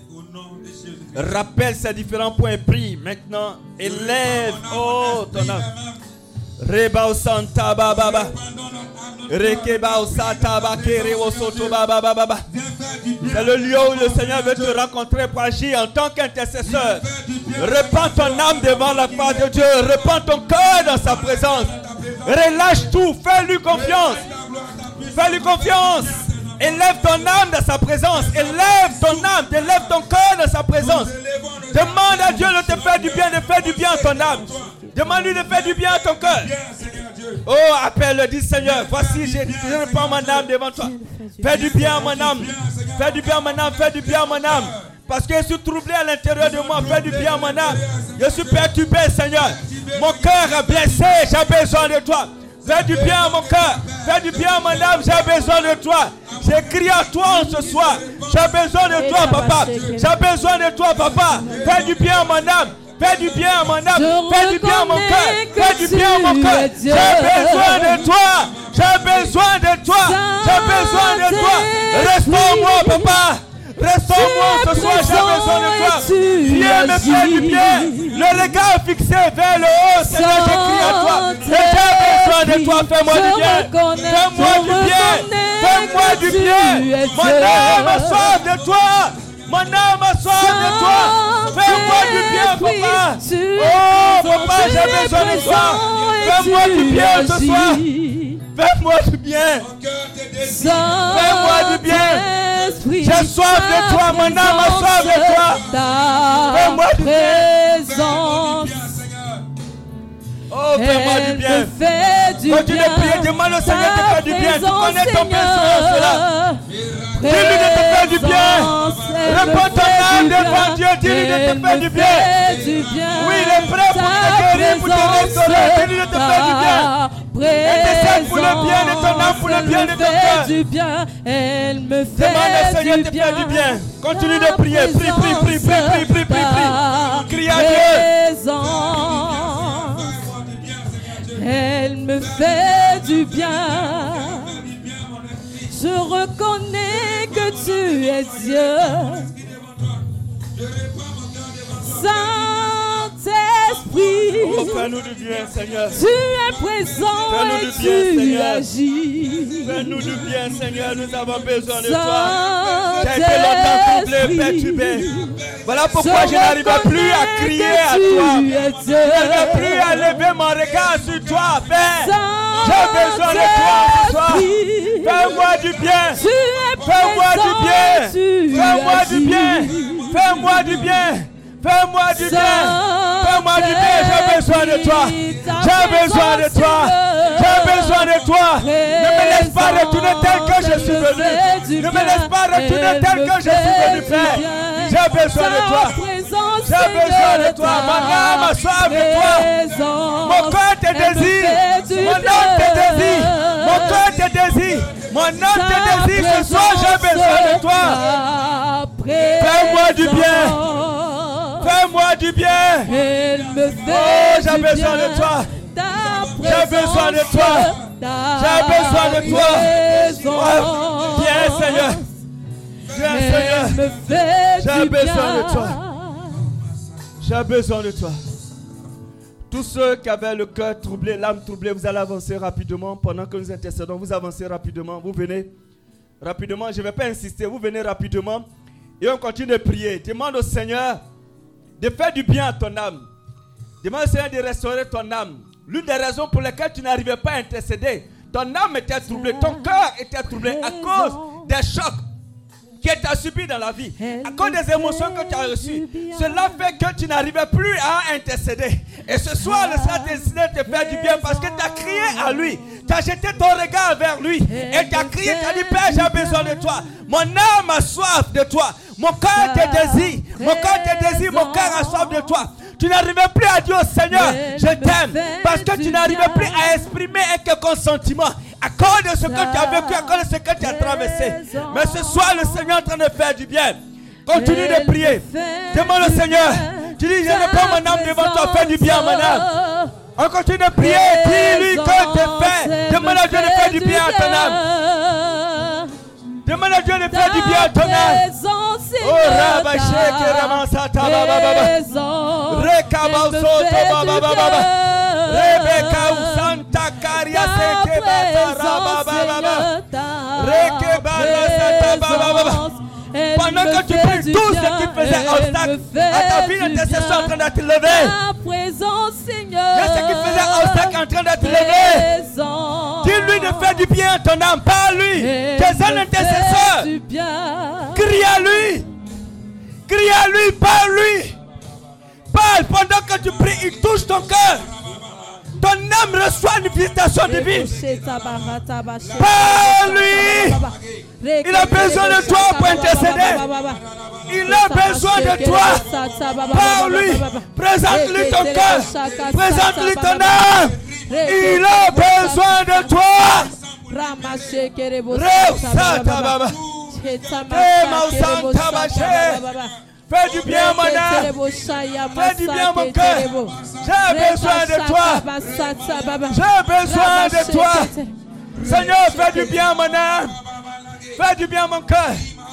Speaker 4: Rappelle ces différents points et prie. Maintenant, élève, oh, ton âme. Reba o Santa Baba. Rekeba o Santa Bakere o Soto Baba Baba. C'est le lieu où le Seigneur veut te rencontrer pour agir en tant qu'intercesseur. Répands ton âme devant la face de Dieu. Répands ton cœur dans sa présence. Relâche tout. Fais-lui confiance. Fais-lui confiance. Élève ton âme dans sa présence. Élève ton âme. Élève ton cœur dans sa présence. Demande à Dieu de te faire du bien, de faire du bien à ton âme. Demande-lui de faire du bien à ton cœur. Oh, appelle-le, dis: Seigneur, voici, je répands mon âme devant toi. Fais du bien à mon âme. Fais du bien à mon âme. Fais du bien à mon âme. Parce que je suis troublé à l'intérieur de moi. Fais du bien à mon âme. Je suis perturbé, Seigneur. Mon cœur est blessé. J'ai besoin de toi. Fais du bien à mon cœur. Fais du bien à mon âme. J'ai besoin de toi. J'écris à toi ce soir. J'ai besoin de toi, papa. J'ai besoin de toi, papa. Fais du bien à mon âme. Fais du bien à mon âme. Fais du bien à mon cœur. Fais du bien à mon cœur. J'ai besoin de toi. J'ai besoin de toi. J'ai besoin de toi. Restaure-moi, papa. Restaure-moi ce soir. J'ai besoin de toi. Viens me faire du bien. Le regard fixé vers le haut. Seigneur, j'écris à toi. Et j'ai besoin de toi. Fais-moi du bien. Fais-moi du bien. Fais-moi du bien. Mon âme a soif de toi. Mon âme a soif de toi. Fais-moi du bien, papa. Oh, papa, j'ai besoin de toi. Fais-moi du bien ce soir. Fais-moi du bien. Fais-moi du bien. J'ai soif de toi. Mon âme a soif de toi. Fais-moi du bien. Oh, fais-moi du bien. Continue de prier. Demande au Seigneur de faire du bien. Tu connais ton besoin, cela. Dis-lui de te faire du bien. Réponds ton âme devant Dieu. Dis-lui de te faire du bien. Oui, il est prêt pour te guérir, pour te restaurer. Dis-lui de te faire du bien. Intercède pour le bien de ton âme, pour le bien de ton cœur. Demande au Seigneur de te faire du bien. Continue de prier. Prie. Crie à Dieu.
Speaker 5: Elle me fait du bien. Je reconnais que tu es Dieu. Saint-Esprit,
Speaker 4: Oh, fais-nous du bien, Seigneur.
Speaker 5: tu es présent et tu agis.
Speaker 4: Fais-nous du bien, Seigneur. Nous avons besoin de toi. J'ai été
Speaker 5: Saint-Esprit,
Speaker 4: longtemps troublé, perturbé. Voilà pourquoi je n'arrivais plus à crier à toi. Je n'arrivais plus à lever mon regard sur toi, Père. J'ai besoin de toi ce soir. Fais-moi du bien. Fais-moi du bien. Fais-moi du bien. Fais-moi du bien. Fais-moi du bien. Fais-moi du bien. J'ai besoin de toi. J'ai besoin de toi. J'ai besoin de toi. Ne me laisse pas retourner tel que je suis venu. Ne me laisse pas retourner tel que je suis venu faire. J'ai besoin de toi. J'ai besoin de toi. Ma âme a soif de toi. Mon cœur te désire. Mon âme te désire. Mon cœur te désire. Mon âme te désire. Ce soir, j'ai besoin de toi. Fais-moi du bien. Fais-moi du bien. Oh, j'ai besoin de toi. J'ai besoin de toi. J'ai besoin de toi. Oh, viens, Seigneur. Viens, Seigneur. J'ai besoin de toi. J'ai besoin de toi. Tous ceux qui avaient le cœur troublé, l'âme troublée, vous allez avancer rapidement. Pendant que nous intercédons, vous avancez rapidement. Vous venez rapidement. Je ne vais pas insister. Vous venez rapidement. Et on continue de prier. Demande au Seigneur de faire du bien à ton âme. Demande au Seigneur de restaurer ton âme. L'une des raisons pour lesquelles tu n'arrivais pas à intercéder, ton âme était troublée, ton cœur était troublé à cause des chocs que tu as subis dans la vie, à cause des émotions que tu as reçues. Cela fait que tu n'arrivais plus à intercéder. Et ce soir, le Seigneur a décidé de te faire du bien parce que tu as crié à lui. Tu as jeté ton regard vers lui et tu as crié, tu as dit, Père, j'ai besoin de toi. Mon âme a soif de toi. Mon cœur te désire. Mon cœur te désire. Mon cœur a soif de toi. Tu n'arrivais plus à dire au Seigneur, je t'aime, parce que tu n'arrivais plus à exprimer un quelconque sentiment à cause de ce que tu as vécu, à cause de ce que tu as traversé. Mais ce soir, le Seigneur est en train de faire du bien. Continue de prier. Demande au Seigneur. Tu dis, je ne prends mon âme devant toi, fais du bien, mon âme. On continue de prier. Dis-lui que tu fais. Demande à Dieu de faire du bien à ton âme. Demande à Dieu de faire du bien à ton âme. Oh, Rabaché, qui ramassata, baba. Rekabausoto, baba. Rebecca, Santa Caria, Seke, baba. Rekebala, baba. Pendant que tu pries, tout ce qui faisait obstacle à ta vie d'intercession en train d'être levé. Qu'est-ce qui faisait obstacle en train d'être levé? Dis-lui de faire du bien à ton âme, pas à lui. Tu es un intercesseur. Crie à lui. Crie à lui, pas à lui. Parle pendant que tu pries, il touche ton cœur. Ton âme reçoit une visitation divine. Par lui. Il a besoin de toi pour intercéder. Il a besoin de toi. Par lui. Présente-lui ton cœur. Présente-lui ton âme. Il a besoin de toi. Fais du bien, mon âme. Fais du bien, mon cœur. J'ai besoin de toi. J'ai besoin de toi. Seigneur, fais du bien, mon âme. Fais du bien, mon cœur.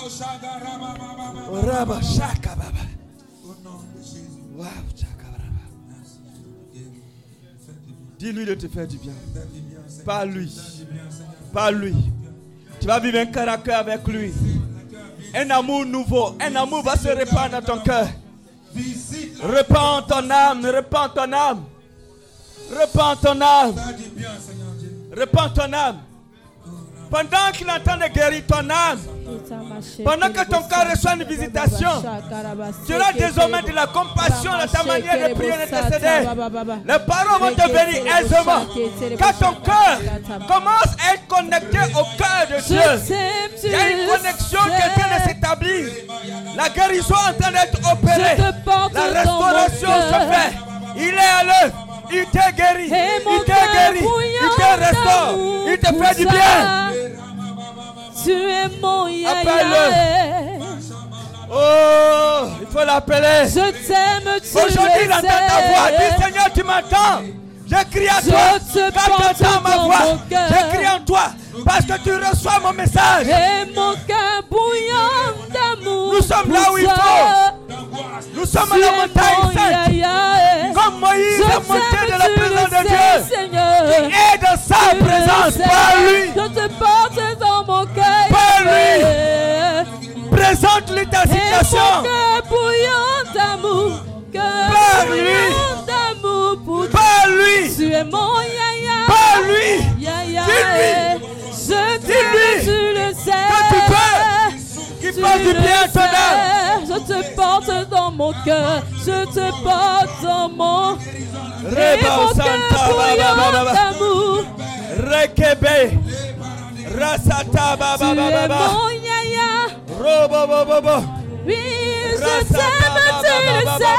Speaker 4: Dis-lui de te faire du bien. Pas lui. Pas lui. Tu vas vivre un cœur à cœur avec lui. Un amour nouveau, un amour va se répandre dans ton cœur. Repends ton âme, repends ton âme. Repends ton âme. Repends ton âme. Pendant qu'il entend de guérir ton âme, pendant que ton cœur reçoit une visitation, tu auras désormais de la compassion dans ta manière de prier et d'intercéder. Les paroles vont te venir aisément. Quand ton cœur commence à être connecté au cœur de Dieu, il y a une connexion qui est en train de s'établir. La guérison est en train d'être opérée. La restauration se fait. Il est à l'œuvre. Il t'a guéri. Il t'a guéri. Il te restaure. Il te fait du bien.
Speaker 5: Tu es mon yaya.
Speaker 4: Appelle-le. Oh, il faut l'appeler.
Speaker 5: Je t'aime, tu
Speaker 4: aujourd'hui, il entend ta voix. Dis Seigneur, tu m'entends. Je crie à toi. Quand tu entends ma voix, je crie en toi. Parce que tu reçois mon message.
Speaker 5: Et mon cœur bouillant d'amour.
Speaker 4: Nous sommes là où il faut. Nous sommes à la montagne sainte. Comme Moïse est monté de la présence de Dieu. Qui est dans sa présence. Par lui.
Speaker 5: Je te porte dans mon cœur.
Speaker 4: Par lui. Présente-lui ta situation.
Speaker 5: Et mon cœur bouillant d'amour.
Speaker 4: Par lui.
Speaker 5: D'amour pour toi.
Speaker 4: Par lui.
Speaker 5: Tu es mon yaya.
Speaker 4: Par lui.
Speaker 5: Yaya.
Speaker 4: Dis-lui.
Speaker 5: Je t'aime, tu le sais.
Speaker 4: Que tu peux. Qui fasse du bien à ton âme.
Speaker 5: Je te porte dans mon cœur. Je te porte dans mon cœur d'amour.
Speaker 4: Rekebe. Rasata baba
Speaker 5: Tu es
Speaker 4: baba.
Speaker 5: mon yaya.
Speaker 4: Robo bobo.
Speaker 5: Oui, je t'aime, tu le sais.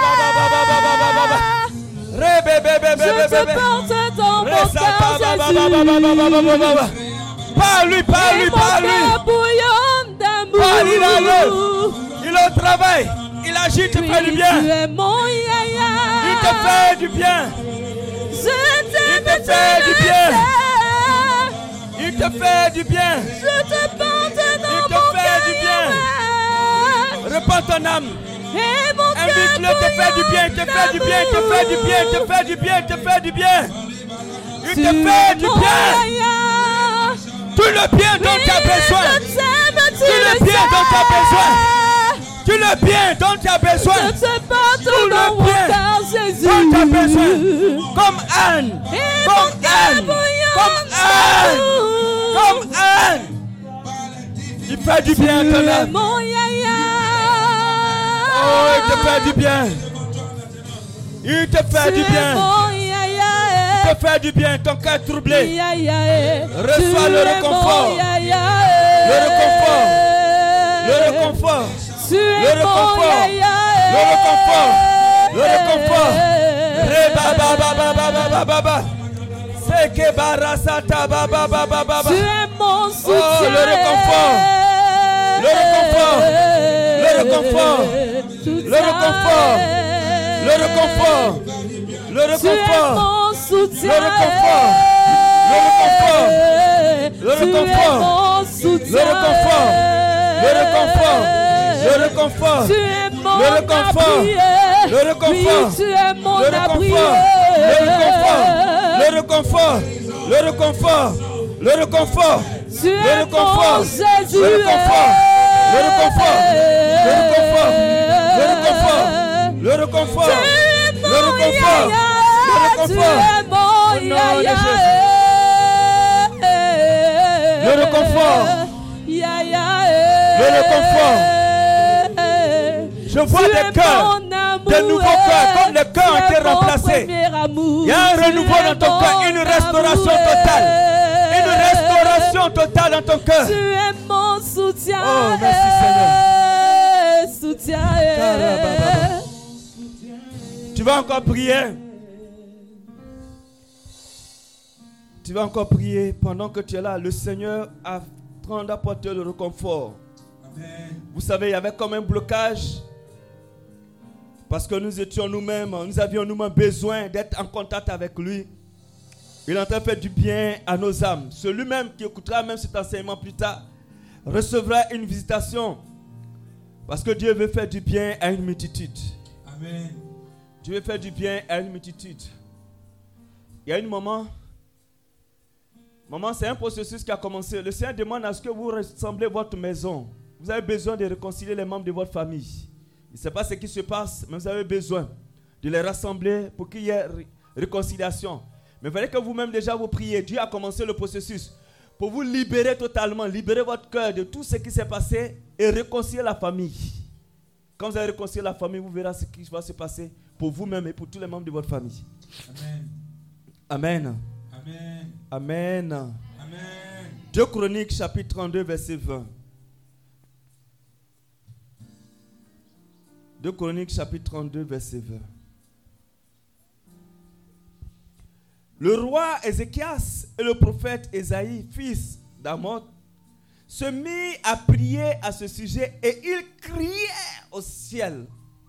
Speaker 5: Je te porte dans mon cœur, Jésus.
Speaker 4: Par lui, par lui, par lui. Par lui, il est au travail. Il agit, il te fait du bien.
Speaker 5: Tu es mon yaya.
Speaker 4: Il te fait du bien.
Speaker 5: Je t'aime,
Speaker 4: il te fait du bien. Il te fait du bien.
Speaker 5: Je te porte dans
Speaker 4: il
Speaker 5: mon
Speaker 4: te fait du bien. Repends ton âme. Invite-le, te fait du bien, il te fait du bien, il te fait du bien, il te fait du bien, il te fait du bien. Il te fait du bien. Tout le bien dont tu as besoin. Tout le bien dont tu as besoin. Tout le bien dont tu as besoin.
Speaker 5: Je te porte dans mon cœur, Jésus.
Speaker 4: Dont tu as besoin. Comme Anne. Comme Anne. Comme Anne. Comme Anne. Il fait du bien à ton âme.
Speaker 5: Mon yaya.
Speaker 4: Oh, il te fait du bien. Il te fait du bien. Il te fait du bien. Ton cœur troublé. Reçois le réconfort. Le réconfort. Le réconfort. Le réconfort. Le réconfort. Le réconfort. Reba baba baba baba baba. Seke barasata baba baba baba.
Speaker 5: Tu es mon soutien.
Speaker 4: Oh, le réconfort. Le réconfort. Le réconfort. Le réconfort. Le réconfort. Le réconfort. Le réconfort. Le réconfort. Le réconfort. Le réconfort. Le réconfort. Le réconfort.
Speaker 5: Tu es mon
Speaker 4: le réconfort. Le réconfort.
Speaker 5: Tu es mon
Speaker 4: le réconfort. Le réconfort. Le réconfort. Le réconfort. Le réconfort.
Speaker 5: Tu es
Speaker 4: le réconfort.
Speaker 5: mon Jésus.
Speaker 4: Le réconfort. Le réconfort. Le réconfort. Le réconfort. Le réconfort. Le réconfort. Le réconfort. Le réconfort. Le réconfort. Je vois des cœurs, de nouveaux cœurs, comme les cœurs ont été remplacés. Il y a un renouveau dans ton cœur, une restauration totale. Une restauration totale dans ton cœur.
Speaker 5: Tu es mon soutien.
Speaker 4: Oh, merci Seigneur.
Speaker 5: Soutien.
Speaker 4: Tu vas encore prier. Tu vas encore prier pendant que tu es là. Le Seieur a train d'apporter le réconfort. Amen. Vous savez, il y avait comme un blocage. Parce que nous étions nous-mêmes, nous avions nous-mêmes besoin d'être en contact avec lui. Il est en train de faire du bien à nos âmes. Celui-même qui écoutera même cet enseignement plus tard recevra une visitation. Parce que Dieu veut faire du bien à une multitude. Amen. Dieu veut faire du bien à une multitude. Il y a une maman, c'est un processus qui a commencé. Le Seigneur demande à ce que vous ressemblez votre maison. Vous avez besoin de réconcilier les membres de votre famille. Je ne sais pas ce qui se passe, mais vous avez besoin de les rassembler pour qu'il y ait réconciliation. Mais il fallait que vous-même déjà vous priez. Dieu a commencé le processus pour vous libérer totalement, libérer votre cœur de tout ce qui s'est passé et réconcilier la famille. Quand vous allez réconcilier la famille, vous verrez ce qui va se passer pour vous-même et pour tous les membres de votre famille.
Speaker 6: Amen.
Speaker 4: Amen.
Speaker 6: Amen.
Speaker 4: Amen.
Speaker 6: Amen.
Speaker 4: 2 Chroniques chapitre 32 verset 20. 2 Chroniques chapitre 32 verset 20. Le roi Ézéchias et le prophète Ésaïe, fils d'Amoz, se mit à prier à ce sujet et ils criaient au ciel.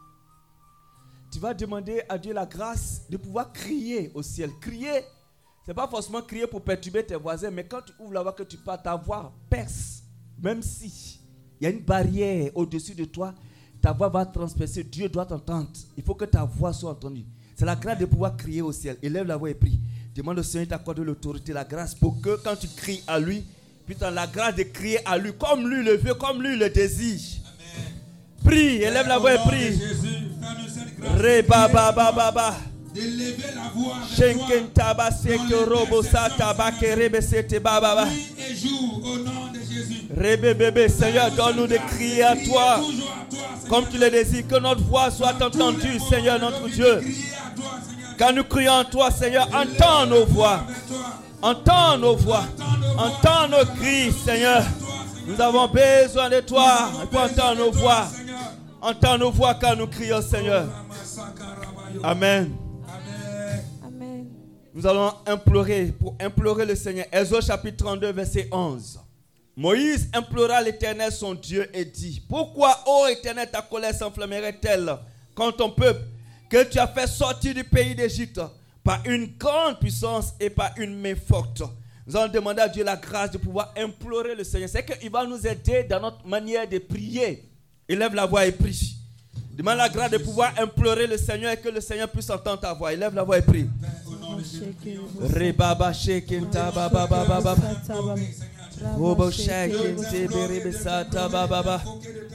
Speaker 4: Tu vas demander à Dieu la grâce de pouvoir crier au ciel. Crier, ce n'est pas forcément crier pour perturber tes voisins, mais quand tu ouvres la voix, que tu parles, ta voix perce. Même si il y a une barrière au-dessus de toi, ta voix va transpercer. Dieu doit t'entendre. Il faut que ta voix soit entendue. C'est la grâce de pouvoir crier au ciel. Élève la voix et prie. Demande au Seigneur de t'accorder l'autorité, la grâce pour que quand tu cries à lui, putain, la grâce de crier à lui, comme lui le veut, comme lui le désire.
Speaker 6: Amen.
Speaker 4: Prie, élève la voix et prie. Ré baba baba baba.
Speaker 6: D'élever la voix
Speaker 4: Shenken taba seke robo sa tabake rebe sete baba baba.
Speaker 6: nuit et jour au nom de Jésus.
Speaker 4: Rebe bébé, Seigneur, donne-nous de crier à toi.
Speaker 6: Toujours à toi, Seigneur.
Speaker 4: Comme tu le désires, que notre voix soit entendue, Seigneur, notre Dieu.
Speaker 6: Crier à toi, Seigneur.
Speaker 4: Quand nous crions à toi, Seigneur, entends nos voix.
Speaker 6: Avec toi.
Speaker 4: Entends nos voix. Entends nos cris, Seigneur. Nous avons besoin de toi. Pour entendre nos voix. Entends nos voix quand nous crions, Seigneur. Amen.
Speaker 5: Amen.
Speaker 4: Nous allons implorer, pour implorer le Seigneur. Exode chapitre 32, verset 11. Moïse implora l'Éternel son Dieu et dit: pourquoi, ô Éternel, ta colère s'enflammerait-elle contre ton peuple que tu as fait sortir du pays d'Égypte par une grande puissance et par une main forte? Nous allons demander à Dieu la grâce de pouvoir implorer le Seigneur. C'est qu'il va nous aider dans notre manière de prier. Élève la voix et prie. Demande la grâce de pouvoir implorer le Seigneur et que le Seigneur puisse entendre ta voix. Élève la voix et prie. Rebaba shekenta baba baba baba. Robo shekente berebe sata baba baba.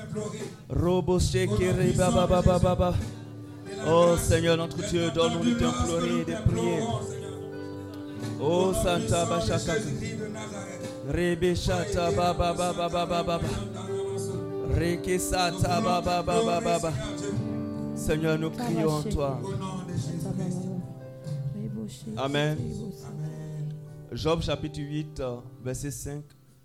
Speaker 4: Robo shekere baba baba baba. Oh Seigneur notre Dieu, donne-nous de t'implorer et de prier. Oh Santa Bashaka. Rebe shata baba baba baba baba. Reke sata baba baba baba. Seigneur, nous crions en toi. Amen. Job chapitre 8, verset 5.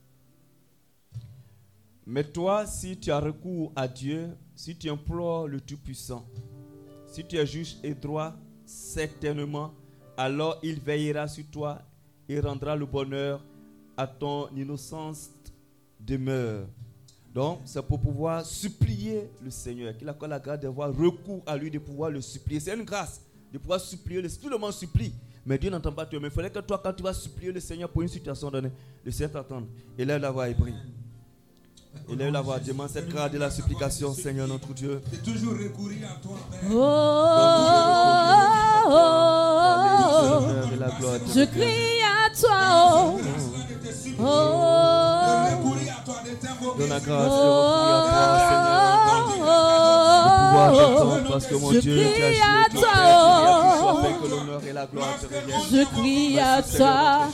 Speaker 4: Mais toi, si tu as recours à Dieu, si tu implores le Tout-Puissant, si tu es juste et droit, certainement, alors il veillera sur toi et rendra le bonheur à ton innocence demeure. Donc, c'est pour pouvoir supplier le Seigneur, qu'il accorde la grâce d'avoir recours à lui, de pouvoir le supplier. C'est une grâce de pouvoir supplier. Tout le monde supplie, mais Dieu n'entend pas toi. Mais il faudrait que toi, quand tu vas supplier le Seigneur pour une situation donnée, le Seigneur t'entende. Élève la voix et prie. Élève la voix, demande cette grâce de la supplication, Seigneur notre Dieu.
Speaker 6: De toujours recourir à toi, Père.
Speaker 5: Je crie à toi.
Speaker 6: Recourir à toi, de t'invoquer.
Speaker 4: Donne la grâce de recourir à toi, Seigneur. De pouvoir t'entendre parce que mon Dieu, tu as joué tout fait, fait que l'honneur et la gloire te reviennent.
Speaker 5: Je crie à toi.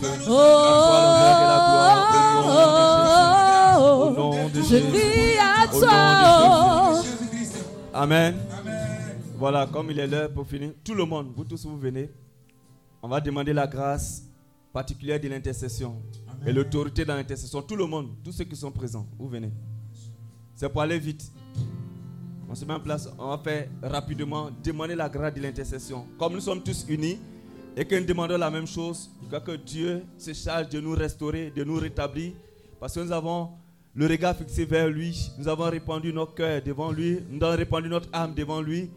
Speaker 4: Au nom de
Speaker 5: Je
Speaker 4: Jésus.
Speaker 5: crie à
Speaker 4: Au nom
Speaker 5: toi.
Speaker 4: de Jésus. Amen. Voilà, comme il est l'heure pour finir, tout le monde, vous tous vous venez, on va demander la grâce particulière de l'intercession et l'autorité dans l'intercession. Tout le monde, tous ceux qui sont présents, vous venez. C'est pour aller vite. On se met en place, on va faire rapidement, demander la grâce de l'intercession. Comme nous sommes tous unis et que nous demandons la même chose, je crois que Dieu se charge de nous restaurer, de nous rétablir, parce que nous avons le regard fixé vers lui, nous avons répandu nos cœurs devant lui, nous avons répandu notre âme devant lui.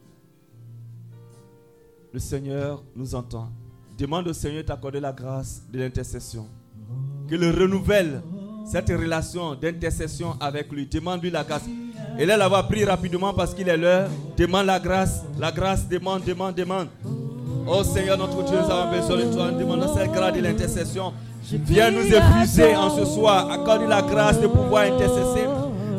Speaker 4: Le Seigneur nous entend. Demande au Seigneur d'accorder la grâce de l'intercession. Qu'il renouvelle cette relation d'intercession avec lui. Demande-lui la grâce. Et là, elle va prier rapidement parce qu'il est l'heure. Demande la grâce. La grâce, demande. Oh Seigneur notre Dieu, nous avons besoin de toi. Nous demandons cette grâce de l'intercession. Viens nous effuser en ce soir. Accorde la grâce de pouvoir intercesser.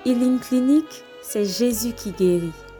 Speaker 1: Healing Clinic, c'est Jésus qui guérit.